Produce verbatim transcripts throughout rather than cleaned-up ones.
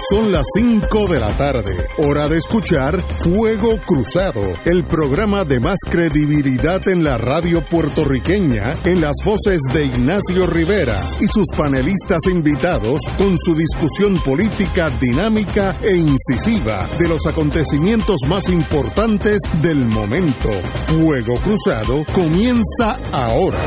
Son las cinco de la tarde, hora de escuchar Fuego Cruzado, el programa de más credibilidad en la radio puertorriqueña, en las voces de Ignacio Rivera y sus panelistas invitados con su discusión política dinámica e incisiva de los acontecimientos más importantes del momento. Fuego Cruzado comienza ahora.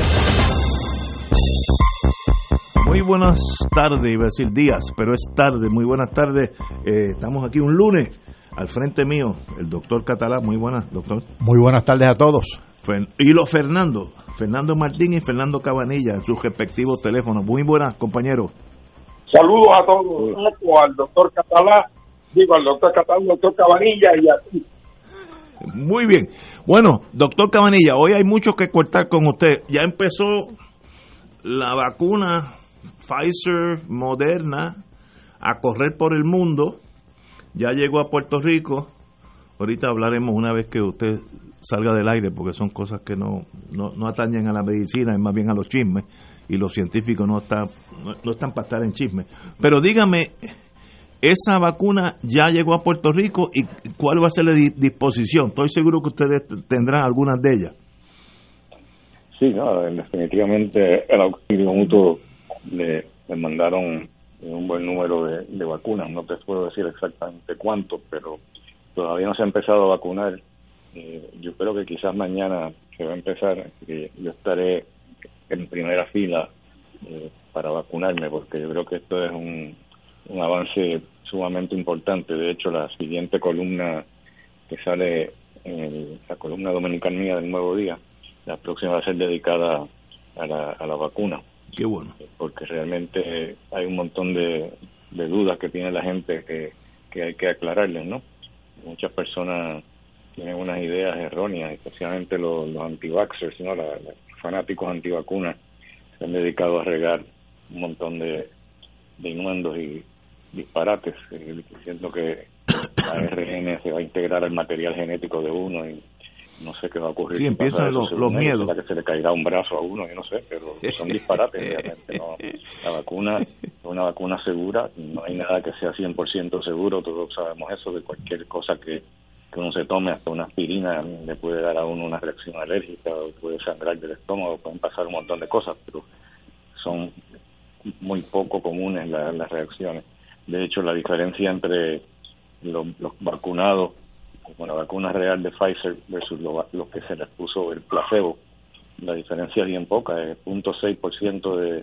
Muy buenas tardes, iba a decir días, pero es tarde. Muy buenas tardes. Eh, estamos aquí un lunes. Al frente mío, el doctor Catalá. Muy buenas, doctor. Muy buenas tardes a todos. Y los Fernando, Fernando Martín y Fernando Cabanilla, en sus respectivos teléfonos. Muy buenas, compañeros. Saludos a todos, al doctor Catalá, digo al doctor Catalá, al doctor Cabanilla y a ti. Muy bien. Bueno, doctor Cabanilla, hoy hay mucho que cortar con usted. Ya empezó la vacuna Pfizer, Moderna, a correr por el mundo. Ya llegó a Puerto Rico. Ahorita hablaremos una vez que usted salga del aire, porque son cosas que no, no, no atañen a la medicina, es más bien a los chismes, y los científicos no están, no, no están para estar en chismes. Pero dígame, ¿esa vacuna ya llegó a Puerto Rico y cuál va a ser la di- disposición? Estoy seguro que ustedes tendrán algunas de ellas. Sí, no, definitivamente el auxilio mutuo le, le mandaron un buen número de, de vacunas. No te puedo decir exactamente cuánto, pero todavía no se ha empezado a vacunar. Eh, yo creo que quizás mañana se va a empezar, que yo estaré en primera fila eh, para vacunarme, porque yo creo que esto es un, un avance sumamente importante. De hecho, la siguiente columna que sale en el, la columna dominical mía del Nuevo Día, la próxima va a ser dedicada a la, a la vacuna. Qué bueno. Porque realmente hay un montón de, de dudas que tiene la gente que, que hay que aclararles, ¿no? Muchas personas tienen unas ideas erróneas, especialmente los, los anti-vaxxers, ¿no? La, los fanáticos antivacunas se han dedicado a regar un montón de, de innuendos y disparates, eh, diciendo que la A R N se va a integrar al material genético de uno y no sé qué va a ocurrir. Sí, empiezan los, los miedos. Que se le caerá un brazo a uno, yo no sé, pero son disparates realmente. No, la vacuna es una vacuna segura, no hay nada que sea cien por ciento seguro, todos sabemos eso, de cualquier cosa que, que uno se tome, hasta una aspirina le puede dar a uno una reacción alérgica, o puede sangrar del estómago, pueden pasar un montón de cosas, pero son muy poco comunes la, las reacciones. De hecho, la diferencia entre los, los vacunados con la vacuna real de Pfizer versus lo, lo que se les puso el placebo, la diferencia es bien poca, es cero punto seis por ciento de,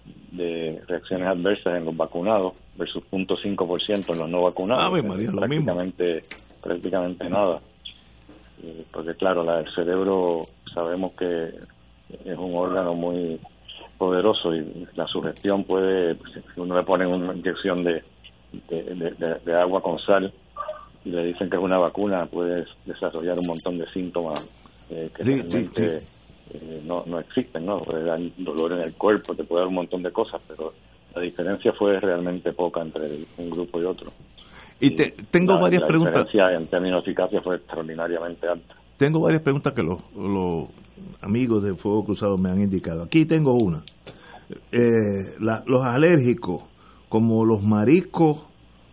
de reacciones adversas en los vacunados versus cero punto cinco por ciento en los no vacunados. Ave María, lo prácticamente, prácticamente nada. Eh, porque claro, la, el cerebro sabemos que es un órgano muy poderoso y la sugestión puede, si uno le pone una inyección de, de, de, de, de agua con sal, y le dicen que es una vacuna, puedes desarrollar un montón de síntomas eh, que sí, realmente sí, sí. Eh, no, no existen, ¿no? Puede dar dolor en el cuerpo, te puede dar un montón de cosas, pero la diferencia fue realmente poca entre un grupo y otro. Y te, tengo la, varias la preguntas. La diferencia en términos de eficacia fue extraordinariamente alta. Tengo varias preguntas que los, los amigos de Fuego Cruzado me han indicado. Aquí tengo una. Eh, la, los alérgicos, como los mariscos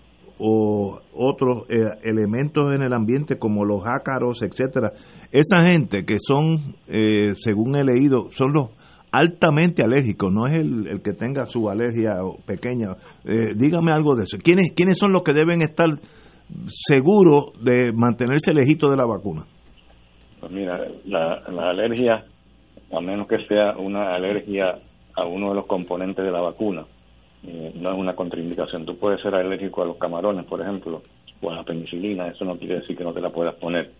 o otros eh, elementos en el ambiente como los ácaros, etcétera. Esa gente que son, eh, según he leído, son los altamente alérgicos, no es el, el que tenga su alergia pequeña. Eh, dígame algo de eso. ¿Quiénes, ¿Quiénes son los que deben estar seguros de mantenerse lejitos de la vacuna? Pues mira, la, la alergia, a menos que sea una alergia a uno de los componentes de la vacuna, Eh, no es una contraindicación. Tú puedes ser alérgico a los camarones, por ejemplo, o a la penicilina, eso no quiere decir que no te la puedas poner.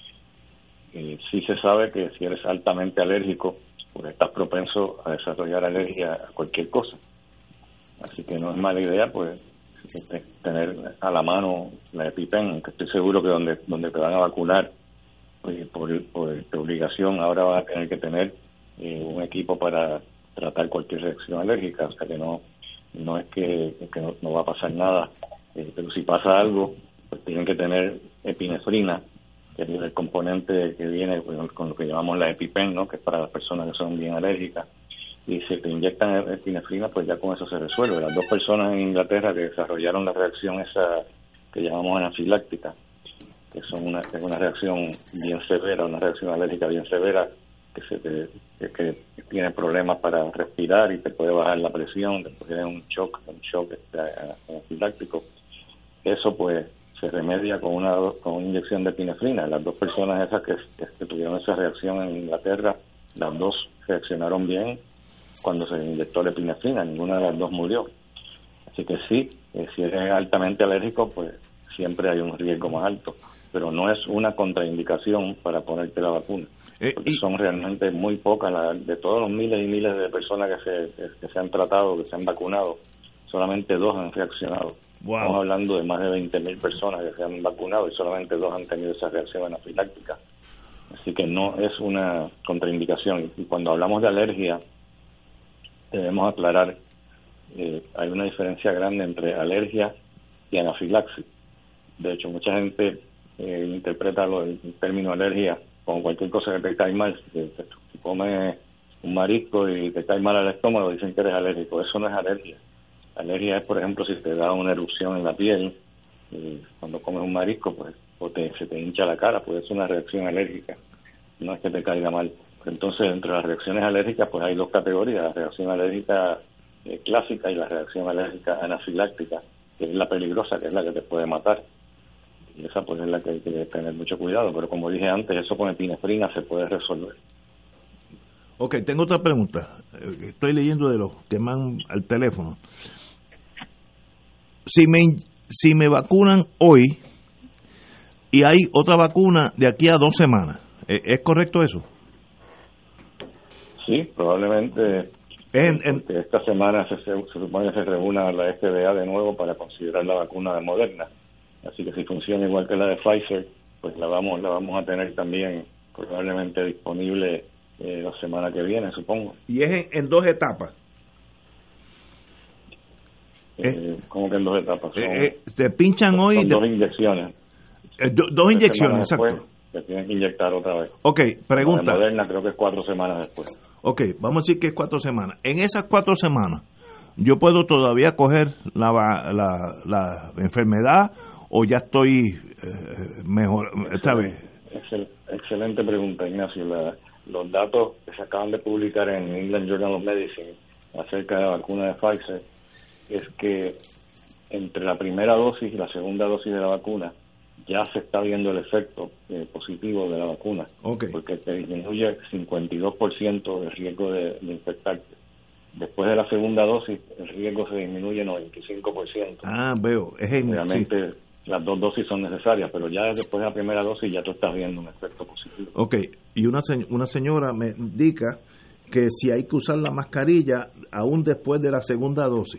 Eh, sí se sabe que si eres altamente alérgico, pues estás propenso a desarrollar alergia a cualquier cosa. Así que no es mala idea, pues, tener a la mano la EpiPen, que estoy seguro que donde donde te van a vacunar, pues, por, por obligación, ahora vas a tener que tener eh, un equipo para tratar cualquier reacción alérgica, o sea que no no es que, que no, no va a pasar nada, eh, pero si pasa algo, pues tienen que tener epinefrina, que es el componente que viene con, con lo que llamamos la EpiPen, ¿no? Que es para las personas que son bien alérgicas, y si te inyectan epinefrina, pues ya con eso se resuelve. Las dos personas en Inglaterra que desarrollaron la reacción esa que llamamos anafiláctica, que son una, que es una reacción bien severa, una reacción alérgica bien severa, que se te, que, que tiene problemas para respirar y te puede bajar la presión, después tiene un shock, un shock este, anafiláctico. Eso pues se remedia con una con una inyección de epinefrina. Las dos personas esas que, que tuvieron esa reacción en Inglaterra, las dos reaccionaron bien cuando se inyectó la epinefrina, ninguna de las dos murió. Así que sí, eh, si eres altamente alérgico, pues siempre hay un riesgo más alto, pero no es una contraindicación para ponerte la vacuna, porque eh, y... son realmente muy pocas, la, de todos los miles y miles de personas que se, que, que se han tratado, que se han vacunado, solamente dos han reaccionado. Wow. Estamos hablando de más de veinte mil personas que se han vacunado y solamente dos han tenido esa reacción anafiláctica. Así que no es una contraindicación. Y cuando hablamos de alergia, debemos aclarar, eh, hay una diferencia grande entre alergia y anafilaxis. De hecho, mucha gente eh, interpreta lo, el término alergia con cualquier cosa que te cae mal. Si, si comes un marisco y te cae mal al estómago, dicen que eres alérgico. Eso no es alergia. Alergia es, por ejemplo, si te da una erupción en la piel, eh, cuando comes un marisco, pues o te, se te hincha la cara, puede ser una reacción alérgica. No es que te caiga mal. Entonces, entre las reacciones alérgicas, pues hay dos categorías: la reacción alérgica eh, clásica y la reacción alérgica anafiláctica, que es la peligrosa, que es la que te puede matar. Y esa pues es la que hay que tener mucho cuidado, pero como dije antes, eso con epinefrina se puede resolver. Ok, tengo otra pregunta. Estoy leyendo de los que mandan al teléfono. Si me, si me vacunan hoy y hay otra vacuna de aquí a dos semanas, ¿es correcto eso? Sí, probablemente en, en, esta semana se, se, se supone que se reúna la F D A de nuevo para considerar la vacuna de Moderna. Así que si funciona igual que la de Pfizer, pues la vamos la vamos a tener también probablemente disponible eh, la semana que viene, supongo. ¿Y es en, en dos etapas? Eh, ¿Cómo que en dos etapas? Son, eh, eh, te pinchan hoy... Son te, dos inyecciones. Eh, do, dos inyecciones, después, exacto. Te tienen que inyectar otra vez. Ok, pregunta. La de Moderna creo que es cuatro semanas después. Ok, vamos a decir que es cuatro semanas. En esas cuatro semanas, ¿yo puedo todavía coger la, la, la enfermedad o ya estoy eh, mejor, ¿sabes? Excel, excelente pregunta, Ignacio. La, los datos que se acaban de publicar en New England Journal of Medicine acerca de la vacuna de Pfizer es que entre la primera dosis y la segunda dosis de la vacuna ya se está viendo el efecto eh, positivo de la vacuna, okay, porque te disminuye cincuenta y dos por ciento el riesgo de, de infectarte. Después de la segunda dosis, el riesgo se disminuye noventa y cinco por ciento. Ah, veo. Es en, Obviamente sí. Las dos dosis son necesarias, pero ya después de la primera dosis ya tú estás viendo un efecto positivo. Ok, y una, una señora me indica que si hay que usar la mascarilla aún después de la segunda dosis.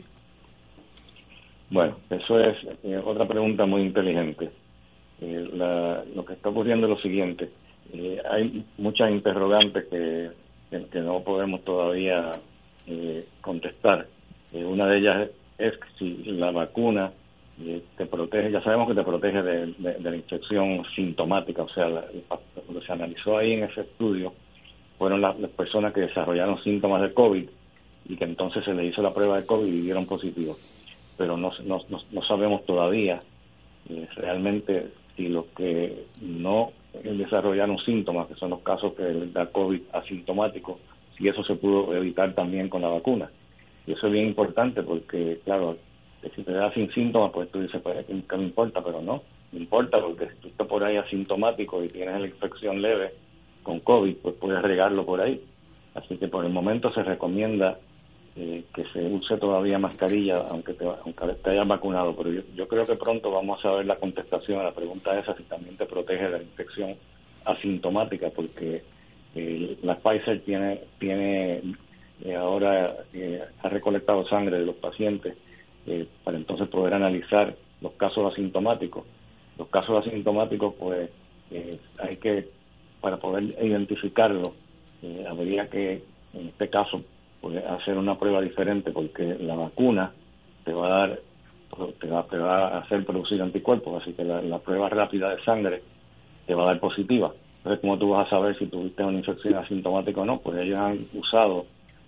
Bueno, eso es eh, otra pregunta muy inteligente. Eh, la, lo que está ocurriendo es lo siguiente. Eh, hay muchas interrogantes que, que, que no podemos todavía eh, contestar. Eh, una de ellas es, es si la vacuna eh, te protege, ya sabemos que te protege de, de, de la infección sintomática, o sea, la, lo que se analizó ahí en ese estudio fueron las, las personas que desarrollaron síntomas de COVID y que entonces se les hizo la prueba de COVID y dieron positivo. Pero no, no, no, no sabemos todavía eh, realmente si los que no desarrollaron síntomas, que son los casos que da COVID asintomático, si eso se pudo evitar también con la vacuna. Y eso es bien importante porque, claro, si te da sin síntomas, pues tú dices, pues que no importa, pero no, no importa porque si tú estás por ahí asintomático y tienes la infección leve con COVID, pues puedes regarlo por ahí. Así que por el momento se recomienda Eh, que se use todavía mascarilla aunque te, aunque te hayas vacunado, pero yo, yo creo que pronto vamos a saber la contestación a la pregunta esa, si también te protege de la infección asintomática, porque eh, la Pfizer tiene tiene eh, ahora eh, ha recolectado sangre de los pacientes eh, para entonces poder analizar los casos asintomáticos. Los casos asintomáticos, pues eh, hay que, para poder identificarlos, eh, habría que, en este caso, hacer una prueba diferente, porque la vacuna te va a dar te va, te va a hacer producir anticuerpos, así que la, la prueba rápida de sangre te va a dar positiva. Entonces, ¿cómo tú vas a saber si tuviste una infección asintomática o no? Pues ellos han usado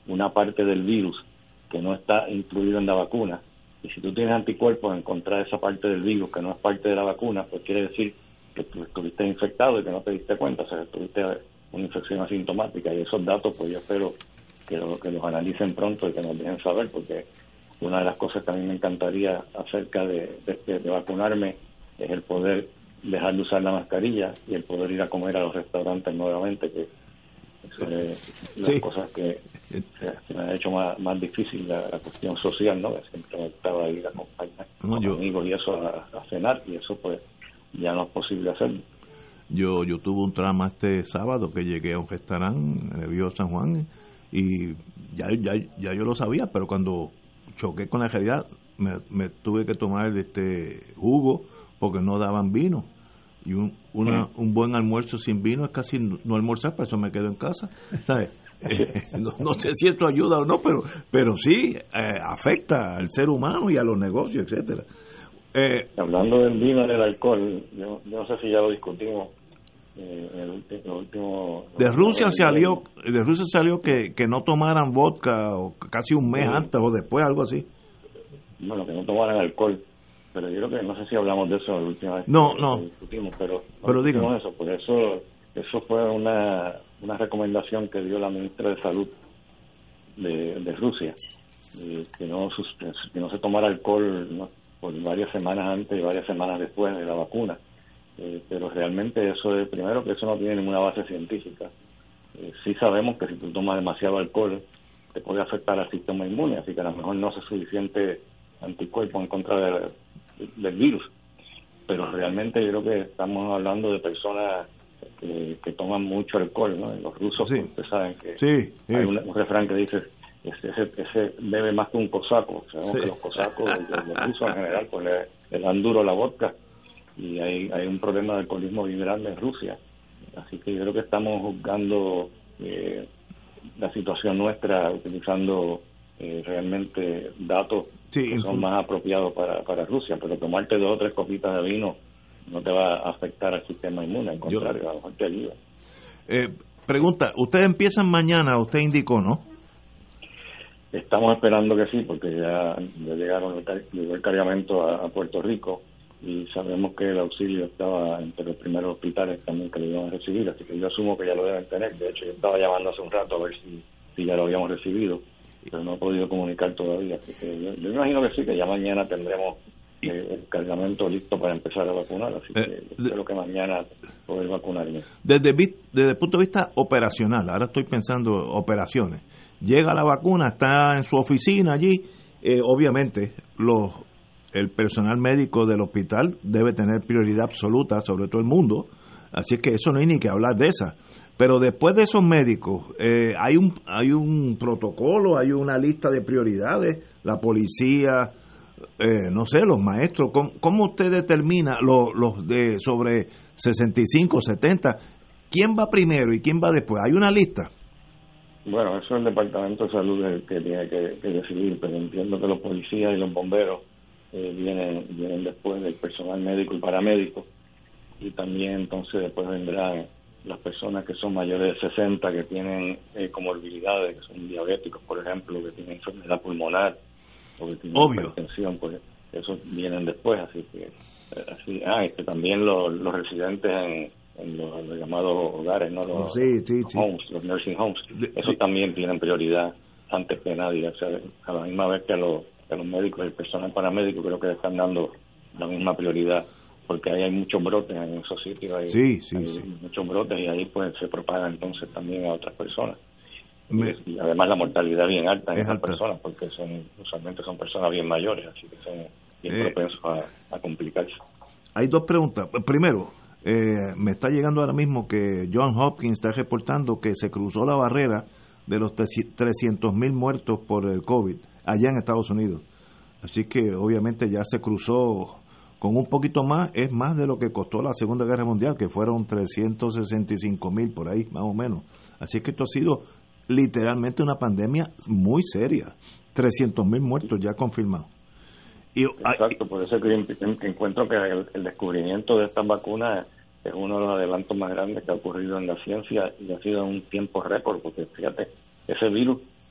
una parte del virus que no está incluido en la vacuna. Y si tú tienes anticuerpos en contra de esa parte del virus que no es parte de la vacuna, pues quiere decir que tú estuviste infectado y que no te diste cuenta, o sea, que tuviste una infección asintomática. Y esos datos, pues yo espero que, lo, que los analicen pronto y que nos dejen saber, porque una de las cosas que a mí me encantaría acerca de, de, de vacunarme es el poder dejar de usar la mascarilla y el poder ir a comer a los restaurantes nuevamente, que es las sí. cosas que se, se me ha hecho más, más difícil la, la cuestión social, ¿no? Siempre estaba ahí a acompañar no, con yo, amigos y eso a, a cenar, y eso pues ya no es posible hacerlo. Yo yo tuve un trauma este sábado que llegué a un restaurante en el Viejo San Juan y ya, ya, ya yo lo sabía, pero cuando choqué con la realidad me, me tuve que tomar este jugo porque no daban vino. Y un, una, sí. un buen almuerzo sin vino es casi no almorzar, por eso me quedo en casa, ¿sabes? Eh, no, no sé si esto ayuda o no, pero pero sí eh, afecta al ser humano y a los negocios, etcétera. Eh, Hablando del vino y del alcohol, yo, yo no sé si ya lo discutimos. Eh, el último, el último, de Rusia salió, de Rusia salió que, que no tomaran vodka o casi un mes sí. antes o después, algo así. Bueno, que no tomaran alcohol. Pero yo creo que no sé si hablamos de eso la última vez no, que no. discutimos, pero, pero discutimos eso, por eso eso fue una una recomendación que dio la ministra de Salud de, de Rusia, eh, que no que no se tomara alcohol, ¿no? Por varias semanas antes y varias semanas después de la vacuna, eh, pero realmente eso es, primero que eso no tiene ninguna base científica. Eh, sí sabemos que si tú tomas demasiado alcohol te puede afectar al sistema inmune, así que a lo mejor no es suficiente anticuerpo en contra de del virus, pero realmente yo creo que estamos hablando de personas que, que toman mucho alcohol, ¿no? Los rusos, sí. ustedes saben que sí, sí. hay un, un refrán que dice ese, ese, ese bebe más que un cosaco. Sabemos sí. que los cosacos, los, los rusos en general, pues le, le dan duro la vodka, y hay, hay un problema de alcoholismo bien grande en Rusia, así que yo creo que estamos juzgando eh, la situación nuestra utilizando eh, realmente datos sí, que son más apropiados para, para Rusia, pero tomarte dos o tres copitas de vino no te va a afectar al sistema inmune, al contrario, Yo, a lo mejor te ayuda. Eh, pregunta, ¿ustedes empiezan mañana? Usted indicó, ¿no? Estamos esperando que sí, porque ya, ya llegaron llegó el cargamento a, a Puerto Rico, y sabemos que el auxilio estaba entre los primeros hospitales también que lo iban a recibir, así que yo asumo que ya lo deben tener. De hecho, yo estaba llamando hace un rato a ver si, si ya lo habíamos recibido, pero no he podido comunicar todavía, así que yo, yo imagino que sí, que ya mañana tendremos eh, el cargamento listo para empezar a vacunar, así que eh, espero que mañana poder vacunarme. Desde, desde el punto de vista operacional, ahora estoy pensando operaciones, llega la vacuna, está en su oficina allí, eh, obviamente los el personal médico del hospital debe tener prioridad absoluta sobre todo el mundo, así es que eso no hay ni que hablar de esa. Pero después de esos médicos, eh, hay un hay un protocolo, hay una lista de prioridades, la policía, eh, no sé, los maestros. ¿Cómo, cómo usted determina los, los de sobre sesenta y cinco, setenta? ¿Quién va primero y quién va después? ¿Hay una lista? Bueno, eso es el Departamento de Salud el que tiene que, que decidir, pero entiendo que los policías y los bomberos eh, vienen, vienen después del personal médico y paramédico, y también entonces después vendrán las personas que son mayores de sesenta, que tienen eh, comorbilidades, que son diabéticos, por ejemplo, que tienen enfermedad pulmonar o que tienen Obvio. hipertensión, pues esos vienen después, así que así ah y que también los, los residentes en, en los, los llamados hogares, no los, sí, sí, los sí. homes, los nursing homes, esos sí. también tienen prioridad antes que nadie, o sea, a la misma vez que a los, a los médicos y el personal paramédico, creo que están dando la misma prioridad, porque ahí hay muchos brotes en esos sitios, hay, sí, sí, hay sí. muchos brotes, y ahí pues se propaga entonces también a otras personas. Me, y además la mortalidad es bien alta en esas alta. personas, porque son usualmente son personas bien mayores, así que son bien eh, propensos a, a complicarse. Hay dos preguntas. Primero, eh, me está llegando ahora mismo que John Hopkins está reportando que se cruzó la barrera de los trescientos mil muertos por el COVID allá en Estados Unidos. Así que obviamente ya se cruzó con un poquito más, es más de lo que costó la Segunda Guerra Mundial, que fueron trescientos sesenta y cinco mil por ahí, más o menos. Así que esto ha sido literalmente una pandemia muy seria. trescientos mil muertos ya confirmados. Y, Exacto, por eso que encuentro que el, el descubrimiento de estas vacunas es uno de los adelantos más grandes que ha ocurrido en la ciencia, y ha sido en un tiempo récord, porque fíjate, ese virus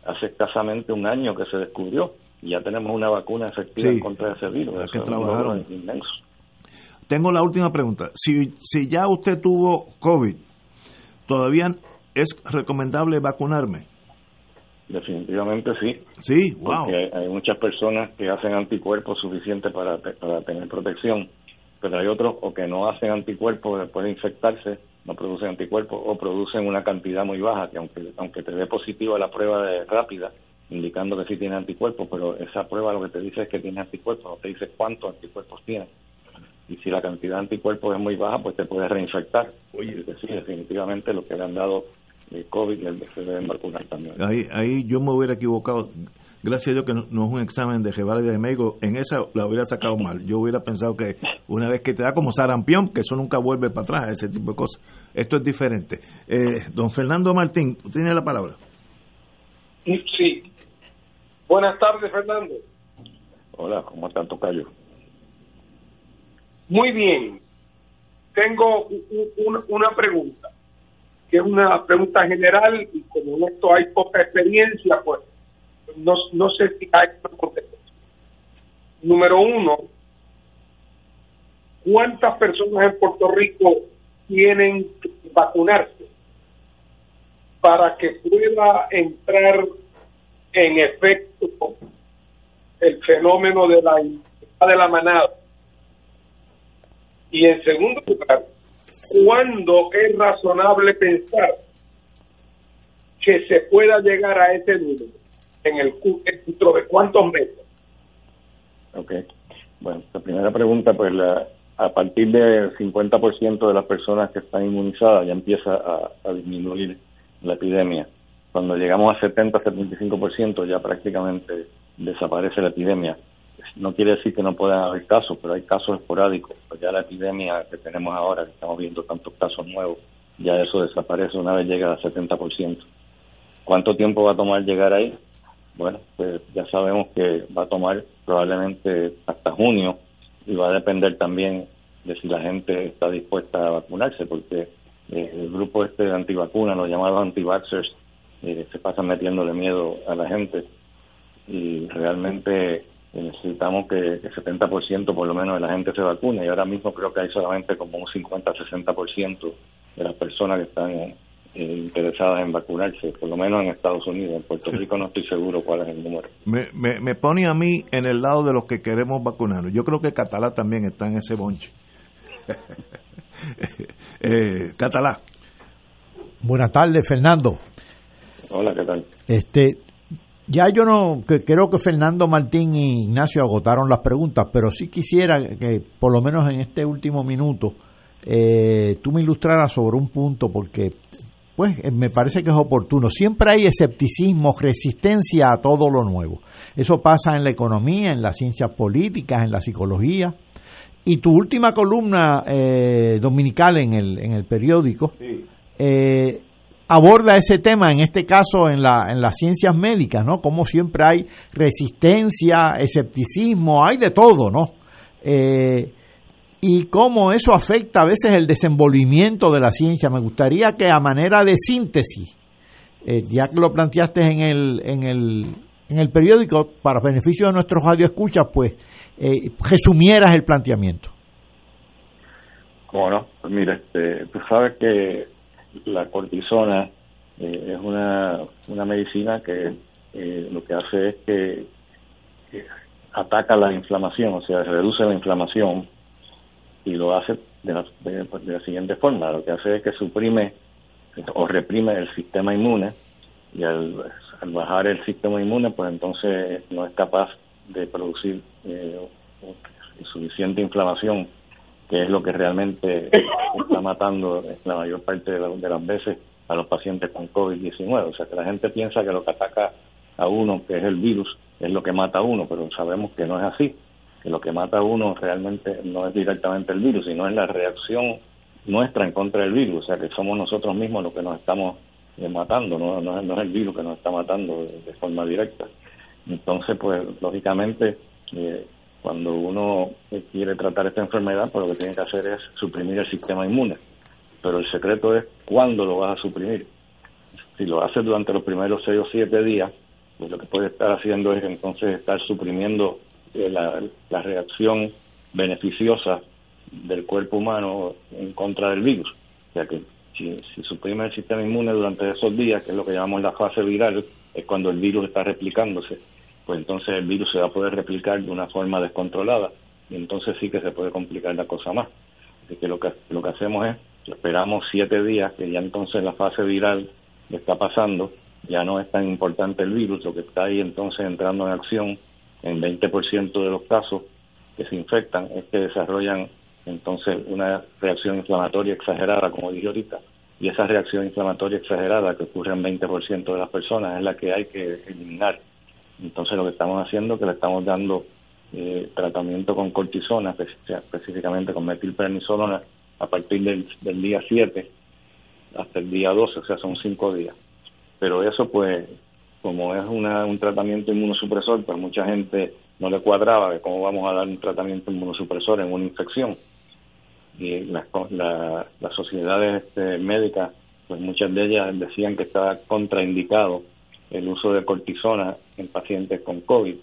hace escasamente un año que se descubrió y ya tenemos una vacuna efectiva sí, en contra de ese virus. que Eso trabajaron. es inmenso. Tengo la última pregunta. Si, si ya usted tuvo COVID, ¿todavía es recomendable vacunarme? Definitivamente sí. Sí, wow. Porque hay, hay muchas personas que hacen anticuerpos suficientes para, para tener protección, pero hay otros o que no hacen anticuerpos después de infectarse, no producen anticuerpos o producen una cantidad muy baja, que aunque aunque te dé positiva la prueba de rápida, indicando que sí tiene anticuerpos, pero esa prueba lo que te dice es que tiene anticuerpos, no te dice cuántos anticuerpos tiene. Y si la cantidad de anticuerpos es muy baja, pues te puedes reinfectar. Oye, sí, definitivamente lo que le han dado el COVID se deben vacunar también. Ahí, ahí yo me hubiera equivocado. Gracias a Dios que no, no es un examen de Jehová y de médico. En esa la hubiera sacado mal. Yo hubiera pensado que una vez que te da como sarampión, que eso nunca vuelve para atrás, ese tipo de cosas. Esto es diferente. Eh, don Fernando Martín, tiene la palabra. Sí. Buenas tardes, Fernando. Hola, ¿cómo están, tocayo? Muy bien. Tengo una, una pregunta, que es una pregunta general, y como en esto hay poca experiencia, pues no, no sé si hay una contestación. Número uno, ¿cuántas personas en Puerto Rico tienen que vacunarse para que pueda entrar en efecto el fenómeno de la de la manada? Y en segundo lugar, ¿cuándo es razonable pensar que se pueda llegar a ese número? ¿En el dentro de cuántos meses? Ok. Bueno, la primera pregunta, pues la, a partir del cincuenta por ciento de las personas que están inmunizadas ya empieza a, a disminuir la epidemia. Cuando llegamos a setenta, setenta y cinco por ciento ya prácticamente desaparece la epidemia. No quiere decir que no puedan haber casos, pero hay casos esporádicos. Pues ya la epidemia que tenemos ahora, que estamos viendo tantos casos nuevos, ya eso desaparece una vez llega al setenta por ciento. ¿Cuánto tiempo va a tomar llegar ahí? Bueno, pues ya sabemos que va a tomar probablemente hasta junio y va a depender también de si la gente está dispuesta a vacunarse, porque eh, el grupo este de antivacunas, los llamados anti-vaxxers, eh, se pasan metiéndole miedo a la gente y realmente necesitamos que el setenta por ciento por lo menos de la gente se vacune, y ahora mismo creo que hay solamente como un cincuenta a sesenta por ciento de las personas que están eh, interesadas en vacunarse, por lo menos en Estados Unidos. En Puerto Rico no estoy seguro cuál es el número. Me, me, me pone a mí en el lado de los que queremos vacunarnos. Yo creo que Catalá también está en ese bonche. eh, Catalá. Buenas tardes, Fernando. Hola, ¿qué tal? Este, ya yo no, que creo que Fernando Martín y Ignacio agotaron las preguntas, pero sí quisiera que por lo menos en este último minuto eh, tú me ilustraras sobre un punto, porque pues me parece que es oportuno. Siempre hay escepticismo, resistencia a todo lo nuevo. Eso pasa en la economía, en las ciencias políticas, en la psicología. Y tu última columna eh, dominical en el en el periódico sí. eh, aborda ese tema, en este caso en la en las ciencias médicas, ¿no? Como siempre hay resistencia, escepticismo, hay de todo, ¿no? Eh, y cómo eso afecta a veces el desenvolvimiento de la ciencia. Me gustaría que a manera de síntesis, eh, ya que lo planteaste en el en el en el periódico, para beneficio de nuestros radioescuchas, pues eh, resumieras el planteamiento. ¿Cómo no? Pues mira, este, tú sabes que la cortisona eh, es una, una medicina que eh, lo que hace es que, que ataca la inflamación, o sea, reduce la inflamación, y lo hace de la, de, de la siguiente forma. Lo que hace es que suprime o reprime el sistema inmune, y al, al bajar el sistema inmune, pues entonces no es capaz de producir eh, suficiente inflamación, que es lo que realmente está matando la mayor parte de, la, de las veces a los pacientes con COVID diecinueve. O sea, que la gente piensa que lo que ataca a uno, que es el virus, es lo que mata a uno, pero sabemos que no es así, que lo que mata a uno realmente no es directamente el virus, sino es la reacción nuestra en contra del virus. O sea, que somos nosotros mismos los que nos estamos eh, matando, no, no, no es el virus que nos está matando de, de forma directa. Entonces, pues, lógicamente, eh, cuando uno quiere tratar esta enfermedad, pues lo que tiene que hacer es suprimir el sistema inmune. Pero el secreto es cuándo lo vas a suprimir. Si lo haces durante los primeros seis o siete días, pues lo que puede estar haciendo es entonces estar suprimiendo eh, la, la reacción beneficiosa del cuerpo humano en contra del virus. O sea que si, si suprime el sistema inmune durante esos días, que es lo que llamamos la fase viral, es cuando el virus está replicándose, pues entonces el virus se va a poder replicar de una forma descontrolada y entonces sí que se puede complicar la cosa más. Así que lo que lo que hacemos es, esperamos siete días, que ya entonces la fase viral está pasando, ya no es tan importante el virus, lo que está ahí entonces entrando en acción en veinte por ciento de los casos que se infectan es que desarrollan entonces una reacción inflamatoria exagerada, como dije ahorita, y esa reacción inflamatoria exagerada que ocurre en veinte por ciento de las personas es la que hay que eliminar. Entonces lo que estamos haciendo es que le estamos dando eh, tratamiento con cortisona, específicamente con metilprednisolona, a partir del, del día siete hasta el día doce, o sea, son cinco días. Pero eso, pues, como es una, un tratamiento inmunosupresor, pues mucha gente no le cuadraba de cómo vamos a dar un tratamiento inmunosupresor en una infección. Y las la, las sociedades este, médicas, pues muchas de ellas decían que estaba contraindicado el uso de cortisona en pacientes con COVID.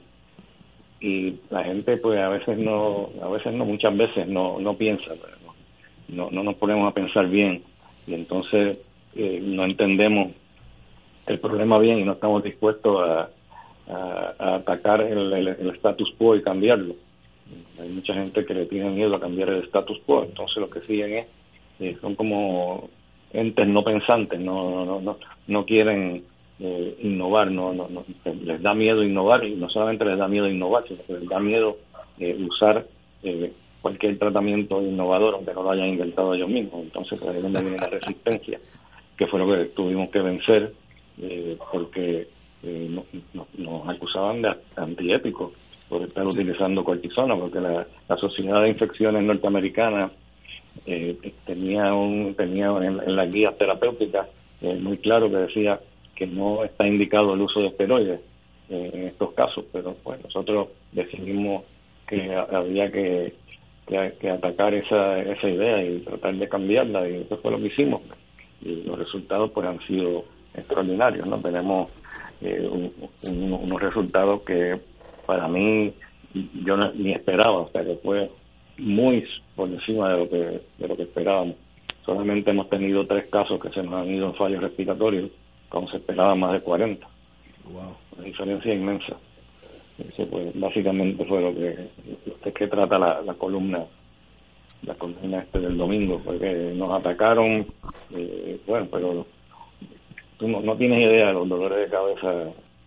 Y la gente, pues, a veces no, a veces no, muchas veces no, no piensa, no, no nos ponemos a pensar bien. Y entonces eh, no entendemos el problema bien y no estamos dispuestos a, a, a atacar el, el, el status quo y cambiarlo. Hay mucha gente que le tiene miedo a cambiar el status quo, entonces lo que siguen es eh, son como entes no pensantes, no no no no quieren eh, innovar, no, no no les da miedo innovar, y no solamente les da miedo innovar, sino que les da miedo eh, usar eh, cualquier tratamiento innovador aunque no lo hayan inventado ellos mismos. Entonces por ahí es donde viene la resistencia, que fue lo que tuvimos que vencer. Eh, porque eh, no, no, nos acusaban de antiéticos por estar sí. utilizando cortisona, porque la, la Sociedad de Infecciones Norteamericana eh, tenía un tenía en, en las guías terapéuticas eh, muy claro que decía que no está indicado el uso de esteroides eh, en estos casos, pero pues nosotros decidimos que había que, que, que atacar esa, esa idea y tratar de cambiarla, y eso fue lo que hicimos, y los resultados pues han sido extraordinarios, ¿no? Tenemos eh, un, un, unos resultados que para mí yo no, ni esperaba, o sea que fue muy por encima de lo que de lo que esperábamos. Solamente hemos tenido tres casos que se nos han ido en fallos respiratorios, como se esperaba más de cuarenta. Wow. Una diferencia inmensa. Eso pues básicamente fue lo que de qué trata la, la columna la columna este del domingo, porque nos atacaron, eh, bueno, pero tú no, no tienes idea de los dolores de cabeza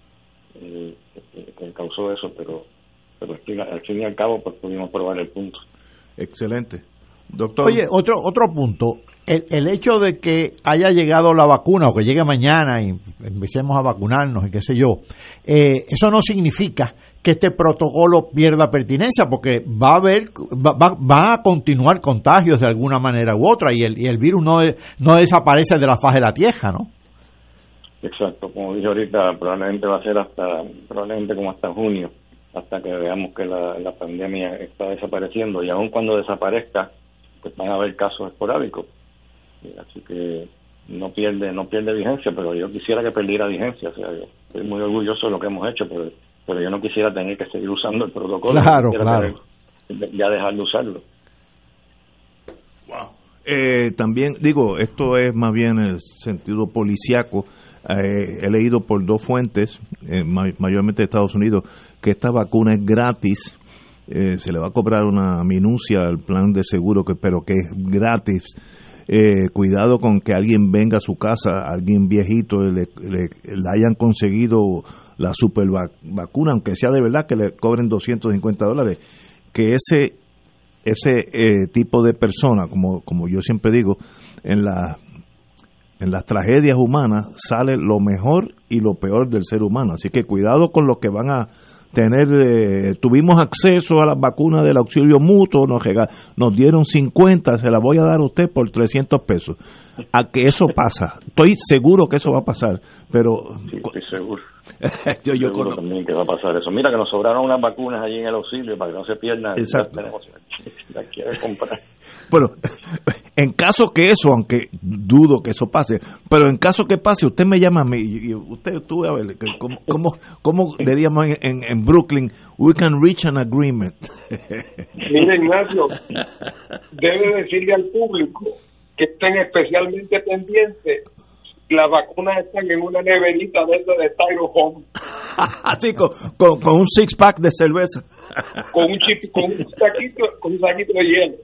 eh, que, que causó eso, pero pero al fin y al cabo pues pudimos probar el punto. Excelente. Doctor. Oye, otro otro punto, el, el hecho de que haya llegado la vacuna o que llegue mañana y empecemos a vacunarnos y qué sé yo, eh, eso no significa que este protocolo pierda pertinencia, porque va a haber va, va, va a continuar contagios de alguna manera u otra, y el y el virus no de, no desaparece de la faz de la tierra, ¿no? Exacto, como dije ahorita, probablemente va a ser hasta probablemente como hasta junio, hasta que veamos que la, la pandemia está desapareciendo, y aun cuando desaparezca pues van a haber casos esporádicos, así que no pierde no pierde vigencia, pero yo quisiera que perdiera vigencia. O sea, yo estoy muy orgulloso de lo que hemos hecho, pero pero yo no quisiera tener que seguir usando el protocolo. Claro, claro. Tener, ya dejar de usarlo. Wow. Eh, también digo, esto es más bien el sentido policiaco. Eh, he leído por dos fuentes, eh, mayormente de Estados Unidos, que esta vacuna es gratis. Eh, se le va a cobrar una minucia al plan de seguro, que pero que es gratis. Eh, cuidado con que alguien venga a su casa, alguien viejito, le, le, le hayan conseguido la super vacuna, aunque sea de verdad, que le cobren doscientos cincuenta dólares. Que ese ese eh, tipo de persona, como como yo siempre digo, en la en las tragedias humanas sale lo mejor y lo peor del ser humano. Así que cuidado con los que van a tener, eh, tuvimos acceso a las vacunas del auxilio mutuo, nos, nos dieron cincuenta, se las voy a dar a usted por trescientos pesos. A que eso pasa, estoy seguro que eso va a pasar, pero... Sí, estoy seguro. yo, yo seguro conozco. También que va a pasar eso. Mira que nos sobraron unas vacunas allí en el auxilio para que no se pierdan. Exacto. La quieres comprar. Bueno, en caso que eso, aunque dudo que eso pase, pero en caso que pase, usted me llama a mí y usted, tú a ver, ¿cómo, cómo, cómo diríamos en, en, en Brooklyn? We can reach an agreement. Mire, Ignacio, debe decirle al público que estén especialmente pendientes. Las vacunas están en una neverita dentro de Styrofoam. Así, con, con, con un six pack de cerveza. Con un chip, con un saquito, con un saquito de hielo.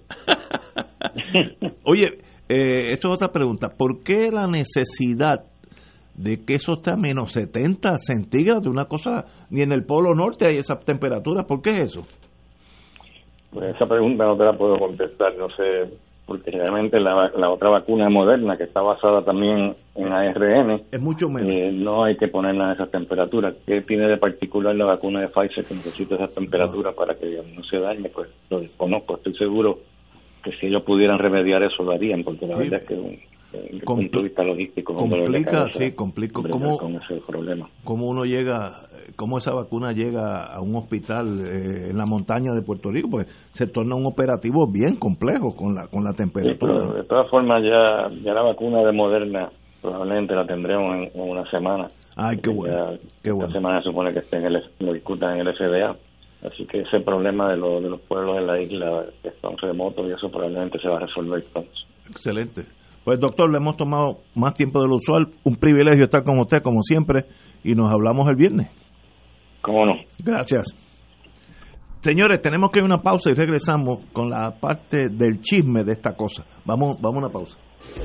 Oye, eh, esto es otra pregunta. ¿Por qué la necesidad de que eso esté a menos setenta centígrados? Una cosa, ni en el Polo Norte hay esa temperatura. ¿Por qué es eso? Pues esa pregunta no te la puedo contestar, no sé, porque realmente la, la otra vacuna Moderna, que está basada también en A R N, es mucho menos. Eh, no hay que ponerla a esas temperaturas. ¿Qué tiene de particular la vacuna de Pfizer que necesita esas temperaturas para que digamos, no se dañe? Pues lo desconozco. Estoy seguro que si ellos pudieran remediar eso lo harían, porque la sí. verdad es que un, desde el punto de vista logístico complica, sí, complica cómo, con ese problema. Cómo uno llega, cómo esa vacuna llega a un hospital eh, en la montaña de Puerto Rico, pues se torna un operativo bien complejo con la con la temperatura. Sí, pero de todas formas ya ya la vacuna de Moderna probablemente la tendremos en, en una semana. Ay, qué bueno. Qué bueno. Esta semana se supone que esté en el, lo discutan en el F D A. Así que ese problema de, lo, de los pueblos en la isla que están remotos y eso probablemente se va a resolver pronto. Excelente. Pues doctor, le hemos tomado más tiempo de lo usual. Un privilegio estar con usted como siempre y nos hablamos el viernes. ¿Cómo no? Gracias. Señores, tenemos que ir a una pausa y regresamos con la parte del chisme de esta cosa. Vamos, vamos a una pausa.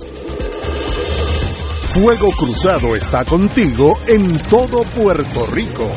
Fuego Cruzado está contigo en todo Puerto Rico.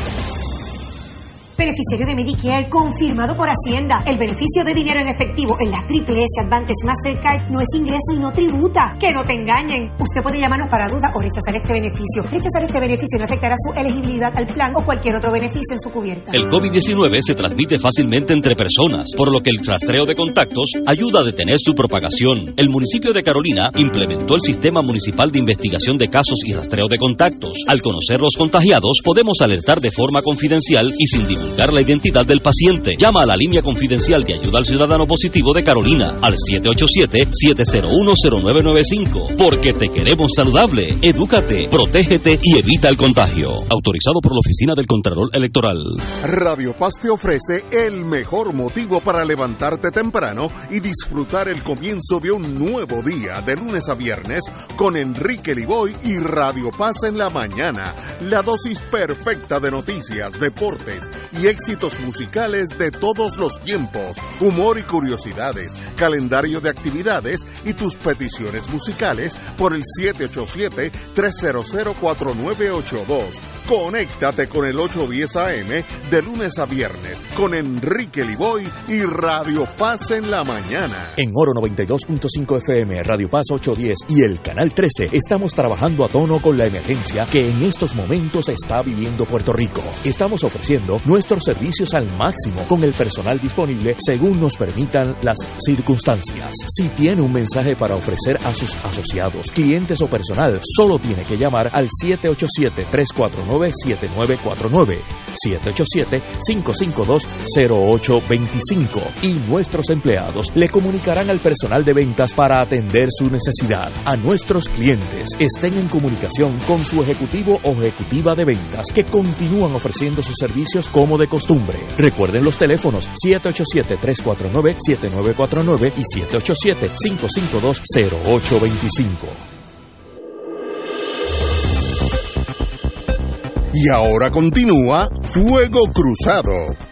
Beneficiario de Medicare confirmado por Hacienda. El beneficio de dinero en efectivo en la Triple S Advantage Mastercard no es ingreso y no tributa. ¡Que no te engañen! Usted puede llamarnos para duda o rechazar este beneficio. Rechazar este beneficio no afectará su elegibilidad al plan o cualquier otro beneficio en su cubierta. El COVID diecinueve se transmite fácilmente entre personas, por lo que el rastreo de contactos ayuda a detener su propagación. El municipio de Carolina implementó el Sistema Municipal de Investigación de Casos y Rastreo de Contactos. Al conocer los contagiados, podemos alertar de forma confidencial y sin divulgar la identidad del paciente. Llama a la línea confidencial de ayuda al ciudadano positivo de Carolina al siete ocho siete, siete cero uno, cero nueve nueve cinco. Porque te queremos saludable. Edúcate, protégete y evita el contagio. Autorizado por la Oficina del Contralor Electoral. Radio Paz te ofrece el mejor motivo para levantarte temprano y disfrutar el comienzo de un nuevo día de lunes a viernes con Enrique Liboy y Radio Paz en la mañana. La dosis perfecta de noticias, deportes y éxitos musicales de todos los tiempos, humor y curiosidades, calendario de actividades y tus peticiones musicales por el siete ocho siete, tres cero cero, cuatro nueve ocho dos. Conéctate con el ocho diez A M de lunes a viernes con Enrique Liboy y Radio Paz en la mañana. En Oro noventa y dos punto cinco F M, Radio Paz ochocientos diez y el Canal trece estamos trabajando a tono con la emergencia que en estos momentos está viviendo Puerto Rico. Estamos ofreciendo nuestros servicios al máximo con el personal disponible según nos permitan las circunstancias. Si tiene un mensaje para ofrecer a sus asociados, clientes o personal, solo tiene que llamar al siete ocho siete, tres cuatro nueve, siete nueve cuatro nueve, siete ocho siete, cinco cinco dos, cero ocho dos cinco y nuestros empleados le comunicarán al personal de ventas para atender su necesidad. A nuestros clientes estén en comunicación con su ejecutivo o ejecutiva de ventas que continúan ofreciendo sus servicios como de costumbre. Recuerden los teléfonos siete ocho siete, tres cuatro nueve, siete nueve cuatro nueve y siete ocho siete, cinco cinco dos, cero ocho dos cinco. Y ahora continúa Fuego Cruzado.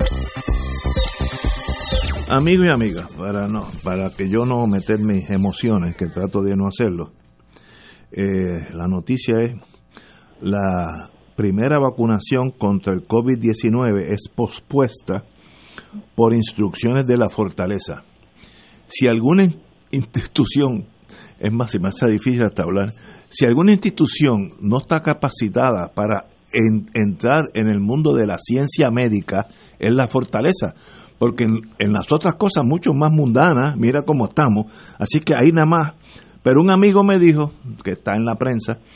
Amigos y amigas, para no, para que yo no meter mis emociones, que trato de no hacerlo, eh, la noticia es: la primera vacunación contra el COVID diecinueve es pospuesta por instrucciones de la Fortaleza. Si alguna institución, es más, se me hace difícil hasta hablar, si alguna institución no está capacitada para en, entrar en el mundo de la ciencia médica, es la Fortaleza, porque en, en las otras cosas mucho más mundanas, mira cómo estamos, así que ahí nada más. Pero un amigo me dijo, que está en la prensa,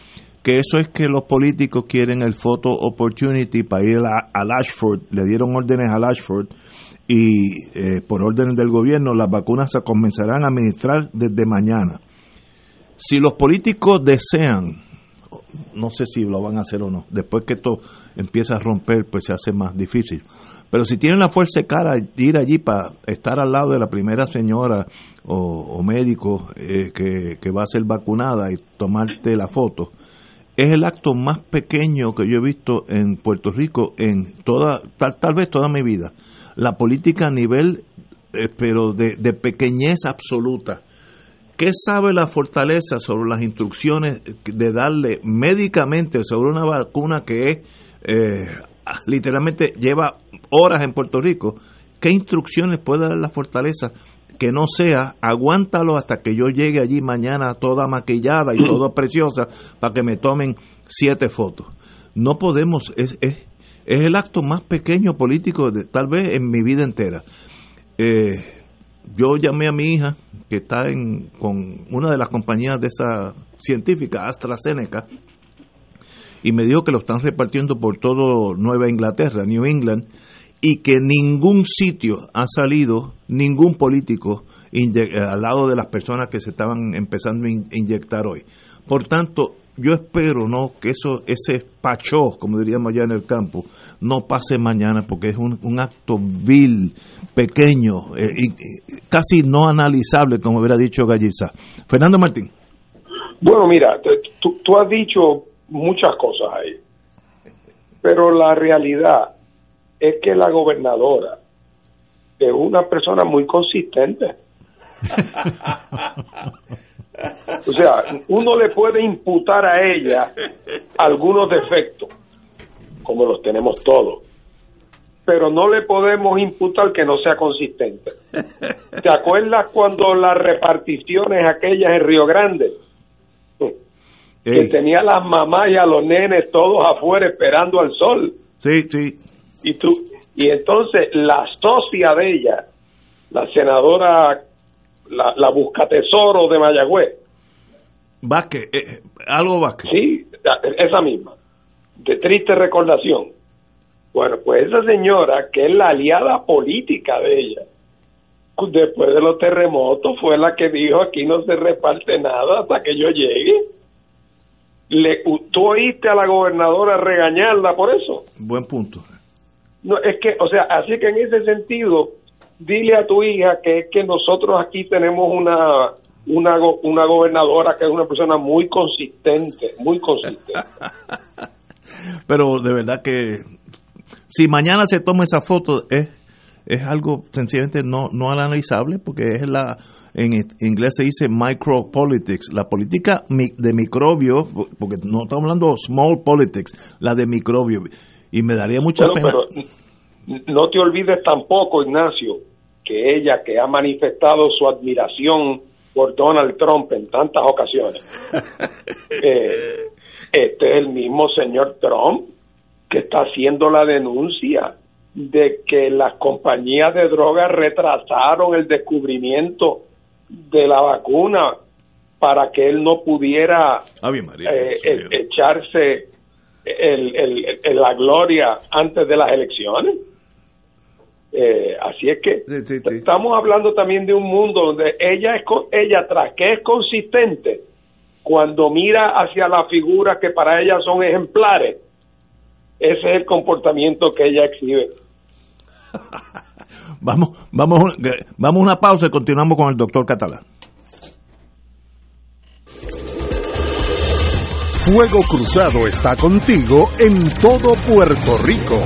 que eso es que los políticos quieren el photo opportunity para ir a, a Ashford, le dieron órdenes a Ashford y eh, por órdenes del gobierno las vacunas se comenzarán a administrar desde mañana. Si los políticos desean, no sé si lo van a hacer o no, después que esto empieza a romper pues se hace más difícil, pero si tienen la fuerza de cara de ir allí para estar al lado de la primera señora o, o médico eh, que, que va a ser vacunada y tomarte la foto, es el acto más pequeño que yo he visto en Puerto Rico en toda, tal, tal vez toda mi vida. La política a nivel, eh, pero de, de pequeñez absoluta. ¿Qué sabe la fortaleza sobre las instrucciones de darle médicamente sobre una vacuna que es, eh, literalmente lleva horas en Puerto Rico? ¿Qué instrucciones puede dar la fortaleza que no sea aguántalo hasta que yo llegue allí mañana toda maquillada y toda preciosa para que me tomen siete fotos? No podemos, es, es, es el acto más pequeño político de, tal vez en mi vida entera. Eh, yo llamé a mi hija que está en con una de las compañías de esa científica, AstraZeneca, y me dijo que lo están repartiendo por todo Nueva Inglaterra, New England, y que ningún sitio ha salido, ningún político inye- al lado de las personas que se estaban empezando a in- inyectar hoy. Por tanto, yo espero no que eso ese pachó, como diríamos allá en el campo, no pase mañana, porque es un, un acto vil, pequeño, eh, y, y casi no analizable, como hubiera dicho Galliza. Fernando Martín. Bueno, mira, tú, tú has dicho muchas cosas ahí, pero la realidad es que la gobernadora es una persona muy consistente. O sea, uno le puede imputar a ella algunos defectos, como los tenemos todos, pero no le podemos imputar que no sea consistente. ¿Te acuerdas cuando las reparticiones aquellas en Río Grande? Que Ey. tenía a las mamás y a los nenes todos afuera esperando al sol. Sí, sí. Y tú, y entonces la socia de ella, la senadora, la, la buscatesoro de Mayagüez. Vázquez, eh, algo Vázquez. Sí, esa misma, de triste recordación. Bueno, pues esa señora, que es la aliada política de ella, después de los terremotos, fue la que dijo: aquí no se reparte nada hasta que yo llegue. Le, ¿Tú oíste a la gobernadora regañarla por eso? Buen punto. No, es que, o sea, así que en ese sentido, dile a tu hija que es que nosotros aquí tenemos una una una gobernadora que es una persona muy consistente, muy consistente. Pero de verdad que si mañana se toma esa foto es es algo sencillamente no no analizable, porque es la, en inglés se dice micropolitics, la política de microbio, porque no estamos hablando de small politics, la de microbio, y me daría mucha bueno, pena. Pero no te olvides tampoco, Ignacio, que ella, que ha manifestado su admiración por Donald Trump en tantas ocasiones, eh, este es el mismo señor Trump que está haciendo la denuncia de que las compañías de drogas retrasaron el descubrimiento de la vacuna para que él no pudiera Ave María, eh, Dios mío. el, echarse el, el, el, la gloria antes de las elecciones. Eh, así es que Sí, sí, sí. estamos hablando también de un mundo donde ella es co- ella tras que es consistente, cuando mira hacia las figuras que para ella son ejemplares, ese es el comportamiento que ella exhibe. Vamos, vamos, vamos a una pausa y continuamos con el doctor Catalán. Fuego Cruzado está contigo en todo Puerto Rico.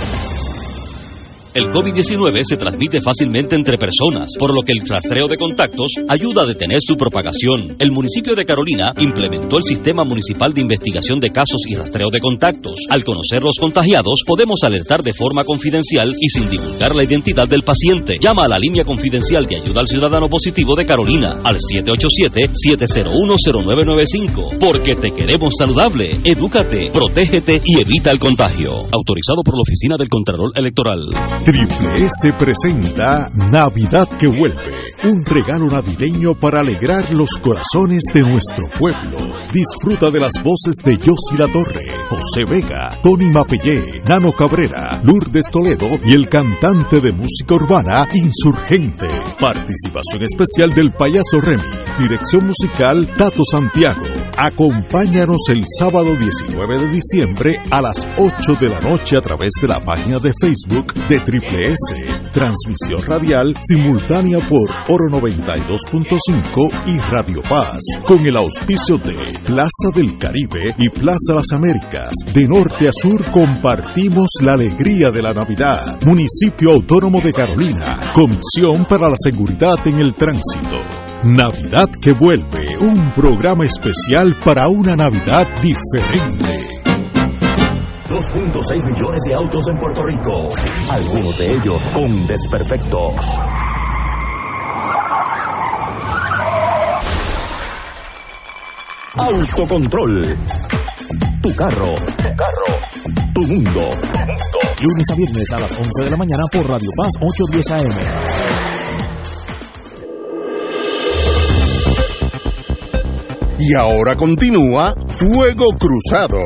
El COVID diecinueve se transmite fácilmente entre personas, por lo que el rastreo de contactos ayuda a detener su propagación. El municipio de Carolina implementó el Sistema Municipal de Investigación de Casos y Rastreo de Contactos. Al conocer los contagiados, podemos alertar de forma confidencial y sin divulgar la identidad del paciente. Llama a la línea confidencial de ayuda al ciudadano positivo de Carolina al siete ocho siete, siete cero uno, cero nueve nueve cinco. Porque te queremos saludable. Edúcate, protégete y evita el contagio. Autorizado por la Oficina del Contralor Electoral. Triple S presenta Navidad que vuelve, un regalo navideño para alegrar los corazones de nuestro pueblo. Disfruta de las voces de Yossi La Torre, José Vega, Tony Mapellé, Nano Cabrera, Lourdes Toledo y el cantante de música urbana Insurgente. Participación especial del Payaso Remy. Dirección musical Tato Santiago. Acompáñanos el sábado diecinueve de diciembre a las ocho de la noche a través de la página de Facebook de Triple S. Transmisión radial simultánea por Oro noventa y dos punto cinco y Radio Paz, con el auspicio de Plaza del Caribe y Plaza Las Américas. De norte a sur compartimos la alegría de la Navidad. Municipio Autónomo de Carolina. Comisión para la Seguridad en el Tránsito. Navidad que vuelve, un programa especial para una Navidad diferente. dos punto seis millones de autos en Puerto Rico, algunos de ellos con desperfectos. Autocontrol. Tu carro. Tu carro. Tu mundo. Lunes a viernes a las once de la mañana por Radio Paz ochocientos diez A M. Y ahora continúa Fuego Cruzado.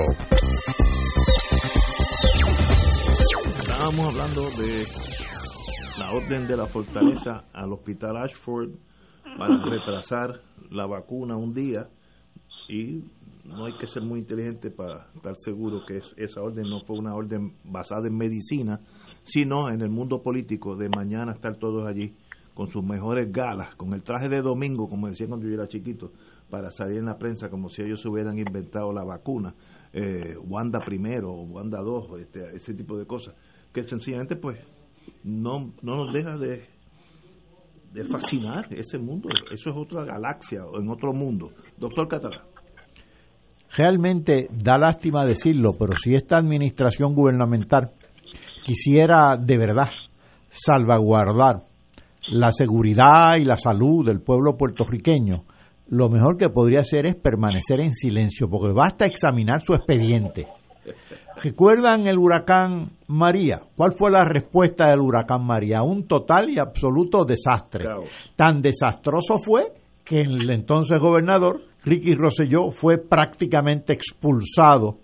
Estábamos hablando de la orden de la fortaleza al hospital Ashford para retrasar la vacuna un día, y no hay que ser muy inteligente para estar seguro que esa orden no fue una orden basada en medicina, sino en el mundo político de mañana estar todos allí con sus mejores galas, con el traje de domingo, como decían cuando yo era chiquito, para salir en la prensa como si ellos hubieran inventado la vacuna, eh, Wanda primero, Wanda dos, este, ese tipo de cosas, que sencillamente pues no, no nos deja de, de fascinar ese mundo. Eso es otra galaxia, en otro mundo. Doctor Catalá. Realmente da lástima decirlo, pero si esta administración gubernamental quisiera de verdad salvaguardar la seguridad y la salud del pueblo puertorriqueño, lo mejor que podría hacer es permanecer en silencio, porque basta examinar su expediente. ¿Recuerdan el huracán María? ¿Cuál fue la respuesta del huracán María? Un total y absoluto desastre. Caos. Tan desastroso fue que el entonces gobernador Ricky Rosselló fue prácticamente expulsado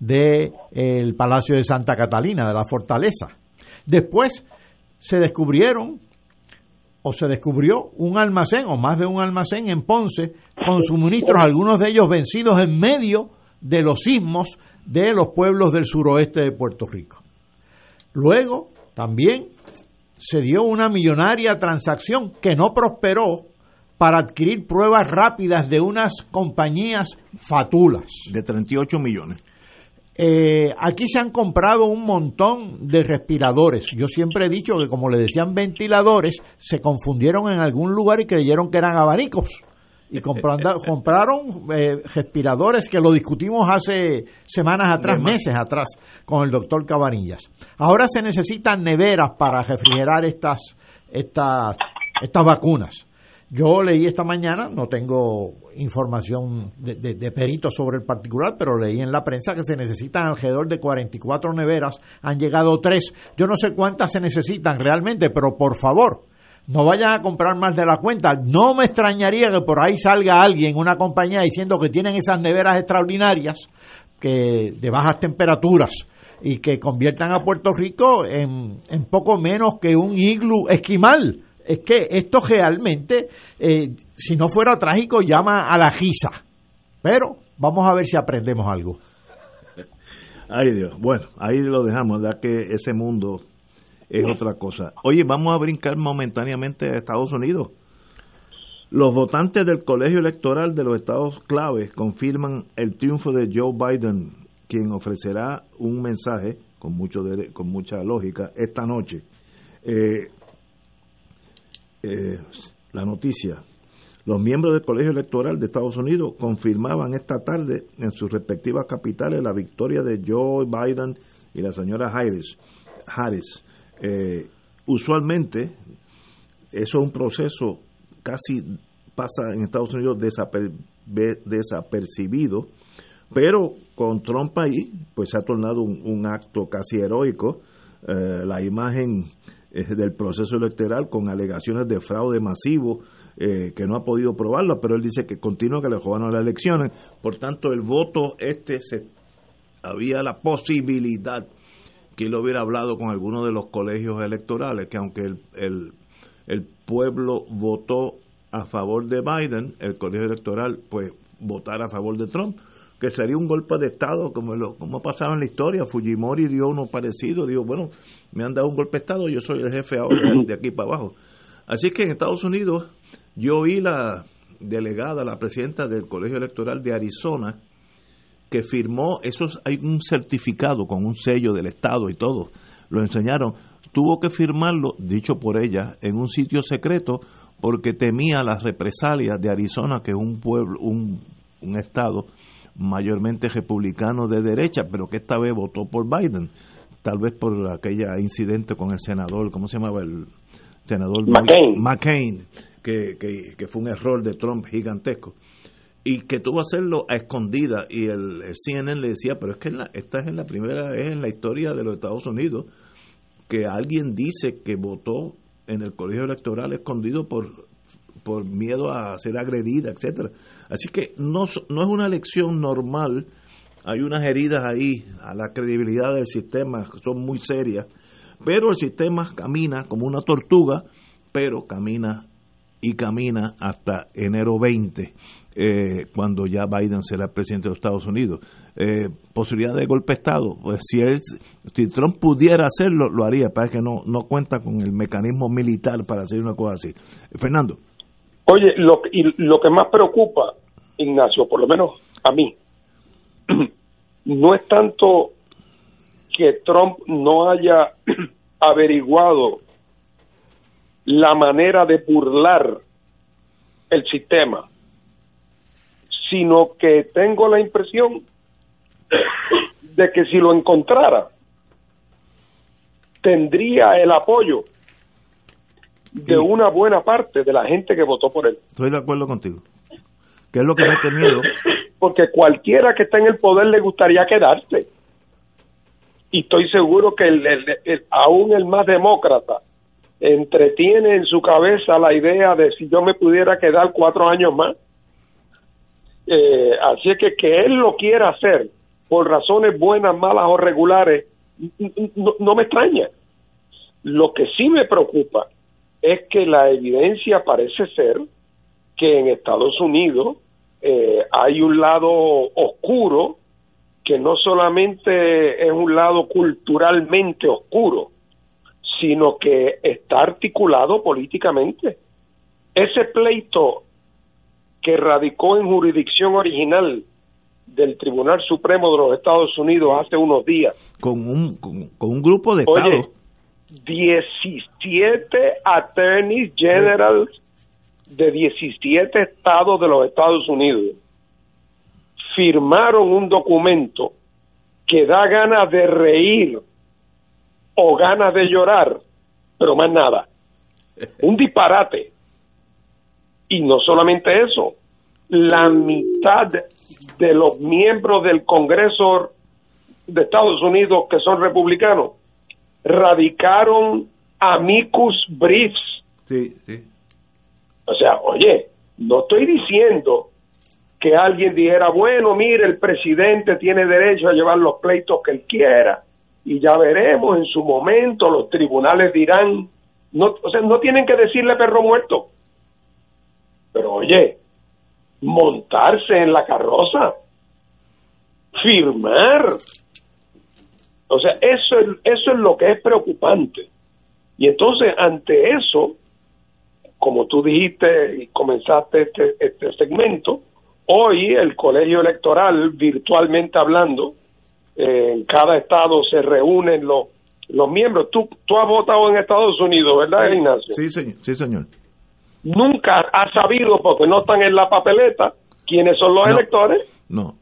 del Palacio de Santa Catalina, de la fortaleza. Después se descubrieron o se descubrió un almacén, o más de un almacén en Ponce, con suministros, algunos de ellos vencidos en medio de los sismos de los pueblos del suroeste de Puerto Rico. Luego, también se dio una millonaria transacción que no prosperó para adquirir pruebas rápidas de unas compañías fatulas. De treinta y ocho millones. Eh, aquí se han comprado un montón de respiradores. Yo siempre he dicho que como le decían ventiladores, se confundieron en algún lugar y creyeron que eran abanicos. Y comprando, compraron eh, respiradores que lo discutimos hace semanas atrás, meses atrás, con el doctor Cabanillas. Ahora se necesitan neveras para refrigerar estas, estas, estas vacunas. Yo leí esta mañana, no tengo información de, de, de peritos sobre el particular, pero leí en la prensa que se necesitan alrededor de cuarenta y cuatro neveras, han llegado tres. Yo no sé cuántas se necesitan realmente, pero por favor, no vayan a comprar más de la cuenta. No me extrañaría que por ahí salga alguien, una compañía, diciendo que tienen esas neveras extraordinarias que de bajas temperaturas y que conviertan a Puerto Rico en, en poco menos que un iglú esquimal. Es que esto realmente, eh, si no fuera trágico, llama a la risa. Pero vamos a ver si aprendemos algo. Ay Dios, bueno, ahí lo dejamos, ya que ese mundo es otra cosa. Oye, vamos a brincar momentáneamente a Estados Unidos. Los votantes del colegio electoral de los estados claves confirman el triunfo de Joe Biden, quien ofrecerá un mensaje con mucho de, con mucha lógica esta noche. Eh, Eh, la noticia: los miembros del colegio electoral de Estados Unidos confirmaban esta tarde en sus respectivas capitales la victoria de Joe Biden y la señora Harris. Harris. Eh, usualmente eso es un proceso casi pasa en Estados Unidos desaper, desapercibido, pero con Trump ahí pues se ha tornado un, un acto casi heroico. Eh, la imagen eh, del proceso electoral con alegaciones de fraude masivo, eh, que no ha podido probarlo, pero él dice que continúa, que le robaron las elecciones. Por tanto, el voto este, se había la posibilidad que él hubiera hablado con alguno de los colegios electorales, que aunque el, el, el pueblo votó a favor de Biden, el colegio electoral pues votara a favor de Trump, que sería un golpe de Estado, como lo como ha pasado en la historia. Fujimori dio uno parecido, dijo, bueno, me han dado un golpe de Estado, yo soy el jefe ahora de aquí para abajo. Así que en Estados Unidos, yo oí la delegada, la presidenta del colegio electoral de Arizona, que firmó, esos hay un certificado con un sello del Estado y todo, lo enseñaron, tuvo que firmarlo, dicho por ella, en un sitio secreto, porque temía las represalias de Arizona, que es un pueblo, un, un estado mayormente republicano de derecha, pero que esta vez votó por Biden, tal vez por aquella incidente con el senador, ¿cómo se llamaba? El senador McCain, McCain que, que, que fue un error de Trump gigantesco, y que tuvo que hacerlo a escondida, y el, el C N N le decía, pero es que la, esta es en la primera vez en la historia de los Estados Unidos que alguien dice que votó en el colegio electoral escondido por por miedo a ser agredida, etcétera. Así que no, no es una elección normal, hay unas heridas ahí a la credibilidad del sistema, son muy serias, pero el sistema camina como una tortuga, pero camina y camina hasta enero veinte, eh, cuando ya Biden será presidente de los Estados Unidos. Eh, posibilidad de golpe de Estado, pues si él, si Trump pudiera hacerlo, lo haría, parece que no, no cuenta con el mecanismo militar para hacer una cosa así. Fernando. Oye, lo, y lo que más preocupa, Ignacio, por lo menos a mí, no es tanto que Trump no haya averiguado la manera de burlar el sistema, sino que tengo la impresión de que si lo encontrara, tendría el apoyo de una buena parte de la gente que votó por él. Estoy de acuerdo contigo. ¿Qué es lo que mete miedo? Porque cualquiera que está en el poder le gustaría quedarse. Y estoy seguro que el, el, el, aún el más demócrata entretiene en su cabeza la idea de si yo me pudiera quedar cuatro años más. Eh, así es que que él lo quiera hacer por razones buenas, malas o regulares, no, no me extraña. Lo que sí me preocupa es que la evidencia parece ser que en Estados Unidos eh, hay un lado oscuro que no solamente es un lado culturalmente oscuro, sino que está articulado políticamente. Ese pleito que radicó en jurisdicción original del Tribunal Supremo de los Estados Unidos hace unos días. Con un, con, con un grupo de estados. Oye, diecisiete attorneys generals de diecisiete estados de los Estados Unidos firmaron un documento que da ganas de reír o ganas de llorar, pero más nada. Un disparate. Y no solamente eso, la mitad de los miembros del Congreso de Estados Unidos que son republicanos radicaron amicus briefs. Sí, sí. O sea, oye, no estoy diciendo que alguien dijera, bueno, mire, el presidente tiene derecho a llevar los pleitos que él quiera y ya veremos en su momento, los tribunales dirán, no, o sea, no tienen que decirle perro muerto. Pero oye, montarse en la carroza, firmar, o sea, eso es, eso es lo que es preocupante. Y entonces, ante eso, como tú dijiste y comenzaste este, este segmento, hoy el colegio electoral, virtualmente hablando, eh, en cada estado se reúnen los, los miembros. Tú, tú has votado en Estados Unidos, ¿verdad, Ignacio? Sí, señor. Sí, señor. Nunca has sabido, porque no están en la papeleta, quiénes son los no, electores. No.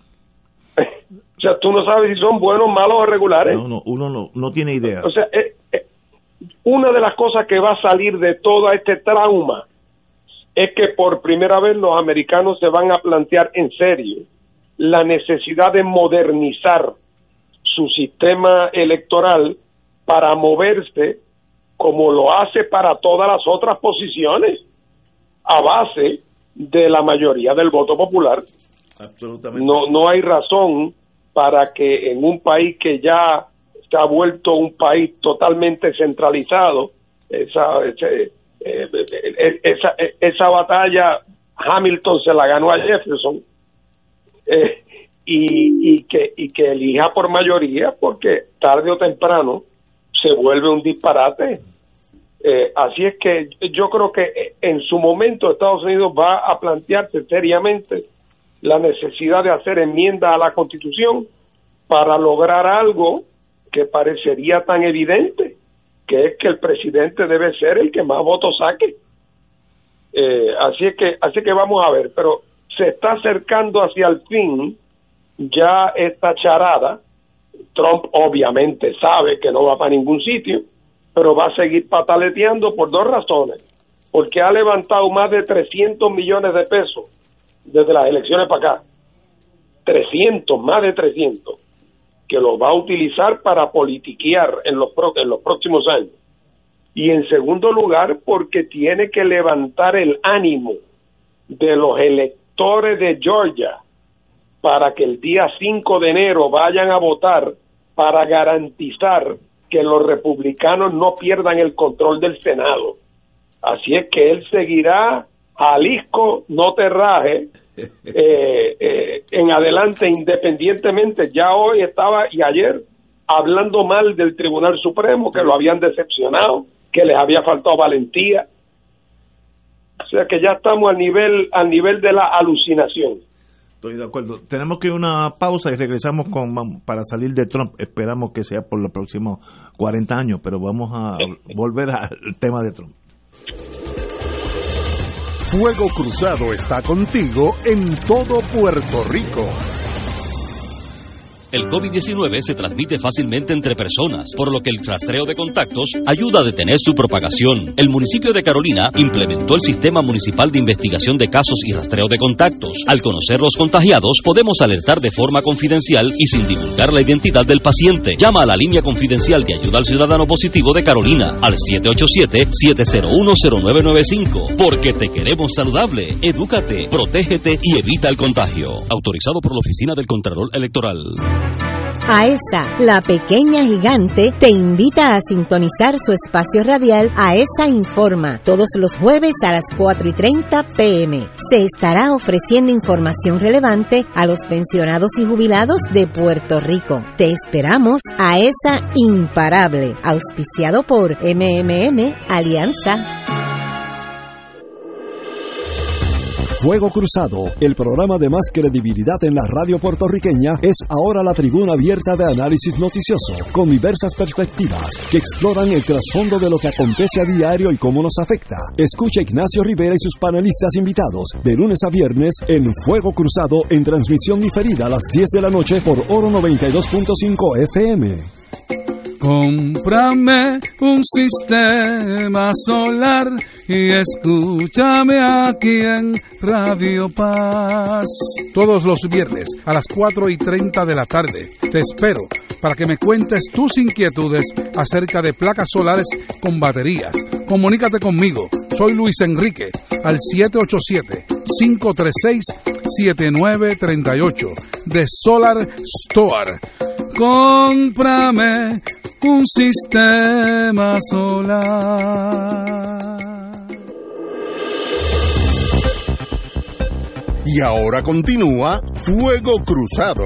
O sea, tú no sabes si son buenos, malos o regulares. No, no, uno no, no tiene idea. O sea, eh, eh, una de las cosas que va a salir de todo este trauma es que por primera vez los americanos se van a plantear en serio la necesidad de modernizar su sistema electoral para moverse como lo hace para todas las otras posiciones, a base de la mayoría del voto popular. Absolutamente. No, no hay razón para que en un país que ya se ha vuelto un país totalmente centralizado, esa, ese, eh, esa, esa batalla Hamilton se la ganó a Jefferson, eh, y, y, que, y que elija por mayoría, porque tarde o temprano se vuelve un disparate. Eh, así es que yo creo que en su momento Estados Unidos va a plantearse seriamente la necesidad de hacer enmiendas a la Constitución para lograr algo que parecería tan evidente, que es que el presidente debe ser el que más votos saque. Eh, así es que así que vamos a ver, pero se está acercando hacia el fin ya esta charada. Trump obviamente sabe que no va para ningún sitio, pero va a seguir pataleteando por dos razones. Porque ha levantado más de trescientos millones de pesos desde las elecciones para acá. trescientos, más de trescientos, que los va a utilizar para politiquear en los, pro, en los próximos años. Y en segundo lugar, porque tiene que levantar el ánimo de los electores de Georgia para que el día cinco de enero vayan a votar para garantizar que los republicanos no pierdan el control del Senado. Así es que él seguirá, Jalisco, no te raje, eh, eh, en adelante, independientemente. Ya hoy estaba y ayer hablando mal del Tribunal Supremo, que lo habían decepcionado, que les había faltado valentía. O sea que ya estamos al nivel, al nivel de la alucinación. Estoy de acuerdo. Tenemos que ir a una pausa y regresamos con para salir de Trump. Esperamos que sea por los próximos cuarenta años, pero vamos a volver al tema de Trump. Fuego Cruzado está contigo en todo Puerto Rico. El COVID diecinueve se transmite fácilmente entre personas, por lo que el rastreo de contactos ayuda a detener su propagación. El municipio de Carolina implementó el Sistema Municipal de Investigación de Casos y Rastreo de Contactos. Al conocer los contagiados, podemos alertar de forma confidencial y sin divulgar la identidad del paciente. Llama a la línea confidencial de ayuda al ciudadano positivo de Carolina al siete ocho siete, siete cero uno, cero nueve nueve cinco. Porque te queremos saludable. Edúcate, protégete y evita el contagio. Autorizado por la Oficina del Contralor Electoral. AESA, la pequeña gigante, te invita a sintonizar su espacio radial AESA Informa, todos los jueves a las cuatro y treinta pm. Se estará ofreciendo información relevante a los pensionados y jubilados de Puerto Rico. Te esperamos, AESA Imparable, auspiciado por M M M Alianza. Fuego Cruzado, el programa de más credibilidad en la radio puertorriqueña, es ahora la tribuna abierta de análisis noticioso, con diversas perspectivas que exploran el trasfondo de lo que acontece a diario y cómo nos afecta. Escucha Ignacio Rivera y sus panelistas invitados de lunes a viernes en Fuego Cruzado, en transmisión diferida a las diez de la noche por Oro noventa y dos punto cinco F M. Cómprame un sistema solar y escúchame aquí en Radio Paz. Todos los viernes a las cuatro y treinta de la tarde te espero para que me cuentes tus inquietudes acerca de placas solares con baterías. Comunícate conmigo, soy Luis Enrique, al siete ocho siete, cinco tres seis, siete nueve tres ocho de Solar Store. Cómprame un sistema solar. Y ahora continúa Fuego Cruzado.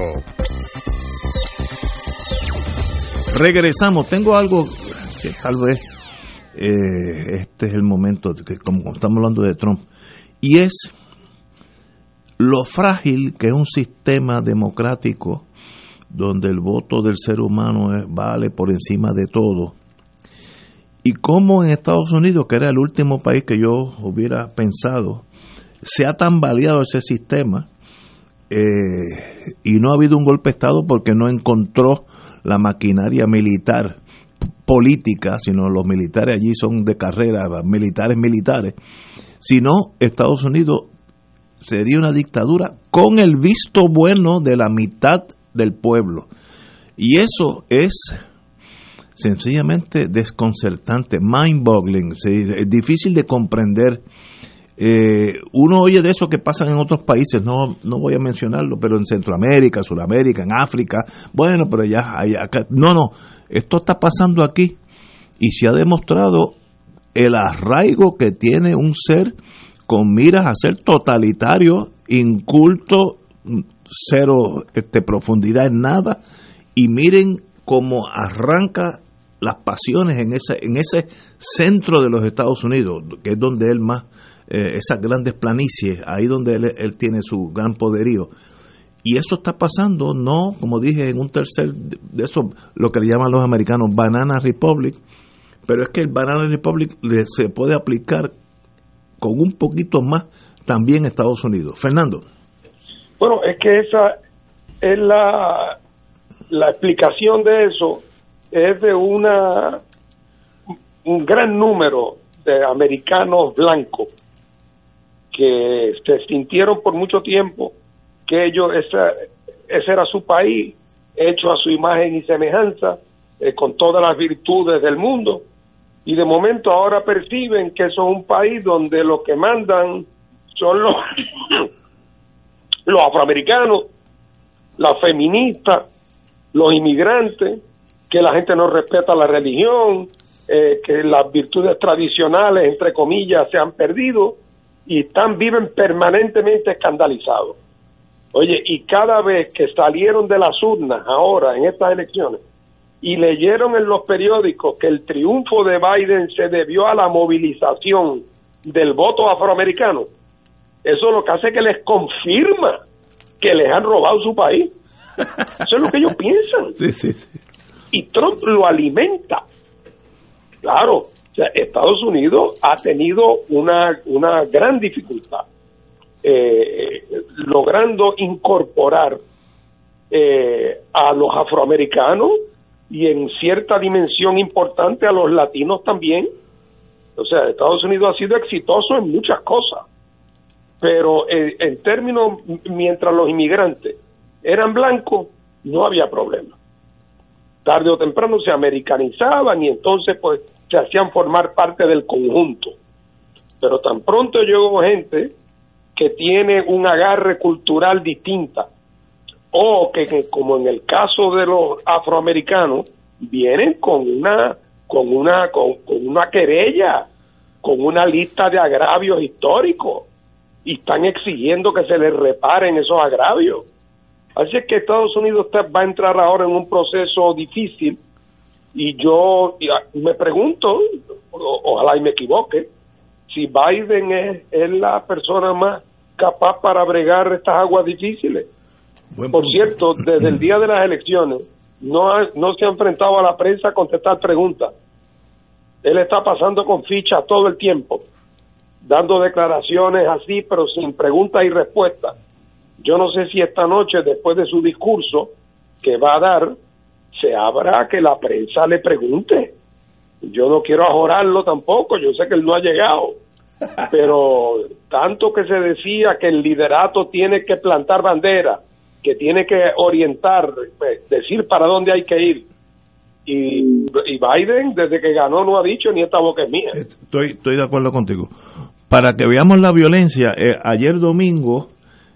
Regresamos. Tengo algo que tal vez eh, este es el momento, que como estamos hablando de Trump, y es lo frágil que es un sistema democrático donde el voto del ser humano es, vale por encima de todo. Y cómo en Estados Unidos, que era el último país que yo hubiera pensado, se ha tambaleado ese sistema, eh, y no ha habido un golpe de Estado porque no encontró la maquinaria militar política, sino los militares allí son de carrera, militares militares, sino Estados Unidos sería una dictadura con el visto bueno de la mitad del pueblo. Y eso es sencillamente desconcertante, mind-boggling, ¿sí? Es difícil de comprender. Eh, uno oye de eso que pasan en otros países, no no voy a mencionarlo, pero en Centroamérica, Sudamérica, en África, bueno, pero ya, allá, acá, no, no, esto está pasando aquí y se ha demostrado el arraigo que tiene un ser con miras a ser totalitario, inculto, cero este, profundidad en nada, y miren cómo arranca las pasiones en ese en ese centro de los Estados Unidos, que es donde él más, eh, esas grandes planicies, ahí donde él, él tiene su gran poderío. Y eso está pasando, no, como dije, en un tercer, de eso, lo que le llaman los americanos Banana Republic, pero es que el Banana Republic le, se puede aplicar con un poquito más también a Estados Unidos. Fernando. Bueno, es que esa es la, la explicación de eso, es de una un gran número de americanos blancos que se sintieron por mucho tiempo que ellos, esa, ese era su país, hecho a su imagen y semejanza, eh, con todas las virtudes del mundo, y de momento ahora perciben que eso es un país donde los que mandan son los, los afroamericanos, las feministas, los inmigrantes, que la gente no respeta la religión, eh, que las virtudes tradicionales, entre comillas, se han perdido, y están viven permanentemente escandalizados. Oye, y cada vez que salieron de las urnas ahora en estas elecciones y leyeron en los periódicos que el triunfo de Biden se debió a la movilización del voto afroamericano, eso lo que hace es que les confirma que les han robado su país. Eso es lo que ellos piensan. Sí, sí, sí. Y Trump lo alimenta. Claro, o sea, Estados Unidos ha tenido una, una gran dificultad eh, logrando incorporar eh, a los afroamericanos y en cierta dimensión importante a los latinos también. O sea, Estados Unidos ha sido exitoso en muchas cosas, pero eh, en términos, mientras los inmigrantes eran blancos, no había problema. Tarde o temprano se americanizaban y entonces pues se hacían formar parte del conjunto. Pero tan pronto llegó gente que tiene un agarre cultural distinta, o que, que como en el caso de los afroamericanos, vienen con una con una con, con una querella, con una lista de agravios históricos, y están exigiendo que se les reparen esos agravios. Así es que Estados Unidos está, va a entrar ahora en un proceso difícil, y yo me pregunto, o, ojalá y me equivoque, si Biden es, es la persona más capaz para bregar estas aguas difíciles. Buen Por punto. Cierto, desde el día de las elecciones no, ha, no se ha enfrentado a la prensa a contestar preguntas. Él está pasando con fichas todo el tiempo, dando declaraciones así, pero sin preguntas y respuestas. Yo no sé si esta noche, después de su discurso que va a dar, se habrá que la prensa le pregunte. Yo no quiero ajorarlo tampoco, yo sé que él no ha llegado, pero tanto que se decía que el liderato tiene que plantar bandera, que tiene que orientar, decir para dónde hay que ir, y, y Biden desde que ganó no ha dicho ni esta boca es mía. Estoy, estoy de acuerdo contigo. Para que veamos la violencia, eh, ayer domingo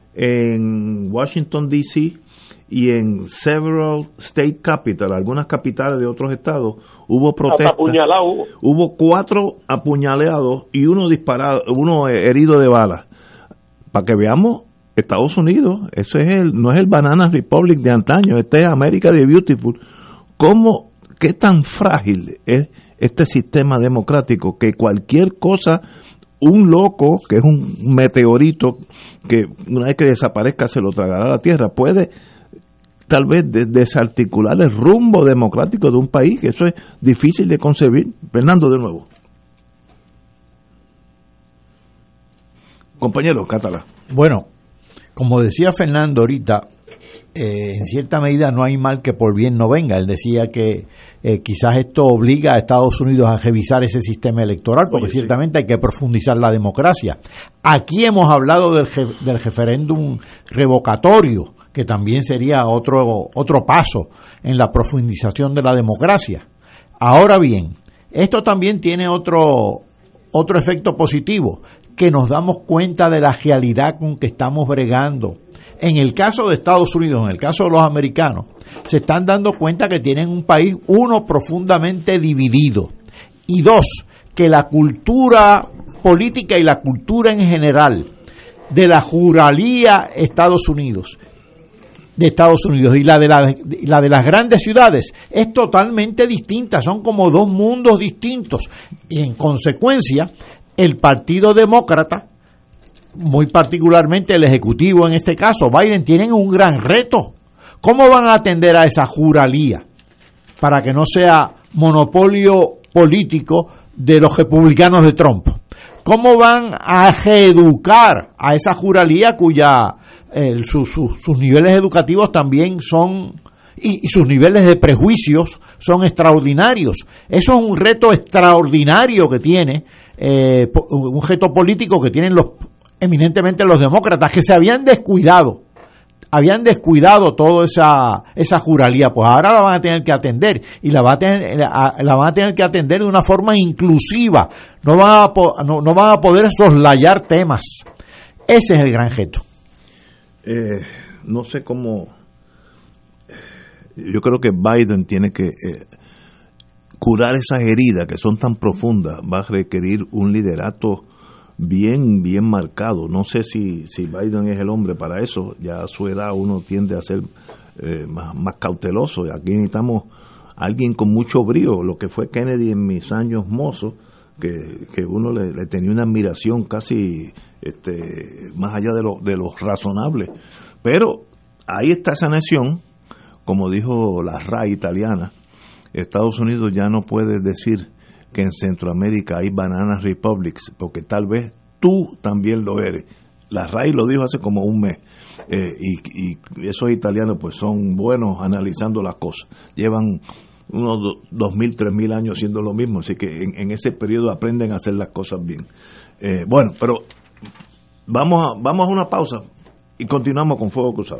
en Washington D C y en several state capitals, algunas capitales de otros estados, hubo protestas. Hubo. hubo cuatro apuñaleados y uno disparado, uno herido de bala. Para que veamos, Estados Unidos, ese es el, no es el Banana Republic de antaño, este es America the Beautiful. ¿Cómo, qué tan frágil es este sistema democrático que cualquier cosa, un loco, que es un meteorito, que una vez que desaparezca se lo tragará la tierra, puede tal vez desarticular el rumbo democrático de un país, que eso es difícil de concebir. Fernando, de nuevo. Compañero, Catalá. Bueno, como decía Fernando ahorita, eh, en cierta medida no hay mal que por bien no venga. Él decía que eh, quizás esto obliga a Estados Unidos a revisar ese sistema electoral, porque Oye, ciertamente sí. hay que profundizar la democracia. Aquí hemos hablado del, del referéndum revocatorio, que también sería otro, otro paso en la profundización de la democracia. Ahora bien, esto también tiene otro, otro efecto positivo, que nos damos cuenta de la realidad con que estamos bregando. En el caso de Estados Unidos, en el caso de los americanos, se están dando cuenta que tienen un país, uno, profundamente dividido, y dos, que la cultura política y la cultura en general de la ruralía Estados Unidos, de Estados Unidos y la de la, la de las grandes ciudades es totalmente distinta, son como dos mundos distintos, y en consecuencia el Partido Demócrata, muy particularmente el Ejecutivo en este caso, Biden, tienen un gran reto. ¿Cómo van a atender a esa ruralía para que no sea monopolio político de los republicanos de Trump? ¿Cómo van a reeducar a esa ruralía cuya eh, su, su, sus niveles educativos también son y, y sus niveles de prejuicios son extraordinarios? Eso es un reto extraordinario que tiene eh, un reto político que tienen los eminentemente los demócratas, que se habían descuidado habían descuidado toda esa esa ruralía. Pues ahora la van a tener que atender, y la, va a tener, la, la van a tener que atender de una forma inclusiva. No van a, no, no van a poder soslayar temas. Ese es el gran reto. Eh, no sé cómo. Yo creo que Biden tiene que eh, curar esas heridas que son tan profundas. Va a requerir un liderato bien, bien marcado. No sé si, si Biden es el hombre para eso. Ya a su edad uno tiende a ser eh, más, más cauteloso. Aquí necesitamos alguien con mucho brío, lo que fue Kennedy en mis años mozos, que, que uno le, le tenía una admiración casi este, más allá de lo, de lo razonable. Pero ahí está esa nación, como dijo la R A I italiana. Estados Unidos ya no puede decir que en Centroamérica hay Banana Republics, porque tal vez tú también lo eres. La R A I lo dijo hace como un mes, eh, y, y esos italianos pues son buenos analizando las cosas. Llevan unos do, dos mil, tres mil años haciendo lo mismo, así que en, en ese periodo aprenden a hacer las cosas bien. Eh, bueno, pero vamos a, vamos a una pausa y continuamos con Fuego Cruzado.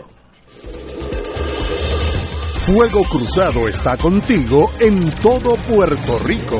Fuego Cruzado está contigo en todo Puerto Rico.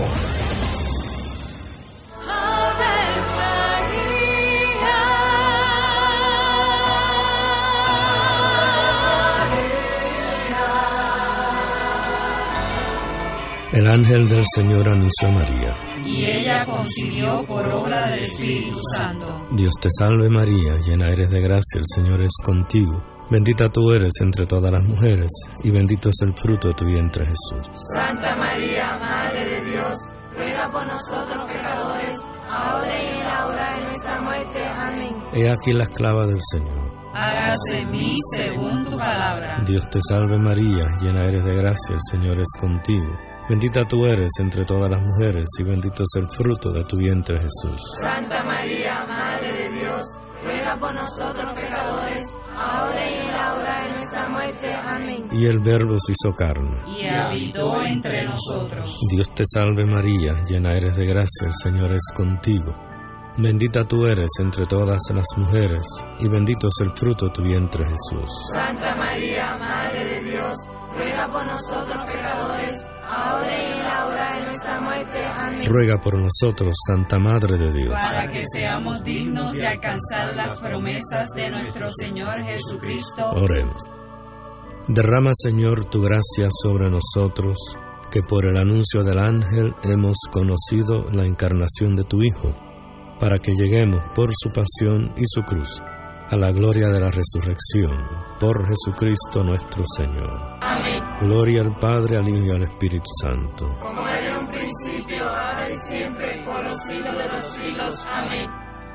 El ángel del Señor anunció a María, y ella concibió por obra del Espíritu Santo. Dios te salve María, llena eres de gracia, el Señor es contigo. Bendita tú eres entre todas las mujeres, y bendito es el fruto de tu vientre Jesús. Santa María, Madre de Dios, ruega por nosotros pecadores, ahora y en la hora de nuestra muerte. Amén. He aquí la esclava del Señor. Hágase en mí según tu palabra. Dios te salve María, llena eres de gracia, el Señor es contigo. Bendita tú eres entre todas las mujeres, y bendito es el fruto de tu vientre Jesús. Santa María, Madre de Dios, ruega por nosotros pecadores, ahora y en la hora de nuestra muerte. Amén. Y el Verbo se hizo carne, y habitó entre nosotros. Dios te salve María, llena eres de gracia, el Señor es contigo. Bendita tú eres entre todas las mujeres, y bendito es el fruto de tu vientre Jesús. Santa María, Madre de Dios, ruega por nosotros pecadores, ahora y en la hora de nuestra muerte. Amén. Ruega por nosotros, Santa Madre de Dios, para que seamos dignos de alcanzar las promesas de nuestro Señor Jesucristo. Oremos. Derrama, Señor, tu gracia sobre nosotros, que por el anuncio del ángel hemos conocido la encarnación de tu Hijo, para que lleguemos por su pasión y su cruz a la gloria de la resurrección, por Jesucristo nuestro Señor. Amén. Gloria al Padre, al Hijo y al Espíritu Santo. Como era en un principio, ahora y siempre, por los siglos de los siglos. Amén.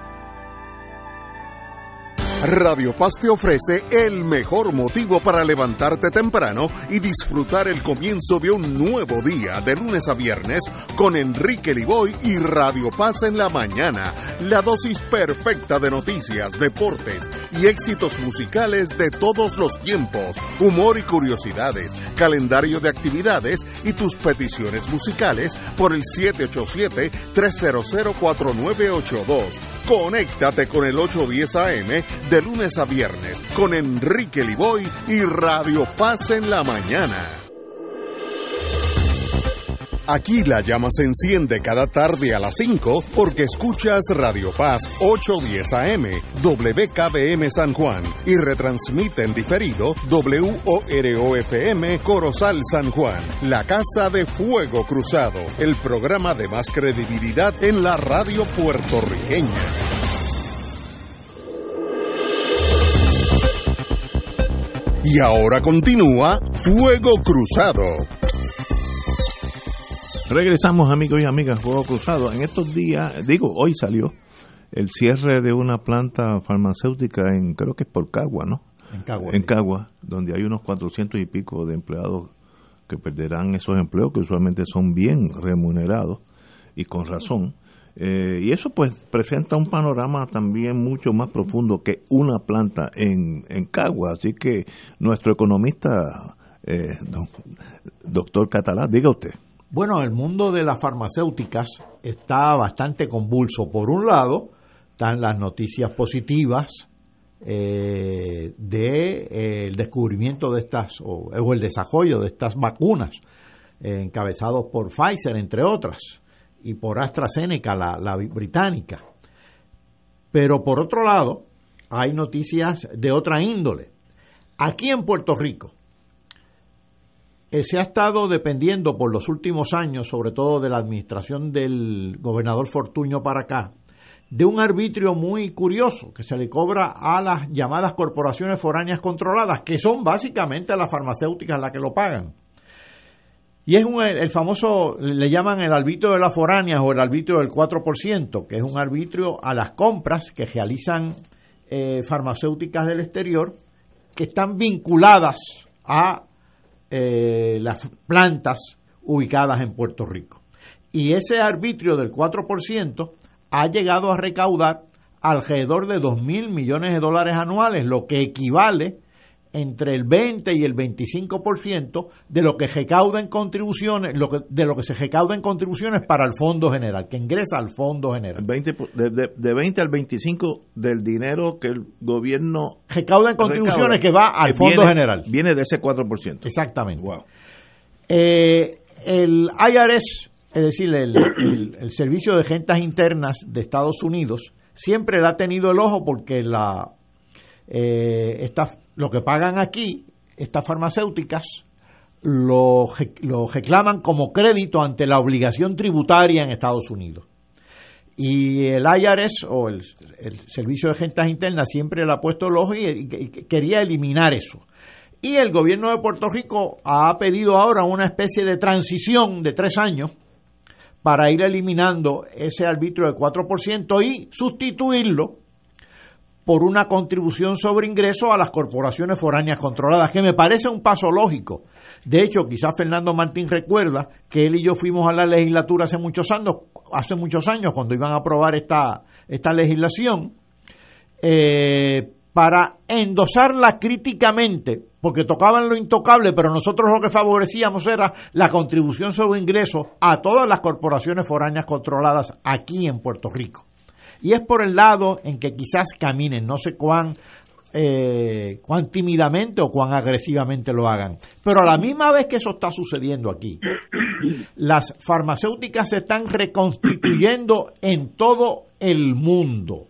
Radio Paz te ofrece el mejor motivo para levantarte temprano y disfrutar el comienzo de un nuevo día de lunes a viernes con Enrique Liboy y Radio Paz en la mañana. La dosis perfecta de noticias, deportes y éxitos musicales de todos los tiempos, humor y curiosidades, calendario de actividades y tus peticiones musicales por el siete ocho siete, tres cero cero, cuatro nueve ocho dos. Conéctate con el ocho diez A M de lunes a viernes con Enrique Liboy y Radio Paz en la mañana. Aquí la llama se enciende cada tarde a las cinco porque escuchas Radio Paz ochocientos diez A M, W K B M San Juan y retransmite en diferido W O R O F M Corozal San Juan. La Casa de Fuego Cruzado, el programa de más credibilidad en la radio puertorriqueña. Y ahora continúa Fuego Cruzado. Regresamos, amigos y amigas, Fuego Cruzado. En estos días, digo, hoy salió el cierre de una planta farmacéutica en, creo que es por Cagua, ¿no? En Cagua. En Cagua, donde hay unos cuatrocientos y pico de empleados que perderán esos empleos, que usualmente son bien remunerados, y con razón. Eh, y eso pues presenta un panorama también mucho más profundo que una planta en, en Cagua. Así que nuestro economista, eh, don, doctor Catalá, diga usted. Bueno, el mundo de las farmacéuticas está bastante convulso. Por un lado, están las noticias positivas eh, de eh, el descubrimiento de estas, o, o el desarrollo de estas vacunas, eh, encabezados por Pfizer, entre otras, y por AstraZeneca, la, la británica. Pero por otro lado, hay noticias de otra índole. Aquí en Puerto Rico, eh, se ha estado dependiendo por los últimos años, sobre todo de la administración del gobernador Fortuño para acá, de un arbitrio muy curioso que se le cobra a las llamadas corporaciones foráneas controladas, que son básicamente las farmacéuticas las que lo pagan. Y es un, el famoso, le llaman el arbitrio de las foráneas o el arbitrio del cuatro por ciento, que es un arbitrio a las compras que realizan eh, farmacéuticas del exterior que están vinculadas a eh, las plantas ubicadas en Puerto Rico. Y ese arbitrio del cuatro por ciento ha llegado a recaudar alrededor de dos mil millones de dólares anuales, lo que equivale entre el veinte y el veinticinco por ciento de lo que recauda en contribuciones, lo que, de lo que se recauda en contribuciones para el Fondo General, que ingresa al Fondo General. veinte, de, de, de veinte al veinticinco del dinero que el gobierno recauda en contribuciones recauda, que va al que Fondo viene, General. Viene de ese cuatro por ciento. Exactamente. Wow. Eh, el I R S, es decir, el, el, el Servicio de Rentas Internas de Estados Unidos, siempre le ha tenido el ojo porque la eh, esta lo que pagan aquí, estas farmacéuticas, lo, lo reclaman como crédito ante la obligación tributaria en Estados Unidos. Y el I R S, o el, el Servicio de Rentas Internas, siempre le ha puesto el ojo y, y, y quería eliminar eso. Y el gobierno de Puerto Rico ha pedido ahora una especie de transición de tres años para ir eliminando ese arbitrio de cuatro por ciento y sustituirlo por una contribución sobre ingresos a las corporaciones foráneas controladas, que me parece un paso lógico. De hecho, quizás Fernando Martín recuerda que él y yo fuimos a la legislatura hace muchos años, hace muchos años cuando iban a aprobar esta, esta legislación, eh, para endosarla críticamente, porque tocaban lo intocable, pero nosotros lo que favorecíamos era la contribución sobre ingresos a todas las corporaciones foráneas controladas aquí en Puerto Rico. Y es por el lado en que quizás caminen, no sé cuán, eh, cuán tímidamente o cuán agresivamente lo hagan. Pero a la misma vez que eso está sucediendo aquí, las farmacéuticas se están reconstituyendo en todo el mundo.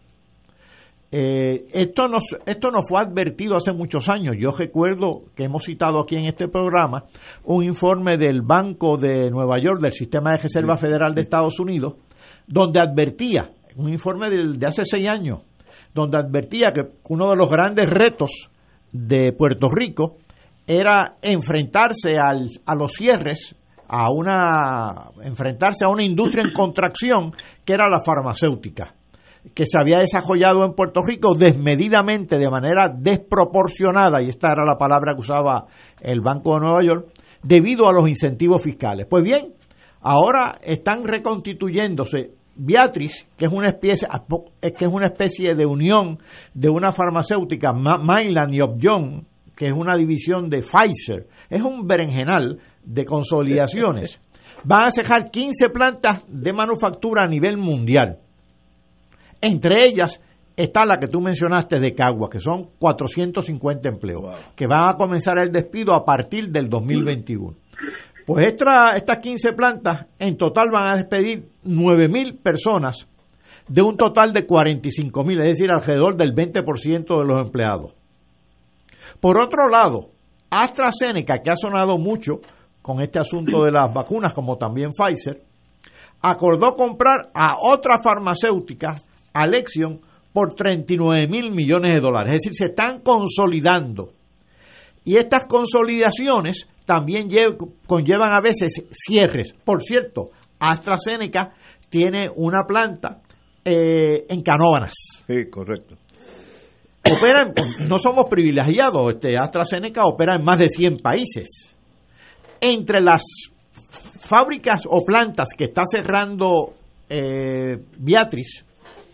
Eh, esto, nos, esto nos fue advertido hace muchos años. Yo recuerdo que hemos citado aquí en este programa un informe del Banco de Nueva York, del Sistema de Reserva Federal de Estados Unidos, donde advertía, un informe de, de hace seis años, donde advertía que uno de los grandes retos de Puerto Rico era enfrentarse al, a los cierres, a una enfrentarse a una industria en contracción que era la farmacéutica, que se había desarrollado en Puerto Rico desmedidamente, de manera desproporcionada, y esta era la palabra que usaba el Banco de Nueva York, debido a los incentivos fiscales. Pues bien, ahora están reconstituyéndose. Viatris, que es una especie que es una especie de unión de una farmacéutica, Mylan y Upjohn, que es una división de Pfizer, es un berenjenal de consolidaciones. Van a cerrar quince plantas de manufactura a nivel mundial. Entre ellas está la que tú mencionaste de Cagua, que son cuatrocientos cincuenta empleos, wow, que van a comenzar el despido a partir del dos mil veintiuno. Pues esta, estas quince plantas en total van a despedir nueve mil personas de un total de cuarenta y cinco mil, es decir, alrededor del veinte por ciento de los empleados. Por otro lado, AstraZeneca, que ha sonado mucho con este asunto de las vacunas, como también Pfizer, acordó comprar a otra farmacéutica, Alexion, por treinta y nueve mil millones de dólares. Es decir, se están consolidando. Y estas consolidaciones también conllevan a veces cierres. Por cierto, AstraZeneca tiene una planta eh, en Canóvanas. Sí, correcto. Opera en, no somos privilegiados, este AstraZeneca opera en más de cien países. Entre las fábricas o plantas que está cerrando eh, Viatris,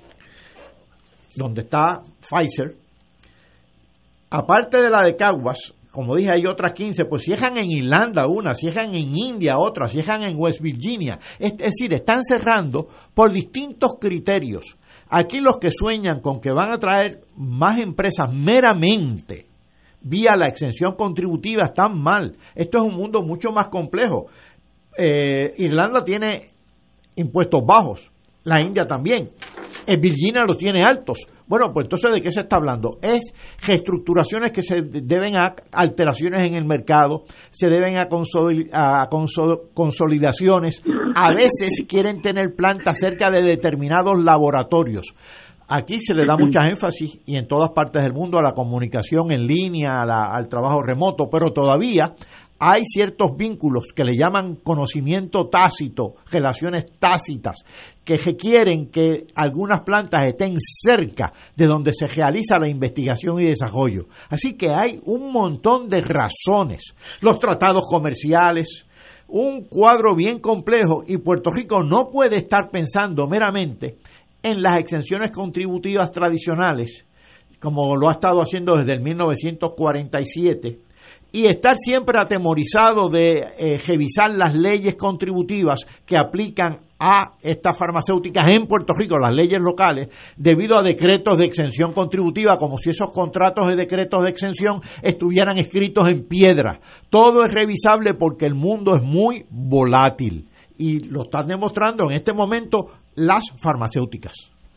donde está Pfizer, aparte de la de Caguas, como dije, hay otras quince, pues cierran en Irlanda una, cierran en India otra, cierran en West Virginia. Es decir, están cerrando por distintos criterios. Aquí los que sueñan con que van a traer más empresas meramente vía la exención contributiva están mal. Esto es un mundo mucho más complejo. Eh, Irlanda tiene impuestos bajos, la India también, en Virginia los tiene altos. Bueno, pues entonces, ¿de qué se está hablando? Es reestructuraciones que se deben a alteraciones en el mercado, se deben a, consol, a consol, consolidaciones. A veces quieren tener plantas cerca de determinados laboratorios. Aquí se le da mucha énfasis, y en todas partes del mundo, a la comunicación en línea, a la, al trabajo remoto, pero todavía hay ciertos vínculos que le llaman conocimiento tácito, relaciones tácitas, que requieren que algunas plantas estén cerca de donde se realiza la investigación y desarrollo. Así que hay un montón de razones. Los tratados comerciales, un cuadro bien complejo, y Puerto Rico no puede estar pensando meramente en las exenciones contributivas tradicionales, como lo ha estado haciendo desde el mil novecientos cuarenta y siete, y estar siempre atemorizado de eh, revisar las leyes contributivas que aplican a estas farmacéuticas en Puerto Rico, las leyes locales, debido a decretos de exención contributiva, como si esos contratos de decretos de exención estuvieran escritos en piedra. Todo es revisable porque el mundo es muy volátil, y lo están demostrando en este momento las farmacéuticas.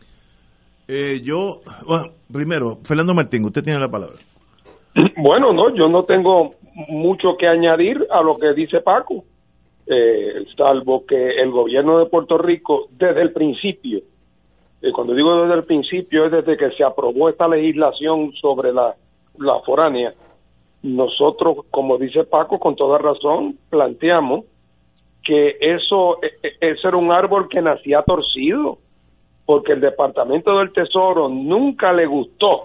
Eh, yo, bueno, primero, Fernando Martín, usted tiene la palabra. Bueno, no, yo no tengo mucho que añadir a lo que dice Paco, eh, salvo que el gobierno de Puerto Rico, desde el principio, eh, cuando digo desde el principio, es desde que se aprobó esta legislación sobre la, la foránea, nosotros, como dice Paco, con toda razón, planteamos que eso, ese era un árbol que nacía torcido, porque el Departamento del Tesoro nunca le gustó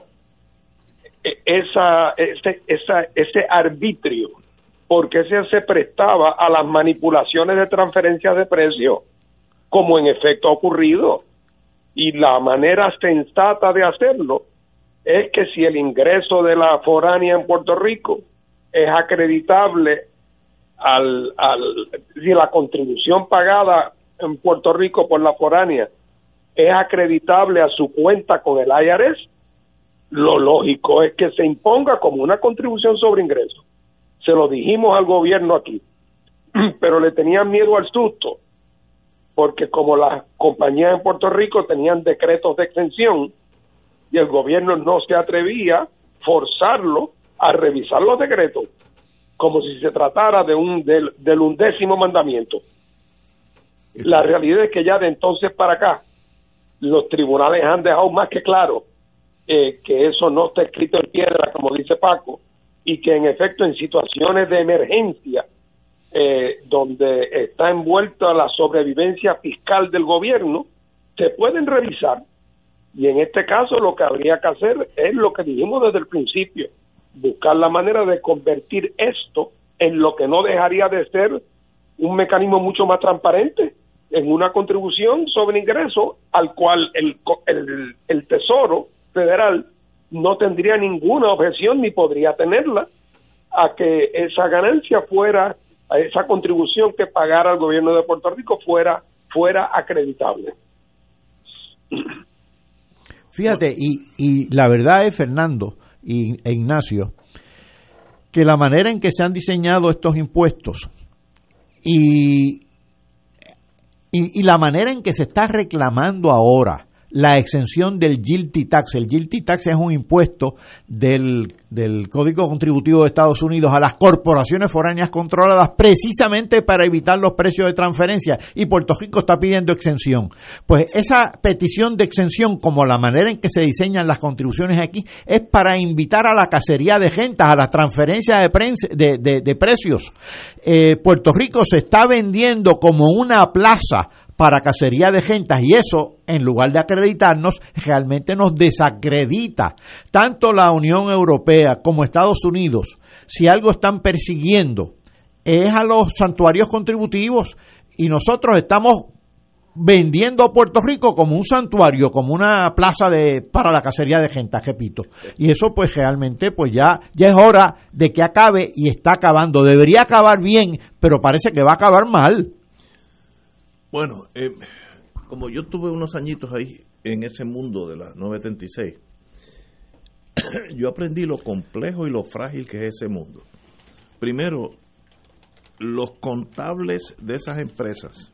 esa ese, esa, ese arbitrio, porque ese se prestaba a las manipulaciones de transferencias de precio, como en efecto ha ocurrido. Y la manera sensata de hacerlo es que si el ingreso de la foránea en Puerto Rico es acreditable al, al si la contribución pagada en Puerto Rico por la foránea es acreditable a su cuenta con el I R S, lo lógico es que se imponga como una contribución sobre ingresos. Se lo dijimos al gobierno aquí, pero le tenían miedo al susto, porque como las compañías en Puerto Rico tenían decretos de exención y el gobierno no se atrevía a forzarlo a revisar los decretos, como si se tratara de un del, del undécimo mandamiento. La realidad es que ya de entonces para acá los tribunales han dejado más que claro eh, que eso no está escrito en piedra, como dice Paco, y que en efecto en situaciones de emergencia eh, donde está envuelta la sobrevivencia fiscal del gobierno, se pueden revisar, y en este caso lo que habría que hacer es lo que dijimos desde el principio, buscar la manera de convertir esto en lo que no dejaría de ser un mecanismo mucho más transparente, en una contribución sobre ingreso al cual el, el, el Tesoro Federal no tendría ninguna objeción ni podría tenerla a que esa ganancia fuera, a esa contribución que pagara el gobierno de Puerto Rico fuera, fuera acreditable. Fíjate, y, y la verdad es, Fernando y, e Ignacio, que la manera en que se han diseñado estos impuestos y, y, y la manera en que se está reclamando ahora la exención del GILTI tax. El GILTI tax es un impuesto del, del Código Contributivo de Estados Unidos a las corporaciones foráneas controladas precisamente para evitar los precios de transferencia, y Puerto Rico está pidiendo exención. Pues esa petición de exención, como la manera en que se diseñan las contribuciones aquí, es para invitar a la cacería de rentas, a la transferencia de, pre- de, de, de precios. Eh, Puerto Rico se está vendiendo como una plaza para cacería de gentas, y eso, en lugar de acreditarnos, realmente nos desacredita. Tanto la Unión Europea como Estados Unidos, si algo están persiguiendo, es a los santuarios contributivos, y nosotros estamos vendiendo a Puerto Rico como un santuario, como una plaza de para la cacería de gentas, repito. Y eso pues realmente pues ya, ya es hora de que acabe, y está acabando. Debería acabar bien, pero parece que va a acabar mal. Bueno, eh, como yo tuve unos añitos ahí en ese mundo de la nueve setenta y seis, yo aprendí lo complejo y lo frágil que es ese mundo. Primero, los contables de esas empresas,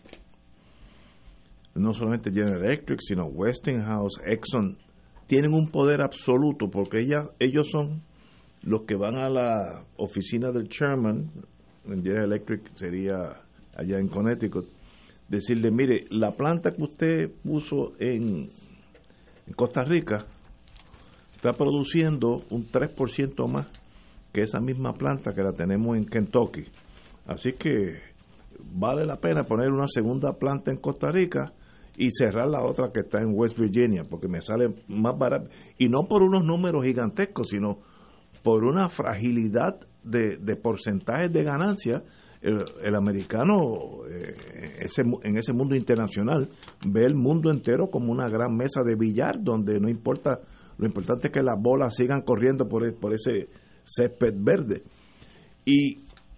no solamente General Electric, sino Westinghouse, Exxon, tienen un poder absoluto, porque ella, ellos son los que van a la oficina del chairman, en General Electric sería allá en Connecticut, decirle, mire, la planta que usted puso en, en Costa Rica está produciendo un tres por ciento más que esa misma planta que la tenemos en Kentucky. Así que vale la pena poner una segunda planta en Costa Rica y cerrar la otra que está en West Virginia, porque me sale más barato. Y no por unos números gigantescos, sino por una fragilidad de, de porcentajes de ganancia. El, el americano eh, ese, en ese mundo internacional ve el mundo entero como una gran mesa de billar, donde no importa, lo importante es que las bolas sigan corriendo por, el, por ese césped verde. Y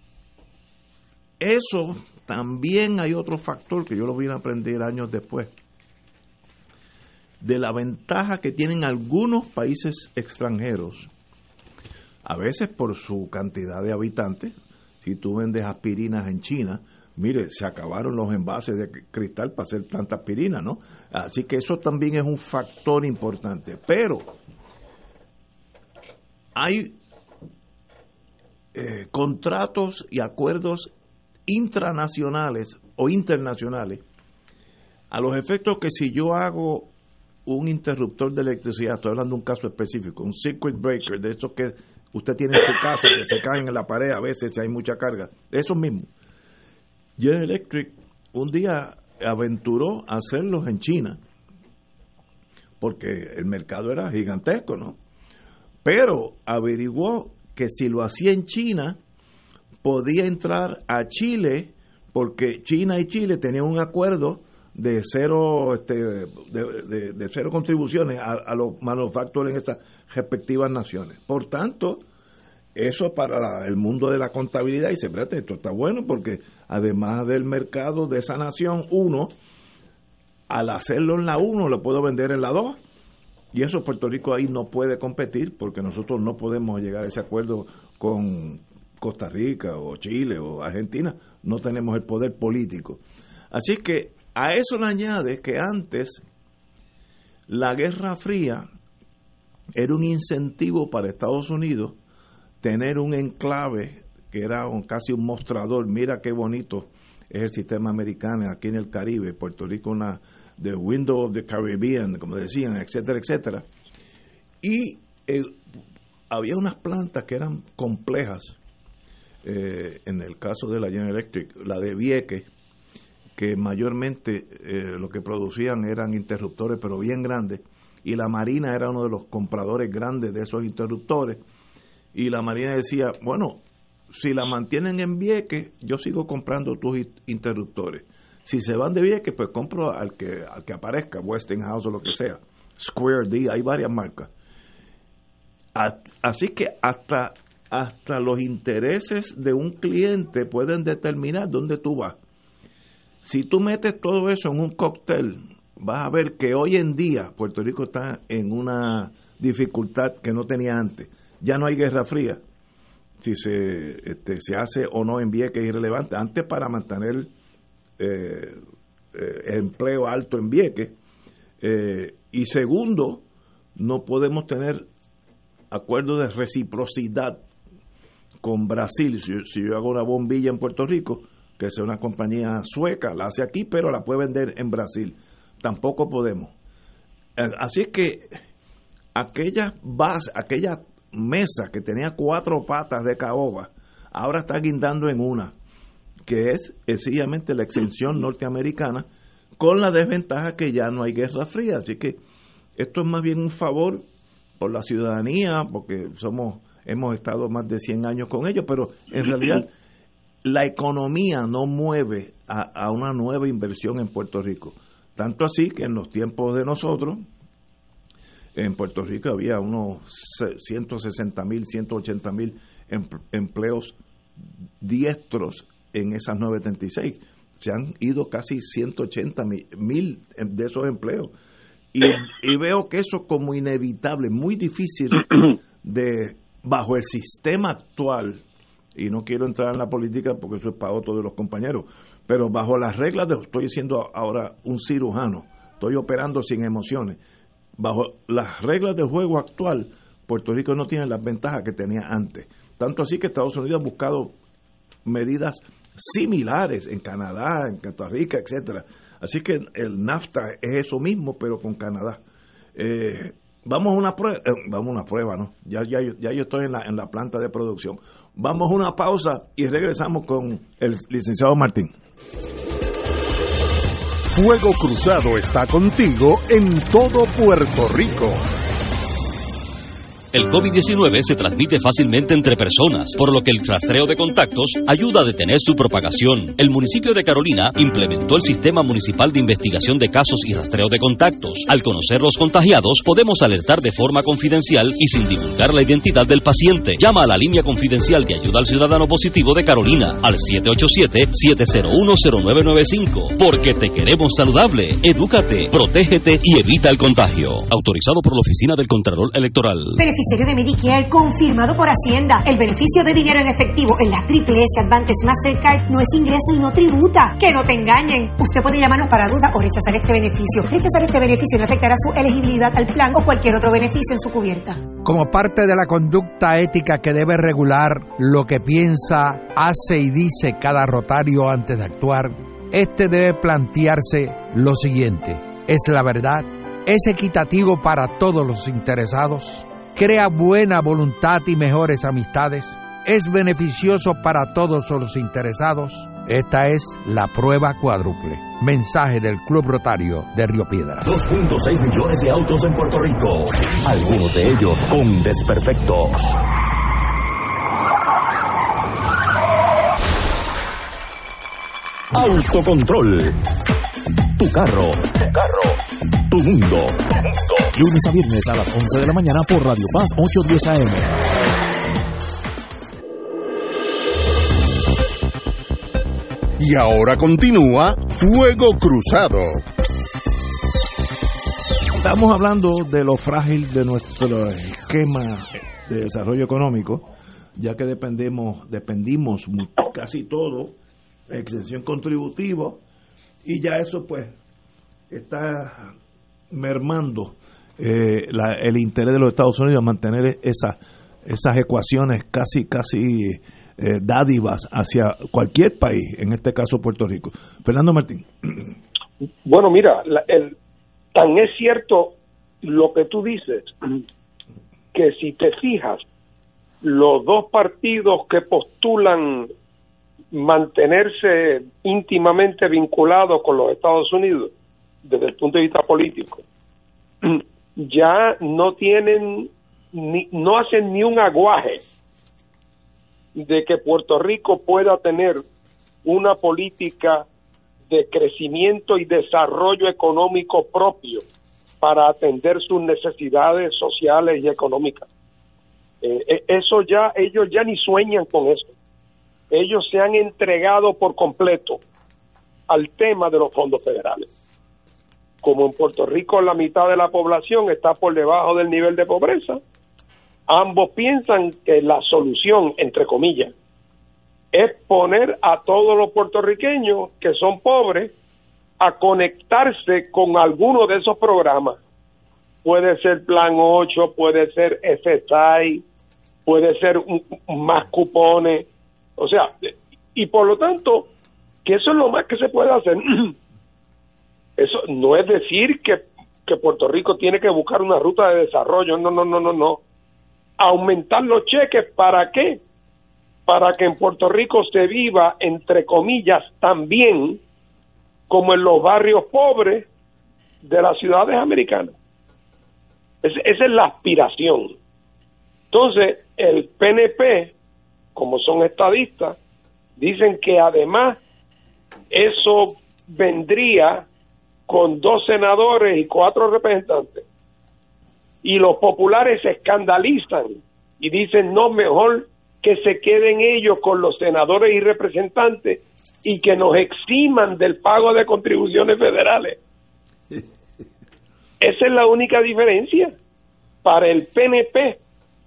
eso también hay otro factor que yo lo vine a aprender años después, de la ventaja que tienen algunos países extranjeros, a veces por su cantidad de habitantes. Si tú vendes aspirinas en China, mire, se acabaron los envases de cristal para hacer tanta aspirina, ¿no? Así que eso también es un factor importante. Pero hay eh, contratos y acuerdos intranacionales o internacionales a los efectos que si yo hago un interruptor de electricidad, estoy hablando de un caso específico, un circuit breaker, de esos que usted tiene en su casa, que se caen en la pared a veces si hay mucha carga, eso mismo. General Electric un día aventuró a hacerlos en China, porque el mercado era gigantesco, ¿no? Pero averiguó que si lo hacía en China, podía entrar a Chile, porque China y Chile tenían un acuerdo de cero este, de, de, de cero contribuciones a, a los manufactureros en esas respectivas naciones. Por tanto, eso para la, el mundo de la contabilidad, y se espérate, esto está bueno, porque además del mercado de esa nación, uno, al hacerlo en la uno, lo puedo vender en la dos, y eso Puerto Rico ahí no puede competir, porque nosotros no podemos llegar a ese acuerdo con Costa Rica o Chile o Argentina, no tenemos el poder político. Así que a eso le añade que antes la Guerra Fría era un incentivo para Estados Unidos tener un enclave que era un, casi un mostrador. Mira qué bonito es el sistema americano aquí en el Caribe, Puerto Rico una the window of the Caribbean, como decían, etcétera, etcétera. Y eh, había unas plantas que eran complejas, eh, en el caso de la General Electric, la de Vieques, que mayormente eh, lo que producían eran interruptores, pero bien grandes, y la Marina era uno de los compradores grandes de esos interruptores, y la Marina decía, bueno, si la mantienen en Vieques, yo sigo comprando tus interruptores. Si se van de Vieques, pues compro al que al que aparezca, Westinghouse o lo que sea, Square D, hay varias marcas. Así que hasta, hasta los intereses de un cliente pueden determinar dónde tú vas. Si tú metes todo eso en un cóctel, vas a ver que hoy en día Puerto Rico está en una dificultad que no tenía antes. Ya no hay Guerra Fría, si se este, se hace o no en Vieques es irrelevante. Antes, para mantener eh, eh, empleo alto en Vieques, eh, y segundo, no podemos tener acuerdos de reciprocidad con Brasil. Si, si yo hago una bombilla en Puerto Rico, que sea una compañía sueca, la hace aquí, pero la puede vender en Brasil. Tampoco podemos. Así es que aquella base, aquella mesa que tenía cuatro patas de caoba, ahora está guindando en una, que es sencillamente la exención norteamericana, con la desventaja que ya no hay guerra fría. Así que esto es más bien un favor por la ciudadanía, porque somos hemos estado más de cien años con ellos, pero en realidad la economía no mueve a, a una nueva inversión en Puerto Rico. Tanto así que en los tiempos de nosotros, en Puerto Rico había unos ciento sesenta mil, ciento ochenta mil empleos diestros en esas novecientos setenta y seis. Se han ido casi ciento ochenta mil de esos empleos. Y, y veo que eso como inevitable, muy difícil de, bajo el sistema actual, y no quiero entrar en la política porque eso es para otro de los compañeros, pero bajo las reglas de, estoy siendo ahora un cirujano, estoy operando sin emociones, bajo las reglas del juego actual, Puerto Rico no tiene las ventajas que tenía antes. Tanto así que Estados Unidos ha buscado medidas similares en Canadá, en Costa Rica, etcétera. Así que el NAFTA es eso mismo, pero con Canadá. Eh, vamos a una prueba, eh, vamos a una prueba, ¿no? Ya, ya, ya yo estoy en la, en la planta de producción. Vamos a una pausa y regresamos con el licenciado Martín. Fuego Cruzado está contigo en todo Puerto Rico. El COVID diecinueve se transmite fácilmente entre personas, por lo que el rastreo de contactos ayuda a detener su propagación. El municipio de Carolina implementó el Sistema Municipal de Investigación de Casos y Rastreo de Contactos. Al conocer los contagiados, podemos alertar de forma confidencial y sin divulgar la identidad del paciente. Llama a la línea confidencial de ayuda al ciudadano positivo de Carolina al siete ocho siete, siete cero uno, cero nueve nueve cinco. Porque te queremos saludable. Edúcate, protégete y evita el contagio. Autorizado por la Oficina del Contralor Electoral. Beneficiario de Medicare confirmado por Hacienda. El beneficio de dinero en efectivo en la Triple S Advantage Mastercard no es ingreso y no tributa. Que no te engañen. Usted puede llamarnos para duda o rechazar este beneficio. Rechazar este beneficio no afectará su elegibilidad al plan o cualquier otro beneficio en su cubierta. Como parte de la conducta ética que debe regular lo que piensa, hace y dice cada rotario antes de actuar, este debe plantearse lo siguiente: ¿es la verdad? ¿Es equitativo para todos los interesados? ¿Crea buena voluntad y mejores amistades? ¿Es beneficioso para todos los interesados? Esta es la prueba cuádruple. Mensaje del Club Rotario de Río Piedras. dos punto seis millones de autos en Puerto Rico, algunos de ellos con desperfectos. Autocontrol. Tu carro. Tu carro. Tu mundo. Lunes a viernes a las once de la mañana por Radio Paz ochocientos diez A M. Y ahora continúa Fuego Cruzado. Estamos hablando de lo frágil de nuestro esquema de desarrollo económico, ya que dependemos, dependimos casi todo de exención contributiva, y ya eso pues está mermando eh, la, el interés de los Estados Unidos a mantener esa, esas ecuaciones casi casi eh, dádivas hacia cualquier país, en este caso Puerto Rico. Fernando Martín. Bueno, mira, la, el, tan es cierto lo que tú dices, que si te fijas, los dos partidos que postulan mantenerse íntimamente vinculados con los Estados Unidos desde el punto de vista político, ya no tienen ni, no hacen ni un aguaje de que Puerto Rico pueda tener una política de crecimiento y desarrollo económico propio para atender sus necesidades sociales y económicas. Eh, eso ya, ellos ya ni sueñan con eso. Ellos se han entregado por completo al tema de los fondos federales. Como en Puerto Rico la mitad de la población está por debajo del nivel de pobreza, ambos piensan que la solución, entre comillas, es poner a todos los puertorriqueños que son pobres a conectarse con alguno de esos programas. Puede ser Plan ocho, puede ser F S I, puede ser un, un más cupones, o sea, y por lo tanto, que eso es lo más que se puede hacer. Eso no es decir que, que Puerto Rico tiene que buscar una ruta de desarrollo, no, no, no, no, no. Aumentar los cheques, ¿para qué? Para que en Puerto Rico se viva, entre comillas, tan bien como en los barrios pobres de las ciudades americanas. Es, esa es la aspiración. Entonces, el P N P, como son estadistas, dicen que además eso vendría con dos senadores y cuatro representantes. Y los populares se escandalizan y dicen, no, mejor que se queden ellos con los senadores y representantes y que nos eximan del pago de contribuciones federales. Esa es la única diferencia. Para el P N P,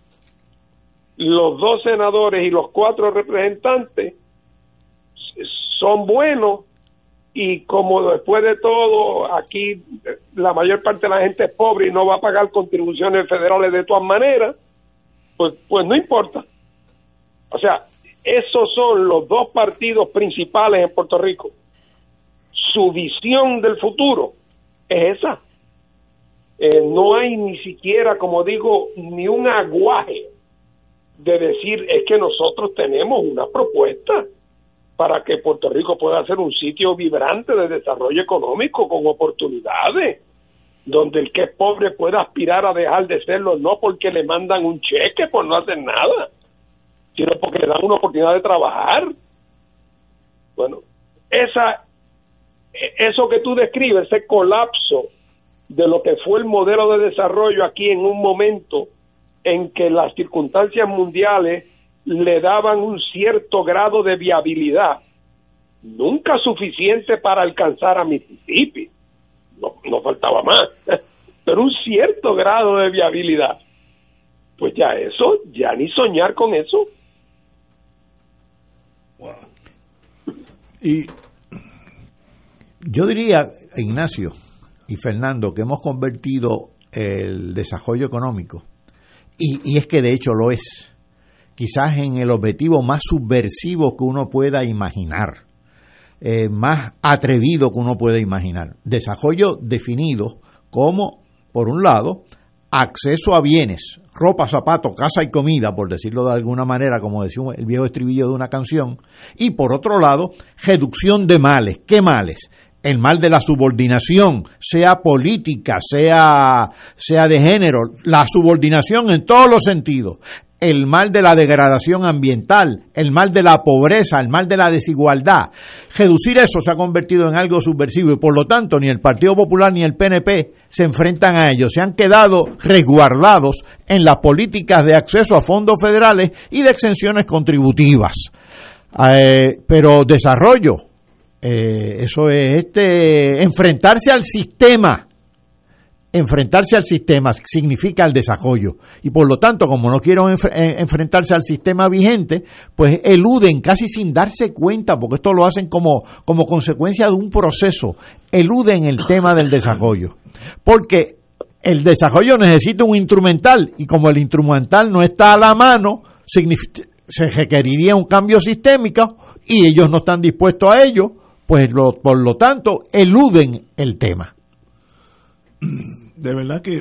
los dos senadores y los cuatro representantes son buenos, y como después de todo aquí la mayor parte de la gente es pobre y no va a pagar contribuciones federales de todas maneras, pues, pues no importa. O sea, esos son los dos partidos principales en Puerto Rico. Su visión del futuro es esa. Eh, no hay ni siquiera, como digo, ni un aguaje de decir, es que nosotros tenemos una propuesta para que Puerto Rico pueda ser un sitio vibrante de desarrollo económico con oportunidades, donde el que es pobre pueda aspirar a dejar de serlo, no porque le mandan un cheque por no hacer nada, sino porque le dan una oportunidad de trabajar. Bueno, esa eso que tú describes, ese colapso de lo que fue el modelo de desarrollo aquí en un momento en que las circunstancias mundiales le daban un cierto grado de viabilidad, nunca suficiente para alcanzar a Mississippi, no, no faltaba más, pero un cierto grado de viabilidad. Pues ya eso, ya ni soñar con eso. Wow. Y yo diría, Ignacio y Fernando, que hemos convertido el desarrollo económico, y, y es que de hecho lo es, quizás en el objetivo más subversivo que uno pueda imaginar, eh, más atrevido que uno pueda imaginar. Desarrollo definido como, por un lado, acceso a bienes, ropa, zapatos, casa y comida, por decirlo de alguna manera, como decía el viejo estribillo de una canción, y por otro lado, reducción de males. ¿Qué males? El mal de la subordinación, sea política, sea, sea de género, la subordinación en todos los sentidos. El mal de la degradación ambiental, el mal de la pobreza, el mal de la desigualdad. Reducir eso se ha convertido en algo subversivo y por lo tanto ni el Partido Popular ni el P N P se enfrentan a ello. Se han quedado resguardados en las políticas de acceso a fondos federales y de exenciones contributivas. Eh, pero desarrollo, eh, eso es este enfrentarse al sistema. Enfrentarse al sistema significa el desarrollo y por lo tanto, como no quieren enf- enfrentarse al sistema vigente, pues eluden casi sin darse cuenta, porque esto lo hacen como, como consecuencia de un proceso, eluden el tema del desarrollo, porque el desarrollo necesita un instrumental y como el instrumental no está a la mano, significa, se requeriría un cambio sistémico y ellos no están dispuestos a ello, pues lo, por lo tanto eluden el tema. De verdad que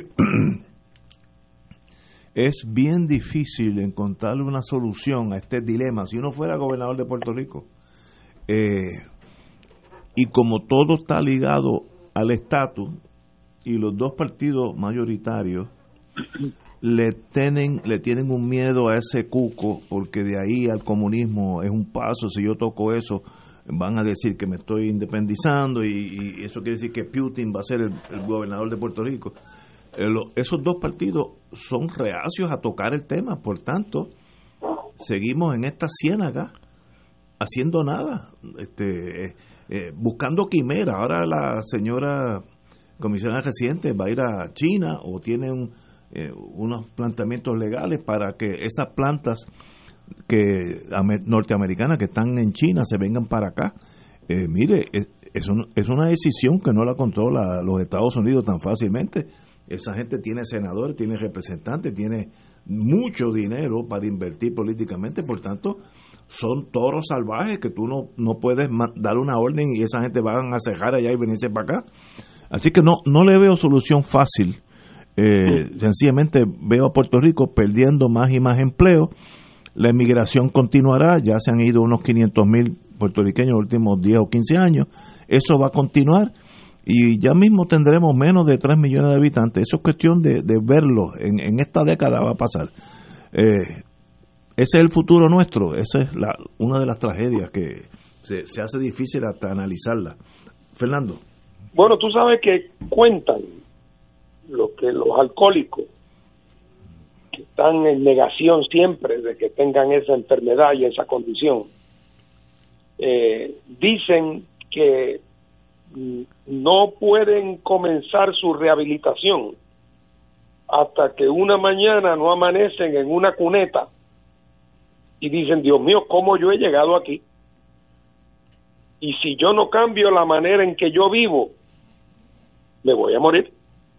es bien difícil encontrarle una solución a este dilema. Si uno fuera gobernador de Puerto Rico, eh, y como todo está ligado al estatus y los dos partidos mayoritarios le tienen, le tienen un miedo a ese cuco, porque de ahí al comunismo es un paso. Si yo toco eso, van a decir que me estoy independizando y, y eso quiere decir que Putin va a ser el, el gobernador de Puerto Rico. Eh, lo, esos dos partidos son reacios a tocar el tema, por tanto, seguimos en esta ciénaga haciendo nada, este, eh, eh, buscando quimera. Ahora la señora comisionada reciente va a ir a China o tiene un, eh, unos planteamientos legales para que esas plantas que norteamericanas que están en China se vengan para acá. Eh, mire, es, es, un, es una decisión que no la controla los Estados Unidos tan fácilmente. Esa gente tiene senadores, tiene representantes, tiene mucho dinero para invertir políticamente, por tanto son toros salvajes que tú no, no puedes dar una orden y esa gente van a cejar allá y venirse para acá. Así que no, no le veo solución fácil. Eh, sencillamente veo a Puerto Rico perdiendo más y más empleo. La emigración continuará, ya se han ido unos quinientos mil puertorriqueños en los últimos diez o quince años. Eso va a continuar y ya mismo tendremos menos de tres millones de habitantes. Eso es cuestión de, de verlo. En, en esta década va a pasar. Eh, ese es el futuro nuestro. Esa es la, una de las tragedias que se, se hace difícil hasta analizarla. Fernando. Bueno, tú sabes que cuentan lo que los alcohólicos que están en negación siempre de que tengan esa enfermedad y esa condición, eh, dicen que no pueden comenzar su rehabilitación hasta que una mañana no amanecen en una cuneta y dicen, Dios mío, ¿cómo yo he llegado aquí? Y si yo no cambio la manera en que yo vivo, me voy a morir.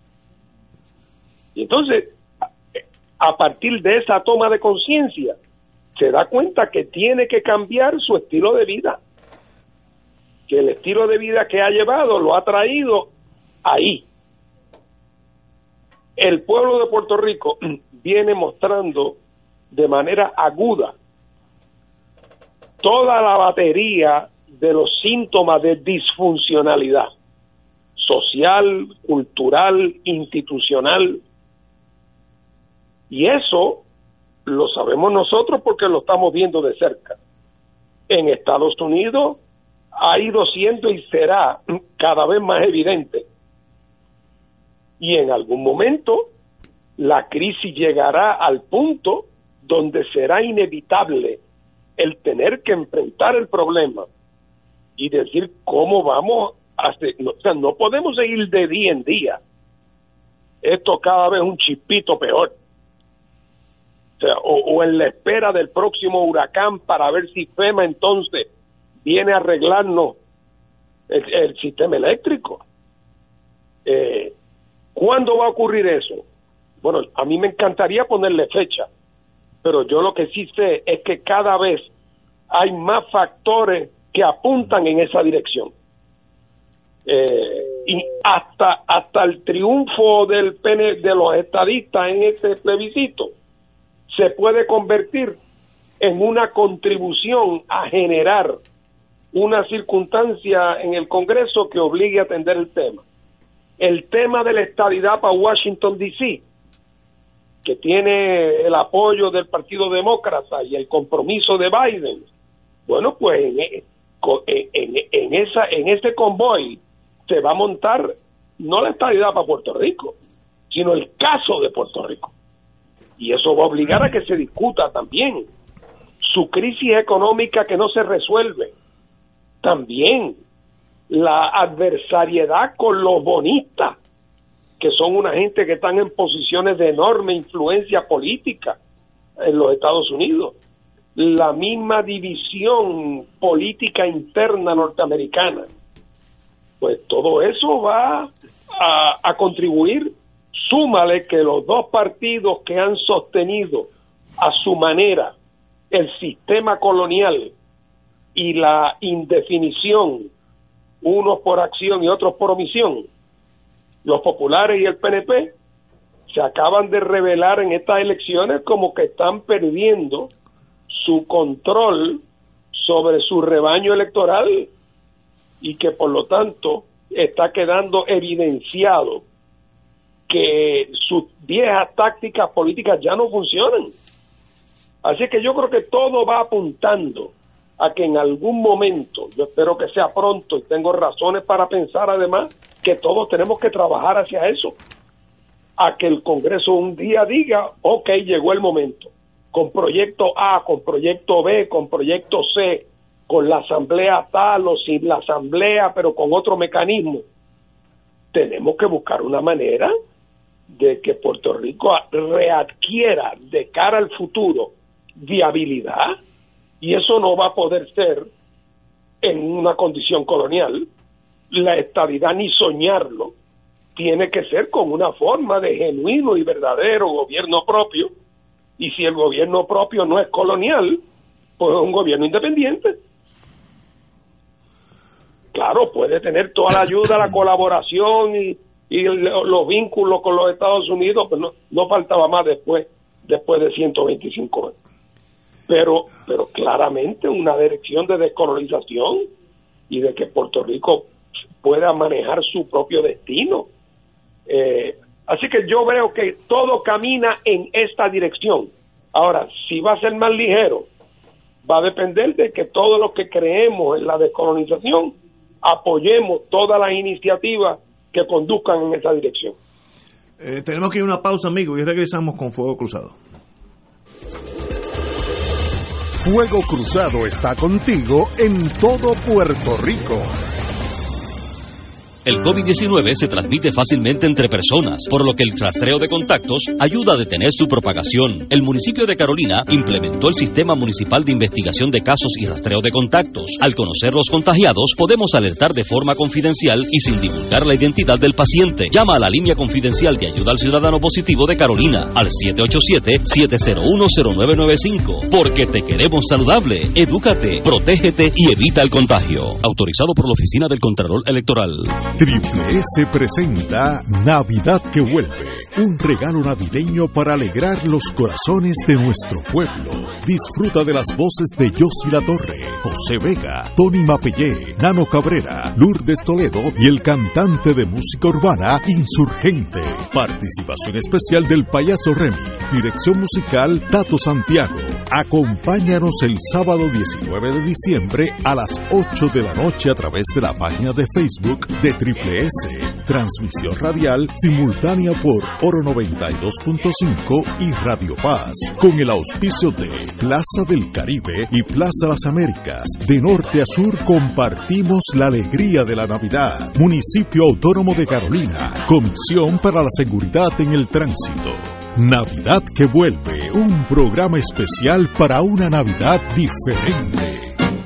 Y entonces, a partir de esa toma de conciencia, se da cuenta que tiene que cambiar su estilo de vida, que el estilo de vida que ha llevado lo ha traído ahí. El pueblo de Puerto Rico viene mostrando de manera aguda toda la batería de los síntomas de disfuncionalidad social, cultural, institucional. Y eso lo sabemos nosotros porque lo estamos viendo de cerca. En Estados Unidos ha ido siendo y será cada vez más evidente. Y en algún momento la crisis llegará al punto donde será inevitable el tener que enfrentar el problema y decir cómo vamos a hacer. No, o sea, no podemos seguir de día en día. Esto cada vez un chispito peor. O sea, o, o en la espera del próximo huracán para ver si FEMA entonces viene a arreglarnos el, el sistema eléctrico. Eh, ¿Cuándo va a ocurrir eso? Bueno, a mí me encantaría ponerle fecha, pero yo lo que sí sé es que cada vez hay más factores que apuntan en esa dirección. Eh, y hasta hasta el triunfo del P N, de los estadistas en ese plebiscito se puede convertir en una contribución a generar una circunstancia en el Congreso que obligue a atender el tema. El tema de la estadidad para Washington D C, que tiene el apoyo del Partido Demócrata y el compromiso de Biden, bueno, pues en, en, en, esa, en ese convoy se va a montar no la estadidad para Puerto Rico, sino el caso de Puerto Rico. Y eso va a obligar a que se discuta también su crisis económica que no se resuelve, también la adversariedad con los bonistas, que son una gente que están en posiciones de enorme influencia política en los Estados Unidos, la misma división política interna norteamericana. Pues todo eso va a, a contribuir. Súmale que los dos partidos que han sostenido a su manera el sistema colonial y la indefinición, unos por acción y otros por omisión, los populares y el P N P, se acaban de revelar en estas elecciones como que están perdiendo su control sobre su rebaño electoral y que por lo tanto está quedando evidenciado que sus viejas tácticas políticas ya no funcionan. Así que yo creo que todo va apuntando a que en algún momento, yo espero que sea pronto y tengo razones para pensar además que todos tenemos que trabajar hacia eso, a que el Congreso un día diga, ok, llegó el momento, con proyecto A, con proyecto B, con proyecto C, con la asamblea tal o sin la asamblea, pero con otro mecanismo. Tenemos que buscar una manera de que Puerto Rico readquiera de cara al futuro viabilidad, y eso no va a poder ser en una condición colonial. La estadidad ni soñarlo, tiene que ser con una forma de genuino y verdadero gobierno propio, y si el gobierno propio no es colonial, pues es un gobierno independiente. Claro, puede tener toda la ayuda, la colaboración y, y el, los vínculos con los Estados Unidos, pero no, no faltaba más después después de ciento veinticinco años. Pero, pero claramente una dirección de descolonización y de que Puerto Rico pueda manejar su propio destino. Eh, así que yo veo que todo camina en esta dirección. Ahora, si va a ser más ligero, va a depender de que todos los que creemos en la descolonización apoyemos todas las iniciativas que conduzcan en esa dirección. Eh, tenemos que ir a una pausa, amigos, y regresamos con Fuego Cruzado. Fuego Cruzado está contigo en todo Puerto Rico. El COVID diecinueve se transmite fácilmente entre personas, por lo que el rastreo de contactos ayuda a detener su propagación. El municipio de Carolina implementó el Sistema Municipal de Investigación de Casos y Rastreo de Contactos. Al conocer los contagiados, podemos alertar de forma confidencial y sin divulgar la identidad del paciente. Llama a la línea confidencial de ayuda al ciudadano positivo de Carolina al siete ocho siete, siete cero uno, cero nueve nueve cinco. Porque te queremos saludable. Edúcate, protégete y evita el contagio. Autorizado por la Oficina del Contralor Electoral. Triple S presenta Navidad que vuelve, un regalo navideño para alegrar los corazones de nuestro pueblo. Disfruta de las voces de Yossi La Torre, José Vega, Tony Mapellé, Nano Cabrera, Lourdes Toledo y el cantante de música urbana Insurgente. Participación especial del Payaso Remy. Dirección musical Tato Santiago. Acompáñanos el sábado diecinueve de diciembre a las ocho de la noche a través de la página de Facebook de Triple S. Transmisión radial simultánea por Oro noventa y dos punto cinco y Radio Paz, con el auspicio de Plaza del Caribe y Plaza Las Américas. De norte a sur compartimos la alegría de la Navidad. Municipio Autónomo de Carolina. Comisión para la Seguridad en el Tránsito. Navidad que vuelve, un programa especial para una Navidad diferente.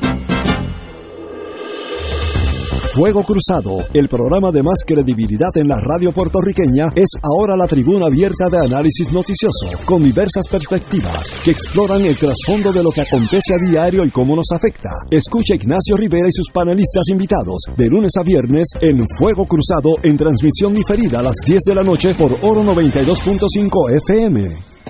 Fuego Cruzado, el programa de más credibilidad en la radio puertorriqueña, es ahora la tribuna abierta de análisis noticioso, con diversas perspectivas que exploran el trasfondo de lo que acontece a diario y cómo nos afecta. Escucha Ignacio Rivera y sus panelistas invitados de lunes a viernes en Fuego Cruzado, en transmisión diferida a las diez de la noche por Oro noventa y dos punto cinco F M.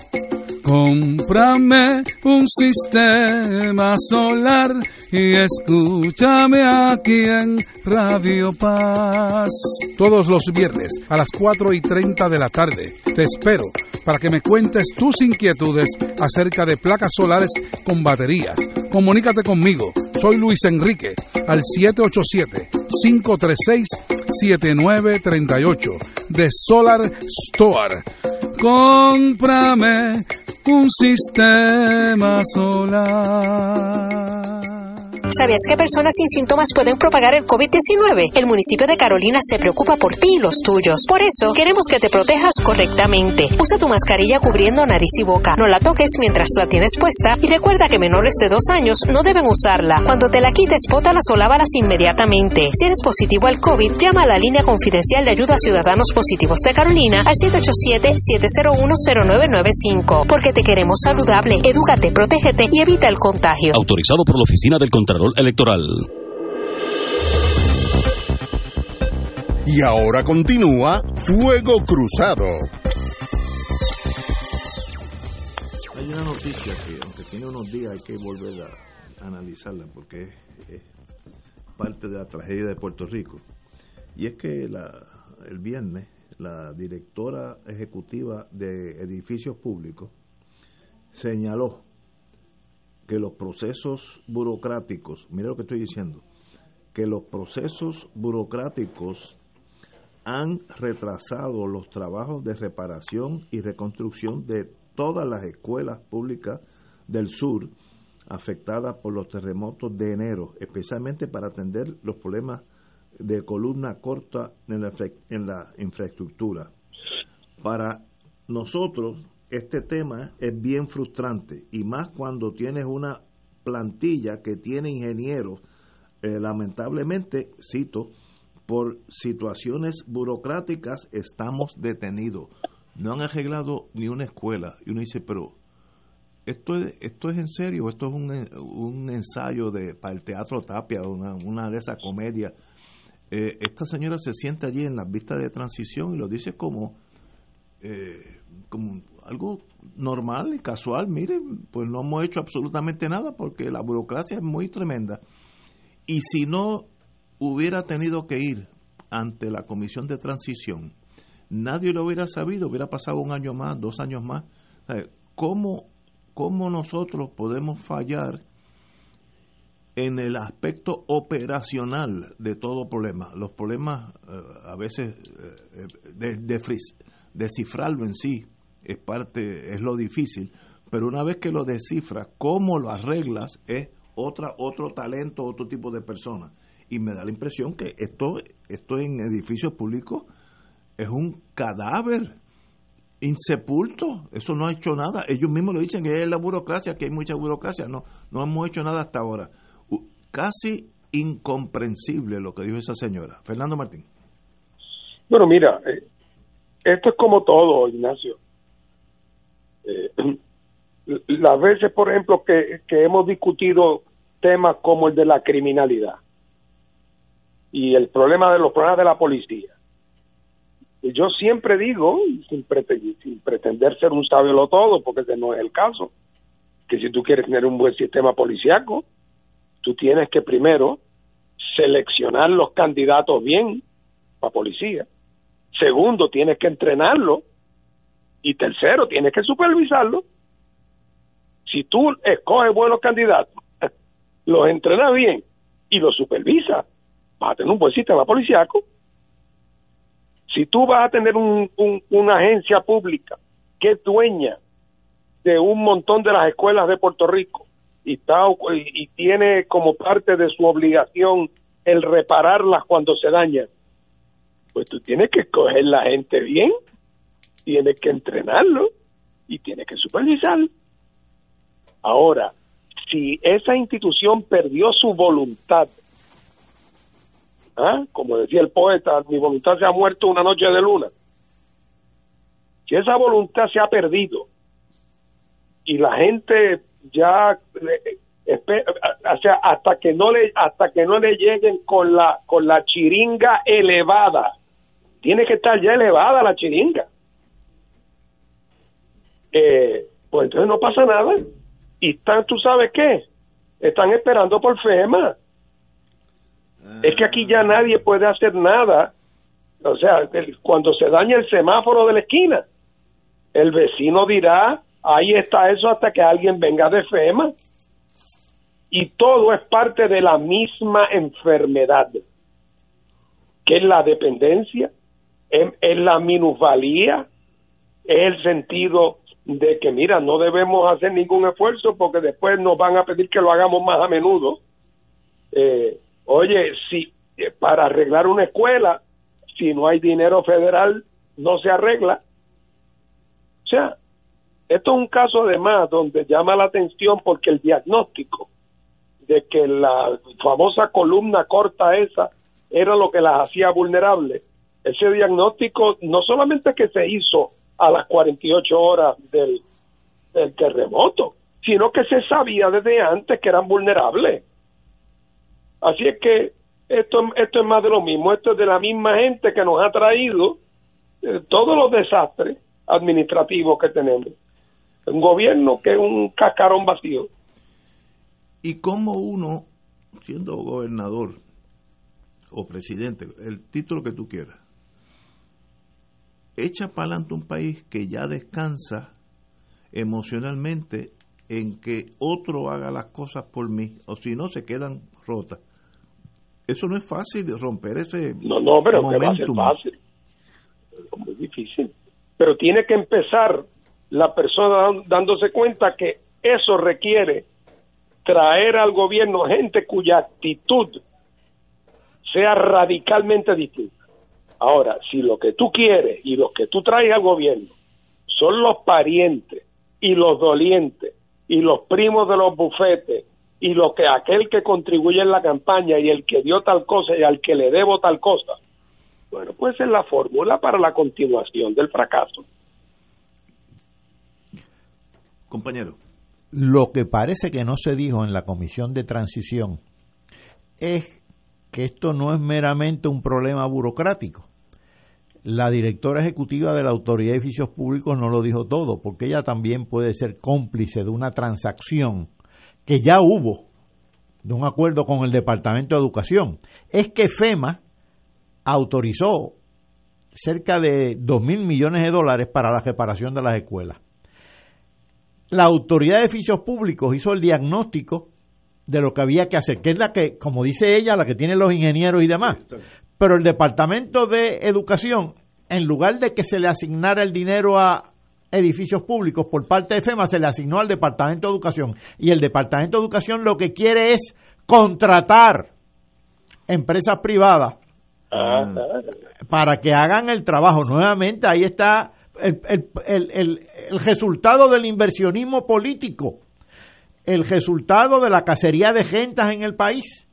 Cómprame un sistema solar y escúchame aquí en Radio Paz. Todos los viernes a las cuatro y treinta de la tarde te espero para que me cuentes tus inquietudes acerca de placas solares con baterías. Comunícate conmigo, soy Luis Enrique, al siete ocho siete, cinco tres seis, siete nueve tres ocho de Solar Store. Cómprame un sistema solar. ¿Sabías que personas sin síntomas pueden propagar el COVID diecinueve? El municipio de Carolina se preocupa por ti y los tuyos. Por eso, queremos que te protejas correctamente. Usa tu mascarilla cubriendo nariz y boca. No la toques mientras la tienes puesta. Y recuerda que menores de dos años no deben usarla. Cuando te la quites, bótalas o lávalas inmediatamente. Si eres positivo al COVID, llama a la línea confidencial de ayuda a ciudadanos positivos de Carolina al siete ocho siete, siete cero uno, cero nueve nueve cinco. Porque te queremos saludable. Edúcate, protégete y evita el contagio. Autorizado por la Oficina del Contralor Electoral. Y ahora continúa Fuego Cruzado. Hay una noticia que, aunque tiene unos días, hay que volver a analizarla porque es, es parte de la tragedia de Puerto Rico. Y es que la, el viernes la directora ejecutiva de Edificios Públicos señaló que los procesos burocráticos, mira lo que estoy diciendo, que los procesos burocráticos han retrasado los trabajos de reparación y reconstrucción de todas las escuelas públicas del sur afectadas por los terremotos de enero, especialmente para atender los problemas de columna corta en la, en la infraestructura. para nosotros este tema es bien frustrante, y más cuando tienes una plantilla que tiene ingenieros, eh, lamentablemente, cito, por situaciones burocráticas estamos detenidos. No han arreglado ni una escuela. Y uno dice, pero esto es, esto es en serio, esto es un, un ensayo de para el Teatro Tapia, una, una de esas comedias. Eh, esta señora se sienta allí en las vistas de transición y lo dice como, eh, como algo normal y casual. Miren, pues no hemos hecho absolutamente nada porque la burocracia es muy tremenda. Y si no hubiera tenido que ir ante la comisión de transición, nadie lo hubiera sabido, hubiera pasado un año más, dos años más. ¿Cómo, cómo nosotros podemos fallar en el aspecto operacional de todo problema? Los problemas, eh, a veces, eh, de, de fris, descifrarlo en sí es parte, es lo difícil, pero una vez que lo descifras, cómo lo arreglas es otra, otro talento, otro tipo de persona. Y me da la impresión que esto, esto en edificios públicos es un cadáver insepulto. Eso no ha hecho nada. Ellos mismos lo dicen, que es la burocracia, que hay mucha burocracia. No, no hemos hecho nada hasta ahora. Casi incomprensible lo que dijo esa señora. Fernando Martín. Bueno, mira, eh, esto es como todo, Ignacio. Eh, las veces, por ejemplo, que, que hemos discutido temas como el de la criminalidad y el problema de los problemas de la policía, yo siempre digo, sin pretender, sin pretender ser un sabio todo, porque ese no es el caso, que si tú quieres tener un buen sistema policiaco, tú tienes que primero seleccionar los candidatos bien para policía. Segundo, tienes que entrenarlo. Y tercero, tienes que supervisarlo. Si tú escoges buenos candidatos, los entrenas bien y los supervisas, vas a tener un buen sistema policiaco. Si tú vas a tener un, un, una agencia pública que es dueña de un montón de las escuelas de Puerto Rico y, está, y, y tiene como parte de su obligación el repararlas cuando se dañan, pues tú tienes que escoger la gente bien, tienes que entrenarlo y tienes que supervisarlo. Ahora, si esa institución perdió su voluntad, ¿ah? Como decía el poeta, mi voluntad se ha muerto una noche de luna. Si esa voluntad se ha perdido y la gente ya o sea, hasta que no le hasta que no le lleguen con la con la chiringa elevada, tiene que estar ya elevada la chiringa, eh, pues entonces no pasa nada y están, ¿tú sabes qué? Están esperando por FEMA. Es que aquí ya nadie puede hacer nada. O sea, el, cuando se daña el semáforo de la esquina, el vecino dirá, ahí está eso hasta que alguien venga de FEMA. Y todo es parte de la misma enfermedad, que es la dependencia, es, es la minusvalía, es el sentido de que, mira, no debemos hacer ningún esfuerzo porque después nos van a pedir que lo hagamos más a menudo. Eh, oye, si eh, para arreglar una escuela, si no hay dinero federal, no se arregla. O sea, esto es un caso además donde llama la atención porque el diagnóstico de que la famosa columna corta esa era lo que las hacía vulnerables, ese diagnóstico no solamente que se hizo a las cuarenta y ocho horas del, del terremoto, sino que se sabía desde antes que eran vulnerables. Así es que esto, esto es más de lo mismo, esto es de la misma gente que nos ha traído eh, todos los desastres administrativos que tenemos. Un gobierno que es un cascarón vacío. ¿Y cómo uno, siendo gobernador o presidente, el título que tú quieras, echa para adelante un país que ya descansa emocionalmente en que otro haga las cosas por mí, o si no se quedan rotas? Eso no es fácil, romper ese no no pero momentum. Que va a ser fácil, es muy difícil, pero tiene que empezar la persona dándose cuenta que eso requiere traer al gobierno gente cuya actitud sea radicalmente distinta Ahora, si lo que tú quieres y los que tú traes al gobierno son los parientes y los dolientes y los primos de los bufetes y lo que aquel que contribuye en la campaña y el que dio tal cosa y al que le debo tal cosa, bueno, pues es la fórmula para la continuación del fracaso. Compañero. Lo que parece que no se dijo en la comisión de transición es que esto no es meramente un problema burocrático. La directora ejecutiva de la Autoridad de Edificios Públicos no lo dijo todo, porque ella también puede ser cómplice de una transacción que ya hubo, de un acuerdo con el Departamento de Educación. Es que FEMA autorizó cerca de dos mil millones de dólares para la reparación de las escuelas. La Autoridad de Edificios Públicos hizo el diagnóstico de lo que había que hacer, que es la que, como dice ella, la que tiene los ingenieros y demás. Pero el Departamento de Educación, en lugar de que se le asignara el dinero a edificios públicos por parte de FEMA, se le asignó al Departamento de Educación. Y el Departamento de Educación lo que quiere es contratar empresas privadas ah. para que hagan el trabajo. Nuevamente, ahí está el, el, el, el, el resultado del inversionismo político, el resultado de la cacería de gentas en el país.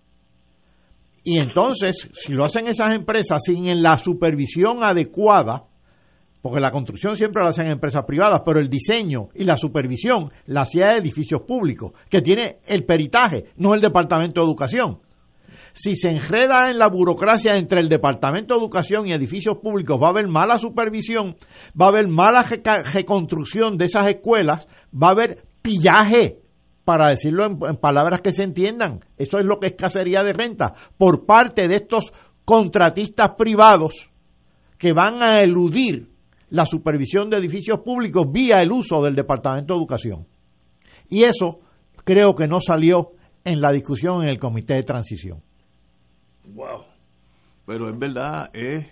Y entonces, si lo hacen esas empresas sin la supervisión adecuada, porque la construcción siempre la hacen empresas privadas, pero el diseño y la supervisión la hacía edificios públicos, que tiene el peritaje, no el Departamento de Educación. Si se enreda en la burocracia entre el Departamento de Educación y edificios públicos, va a haber mala supervisión, va a haber mala reconstrucción de esas escuelas, va a haber pillaje, para decirlo en, en palabras que se entiendan. Eso es lo que es cacería de renta por parte de estos contratistas privados que van a eludir la supervisión de edificios públicos vía el uso del Departamento de Educación. Y eso creo que no salió en la discusión en el Comité de Transición. Wow. Pero es verdad, es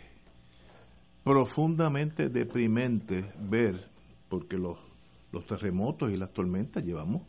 profundamente deprimente ver, porque los, los terremotos y las tormentas llevamos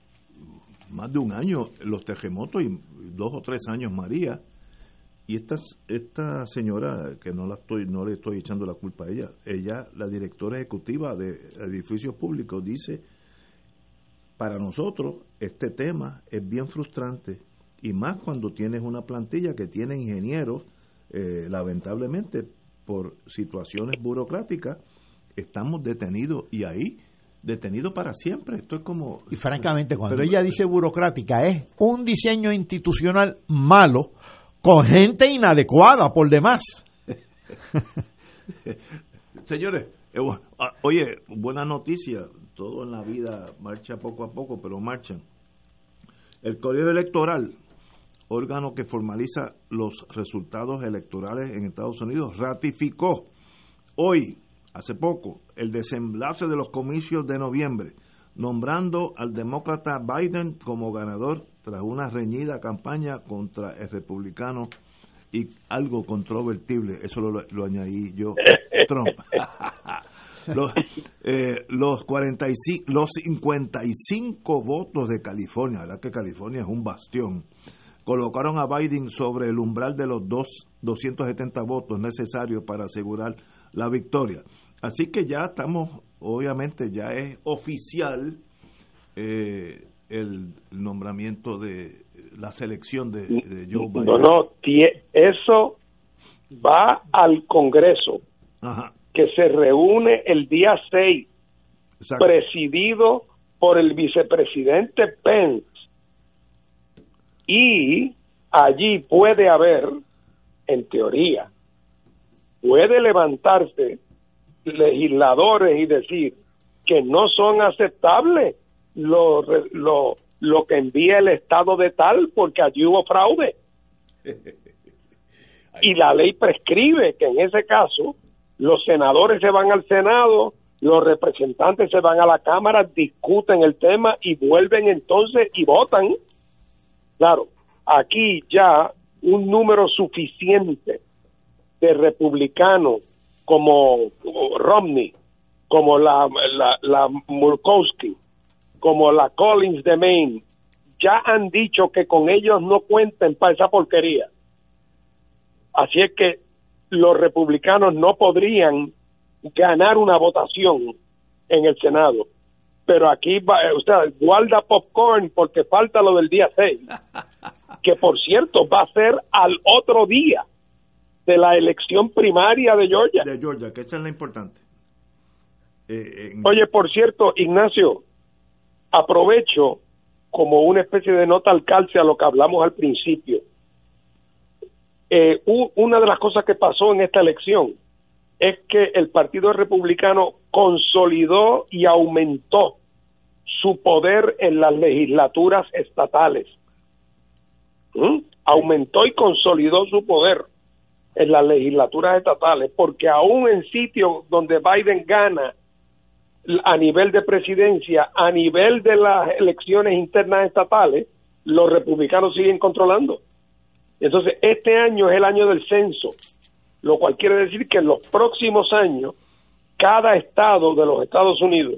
más de un año, los terremotos y dos o tres años María, y esta, esta señora, que no la estoy no le estoy echando la culpa a ella, ella, la directora ejecutiva de edificios públicos, dice: para nosotros este tema es bien frustrante, y más cuando tienes una plantilla que tiene ingenieros, eh, lamentablemente por situaciones burocráticas estamos detenidos, y ahí detenido para siempre. Esto es como... Y francamente, cuando pero, ella dice burocrática, es un diseño institucional malo con gente inadecuada por demás. Señores, eh, oye, buena noticia, todo en la vida marcha poco a poco, pero marchan. El Colegio Electoral, órgano que formaliza los resultados electorales en Estados Unidos, ratificó hoy, hace poco, el desenlace de los comicios de noviembre, nombrando al demócrata Biden como ganador tras una reñida campaña contra el republicano y algo controvertible. Eso lo, lo añadí yo, Trump. los, eh, los, cuarenta y cinco, los cincuenta y cinco votos de California, la verdad que California es un bastión, colocaron a Biden sobre el umbral de los dos, doscientos setenta votos necesarios para asegurar la victoria. Así que ya estamos, obviamente ya es oficial eh, el nombramiento de la selección de, de Joe Biden. No, no, tie, eso va al Congreso. Ajá. Que se reúne el día seis, exacto, presidido por el vicepresidente Pence, y allí puede haber, en teoría, puede levantarse legisladores y decir que no son aceptables lo, lo, lo que envía el estado de tal porque allí hubo fraude. Y la ley prescribe que en ese caso los senadores se van al Senado, los representantes se van a la Cámara, discuten el tema y vuelven entonces y votan. Claro, aquí ya un número suficiente de republicanos como, como Romney, como la, la, la Murkowski, como la Collins de Maine, ya han dicho que con ellos no cuenten para esa porquería. Así es que los republicanos no podrían ganar una votación en el Senado. Pero aquí, va, o sea, guarda popcorn porque falta lo del día seis, que por cierto va a ser al otro día de la elección primaria de Georgia. De Georgia, que esa es la importante. Eh, en... Oye, por cierto, Ignacio, aprovecho como una especie de nota al calce a lo que hablamos al principio. Eh, una de las cosas que pasó en esta elección es que el Partido Republicano consolidó y aumentó su poder en las legislaturas estatales. ¿Mm? Aumentó y consolidó su poder en las legislaturas estatales, porque aún en sitios donde Biden gana a nivel de presidencia, a nivel de las elecciones internas estatales, los republicanos siguen controlando. Entonces, este año es el año del censo, lo cual quiere decir que en los próximos años, cada estado de los Estados Unidos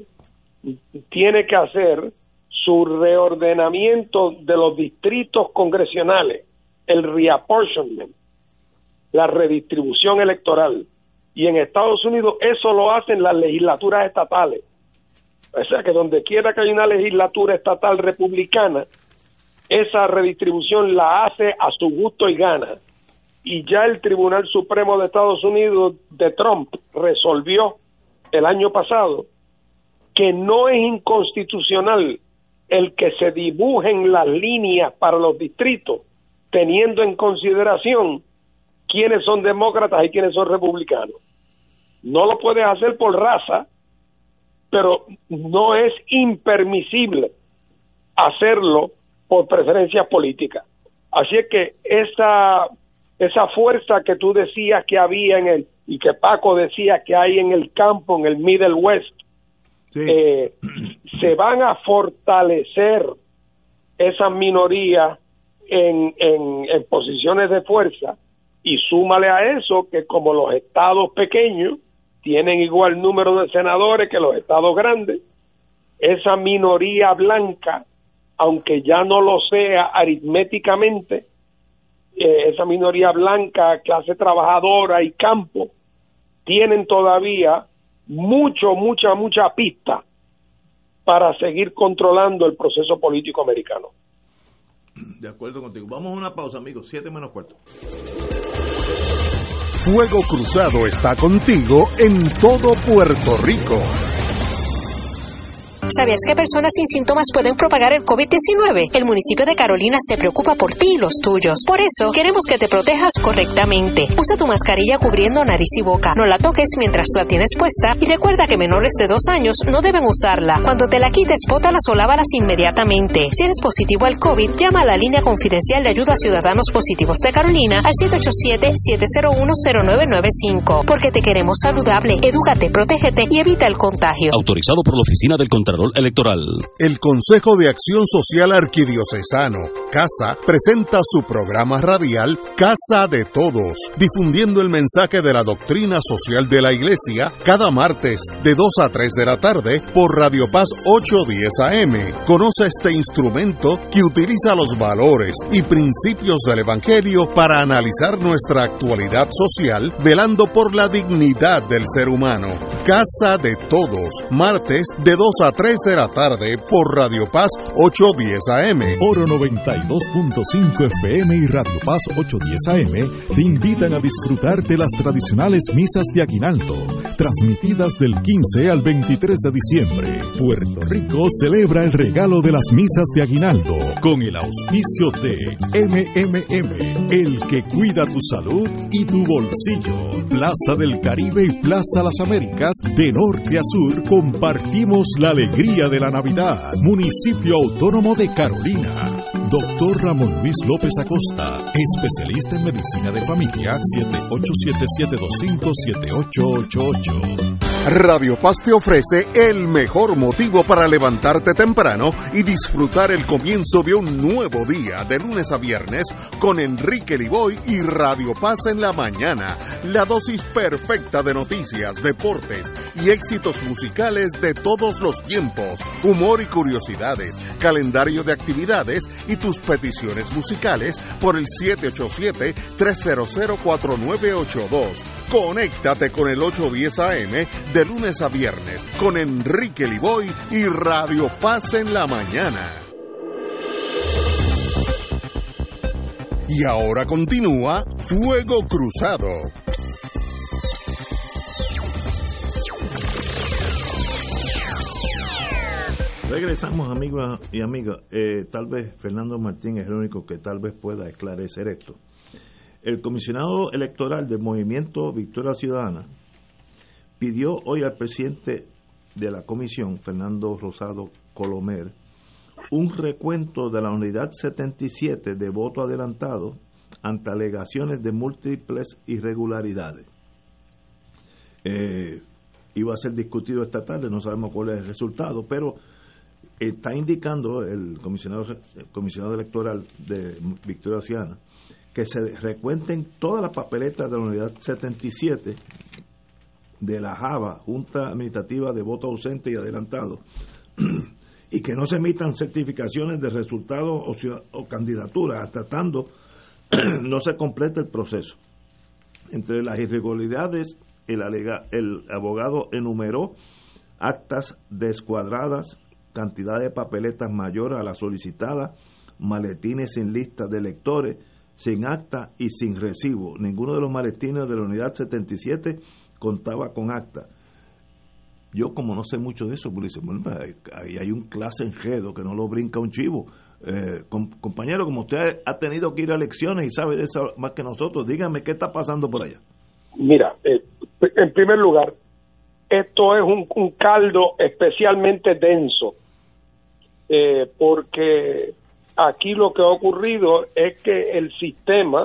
tiene que hacer su reordenamiento de los distritos congresionales, el reapportionment, la redistribución electoral. Y en Estados Unidos eso lo hacen las legislaturas estatales. O sea que donde quiera que haya una legislatura estatal republicana, esa redistribución la hace a su gusto y gana. Y ya el Tribunal Supremo de Estados Unidos de Trump resolvió el año pasado que no es inconstitucional el que se dibujen las líneas para los distritos teniendo en consideración quiénes son demócratas y quiénes son republicanos. No lo puedes hacer por raza, pero no es impermisible hacerlo por preferencias políticas. Así es que esa esa fuerza que tú decías que había en el, y que Paco decía que hay en el campo, en el Middle West, sí. eh, se van a fortalecer esas minorías en, en, en posiciones de fuerza, y súmale a eso que como los estados pequeños tienen igual número de senadores que los estados grandes, esa minoría blanca, aunque ya no lo sea aritméticamente, eh, esa minoría blanca, clase trabajadora y campo, tienen todavía mucho, mucha, mucha pista para seguir controlando el proceso político americano. De acuerdo contigo. Vamos a una pausa, amigos. Siete menos cuarto. Fuego Cruzado está contigo en todo Puerto Rico. ¿Sabías que personas sin síntomas pueden propagar el COVID diecinueve? El municipio de Carolina se preocupa por ti y los tuyos. Por eso, queremos que te protejas correctamente. Usa tu mascarilla cubriendo nariz y boca. No la toques mientras la tienes puesta. Y recuerda que menores de dos años no deben usarla. Cuando te la quites, bótalas o lávalas inmediatamente. Si eres positivo al COVID, llama a la línea confidencial de ayuda a ciudadanos positivos de Carolina al siete ocho siete, siete cero uno, cero nueve nueve cinco. Porque te queremos saludable. Edúcate, protégete y evita el contagio. Autorizado por la Oficina del Contralor Electoral. El Consejo de Acción Social Arquidiocesano, CASA, presenta su programa radial Casa de Todos, difundiendo el mensaje de la doctrina social de la Iglesia cada martes de dos a tres de la tarde por Radio Paz ochocientos diez A M. Conoce este instrumento que utiliza los valores y principios del Evangelio para analizar nuestra actualidad social, velando por la dignidad del ser humano. Casa de Todos, martes de dos a tres de la tarde por Radio Paz ochocientos diez A M. Oro noventa y dos punto cinco F M y Radio Paz ochocientos diez A M te invitan a disfrutar de las tradicionales misas de Aguinaldo, transmitidas del quince al veintitrés de diciembre. Puerto Rico celebra el regalo de las misas de Aguinaldo con el auspicio de M M M, el que cuida tu salud y tu bolsillo. Plaza del Caribe y Plaza Las Américas, de norte a sur, compartimos la alegría de la Navidad. Municipio Autónomo de Carolina. Doctor Ramón Luis López Acosta, especialista en medicina de familia, siete ocho siete, siete dos cinco, siete ocho ocho ocho. Radio Paz te ofrece el mejor motivo para levantarte temprano y disfrutar el comienzo de un nuevo día de lunes a viernes con Enrique Liboy y Radio Paz en la mañana. La dosis perfecta de noticias, deportes y éxitos musicales de todos los tiempos, humor y curiosidades, calendario de actividades y tus peticiones musicales por el siete ocho siete, tres cero cero, cuatro nueve ocho dos. Conéctate con el ocho diez A M de lunes a viernes con Enrique Liboy y Radio Paz en la mañana. Y ahora continúa Fuego Cruzado. Regresamos, amigos y amigas. Eh, tal vez Fernando Martín es el único que tal vez pueda esclarecer esto. El comisionado electoral del Movimiento Victoria Ciudadana pidió hoy al presidente de la comisión, Fernando Rosado Colomer, un recuento de la unidad setenta y siete de voto adelantado ante alegaciones de múltiples irregularidades. Eh, iba a ser discutido esta tarde, no sabemos cuál es el resultado, pero está indicando el comisionado, el comisionado electoral de Victoria Ciudadana que se recuenten todas las papeletas de la unidad setenta y siete de la Java, Junta Administrativa de Voto Ausente y Adelantado, y que no se emitan certificaciones de resultados o, o candidaturas hasta tanto no se complete el proceso. Entre las irregularidades, el, alega, el abogado enumeró actas descuadradas, cantidad de papeletas mayor a la solicitada, maletines sin lista de electores, sin acta y sin recibo. Ninguno de los maletines de la unidad setenta y siete contaba con acta. Yo, como no sé mucho de eso, pues dice, bueno, ahí hay un clase enredo que no lo brinca un chivo. Eh, com, compañero, como usted ha tenido que ir a elecciones y sabe de eso más que nosotros, dígame qué está pasando por allá. Mira, eh, en primer lugar, esto es un, un caldo especialmente denso, eh, porque aquí lo que ha ocurrido es que el sistema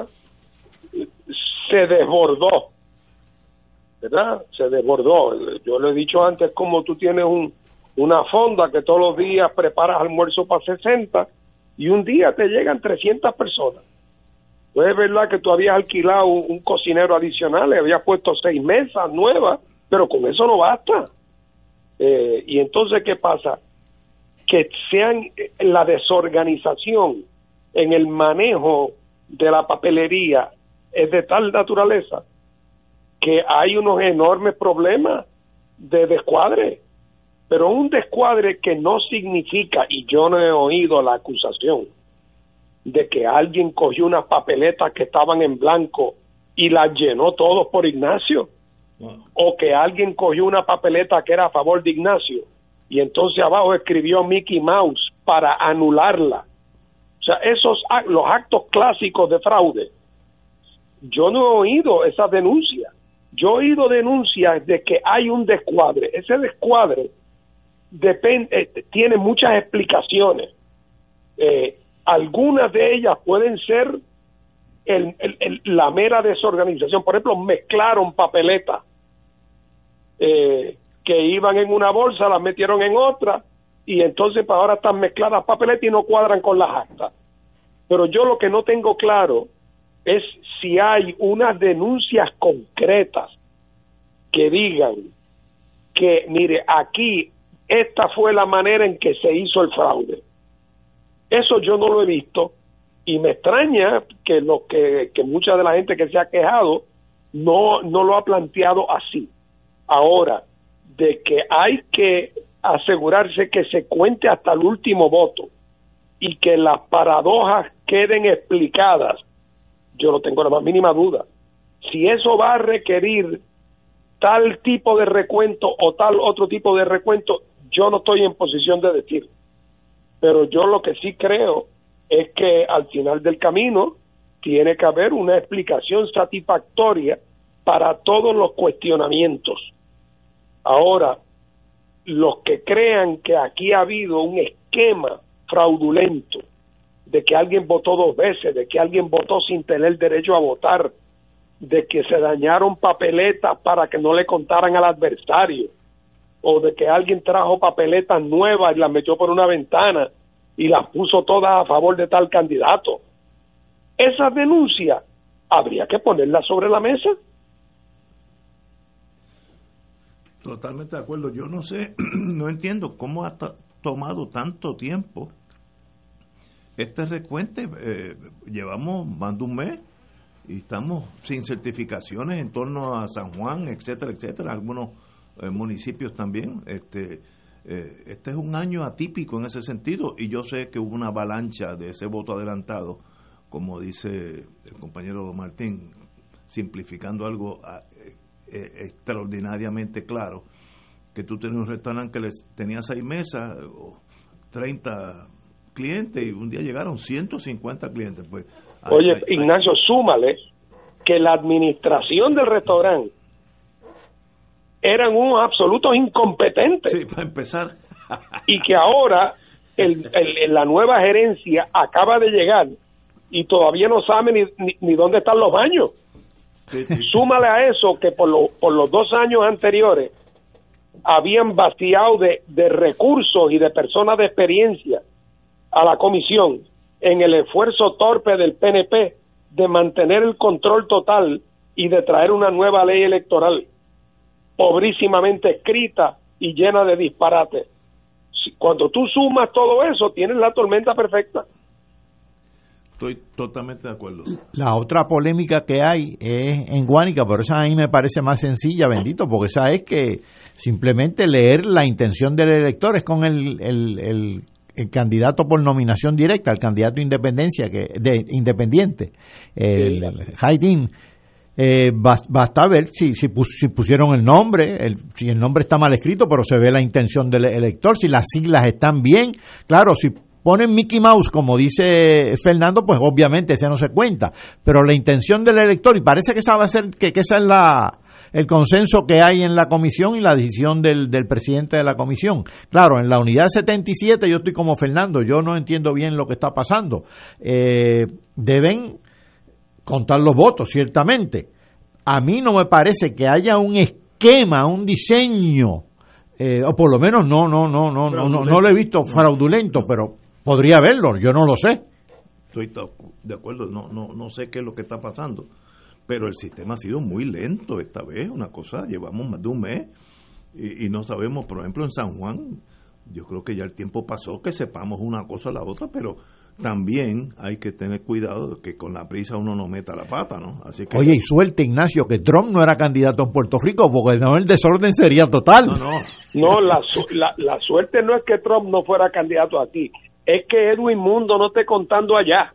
se desbordó, ¿verdad? Se desbordó. Yo lo he dicho antes, como tú tienes un, una fonda que todos los días preparas almuerzo para sesenta y un día te llegan trescientas personas. Pues es verdad que tú habías alquilado un, un cocinero adicional, le habías puesto seis mesas nuevas, pero con eso no basta. Eh, y entonces, ¿qué pasa? Que sean la desorganización en el manejo de la papelería es de tal naturaleza que hay unos enormes problemas de descuadre, pero un descuadre que no significa, y yo no he oído la acusación de que alguien cogió unas papeletas que estaban en blanco y las llenó todos por Ignacio, wow. O que alguien cogió una papeleta que era a favor de Ignacio y entonces abajo escribió Mickey Mouse para anularla. O sea, esos los actos clásicos de fraude, yo no he oído esas denuncias. Yo he oído denuncias de que hay un descuadre. Ese descuadre depende, eh, tiene muchas explicaciones. Eh, algunas de ellas pueden ser el, el, el, la mera desorganización. Por ejemplo, mezclaron papeletas eh, que iban en una bolsa, las metieron en otra, y entonces para ahora están mezcladas papeletas y no cuadran con las actas. Pero yo lo que no tengo claro es si hay unas denuncias concretas que digan que, mire, aquí esta fue la manera en que se hizo el fraude. Eso yo no lo he visto y me extraña que lo que, que mucha de la gente que se ha quejado no, no lo ha planteado así. Ahora, de que hay que asegurarse que se cuente hasta el último voto y que las paradojas queden explicadas, yo no tengo la más mínima duda. Si eso va a requerir tal tipo de recuento o tal otro tipo de recuento, yo no estoy en posición de decir. Pero yo lo que sí creo es que al final del camino tiene que haber una explicación satisfactoria para todos los cuestionamientos. Ahora, los que crean que aquí ha habido un esquema fraudulento, de que alguien votó dos veces, de que alguien votó sin tener derecho a votar, de que se dañaron papeletas para que no le contaran al adversario, o de que alguien trajo papeletas nuevas y las metió por una ventana y las puso todas a favor de tal candidato. Esas denuncias habría que ponerlas sobre la mesa. Totalmente de acuerdo. Yo no sé, no entiendo cómo ha t- tomado tanto tiempo este recuente. Eh, llevamos más de un mes y estamos sin certificaciones en torno a San Juan, etcétera, etcétera, algunos eh, municipios también. Este, eh, este es un año atípico en ese sentido, y yo sé que hubo una avalancha de ese voto adelantado, como dice el compañero Martín, simplificando algo eh, eh, extraordinariamente claro, que tú tenías un restaurante que les tenía seis mesas, o treinta clientes, y un día llegaron ciento cincuenta clientes. Pues, Oye, hay, hay, Ignacio, súmale que la administración del restaurante eran unos absolutos incompetentes. Sí, para empezar. Y que ahora el, el, la nueva gerencia acaba de llegar y todavía no sabe ni, ni, ni dónde están los baños. Sí, sí. Súmale a eso que por, lo, por los dos años anteriores habían vaciado de, de recursos y de personas de experiencia a la comisión en el esfuerzo torpe del P N P de mantener el control total y de traer una nueva ley electoral pobrísimamente escrita y llena de disparates. Cuando tú sumas todo eso, tienes la tormenta perfecta. Estoy totalmente de acuerdo. La otra polémica que hay es en Guánica, pero esa a mí me parece más sencilla, bendito, porque esa es que simplemente leer la intención del elector es con el, el, el, el candidato por nominación directa, el candidato independencia que de independiente, el, el Haidín. Eh, basta ver si, si, pus, si pusieron el nombre, el, si el nombre está mal escrito, pero se ve la intención del elector, si las siglas están bien. Claro, si ponen Mickey Mouse, como dice Fernando, pues obviamente ese no se cuenta, pero la intención del elector, y parece que esa va a ser, que, que esa es la el consenso que hay en la comisión y la decisión del, del presidente de la comisión. Claro, en la unidad setenta y siete yo estoy como Fernando, yo no entiendo bien lo que está pasando. Eh, deben contar los votos, ciertamente. A mí no me parece que haya un esquema, un diseño, eh, o por lo menos no, no, no, no, no, no, no lo he visto fraudulento, pero podría haberlo, yo no lo sé. Estoy de acuerdo, no, no, no sé qué es lo que está pasando, pero el sistema ha sido muy lento esta vez, una cosa, llevamos más de un mes y, y no sabemos, por ejemplo, en San Juan, yo creo que ya el tiempo pasó que sepamos una cosa o la otra, pero también hay que tener cuidado de que con la prisa uno no meta la pata, ¿no? Así que, oye, y suerte, Ignacio, que Trump no era candidato en Puerto Rico, porque no, el desorden sería total. No, no. No, la, la, la suerte no es que Trump no fuera candidato aquí, es que Edwin Mundo no esté contando allá.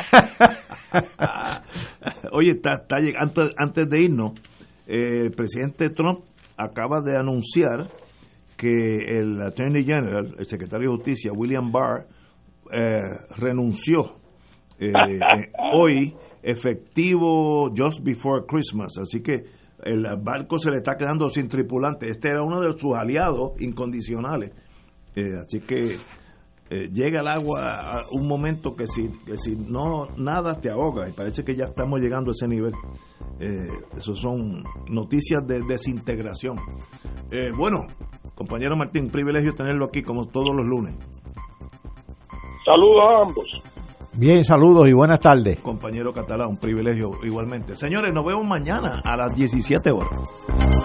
Oye, está, está antes, antes de irnos, eh, el presidente Trump acaba de anunciar que el Attorney General, el secretario de Justicia, William Barr, eh, renunció eh, eh, hoy, efectivo just before Christmas, así que el barco se le está quedando sin tripulante. Este era uno de sus aliados incondicionales, eh, así que eh, llega el agua a un momento que si, que si no nada te ahoga, y parece que ya estamos llegando a ese nivel. Eh, eso son noticias de desintegración. Eh, bueno, compañero Martín, un privilegio tenerlo aquí como todos los lunes. Saludos a ambos. Bien, saludos y buenas tardes. Compañero Catalá, un privilegio igualmente. Señores, nos vemos mañana a las diecisiete horas.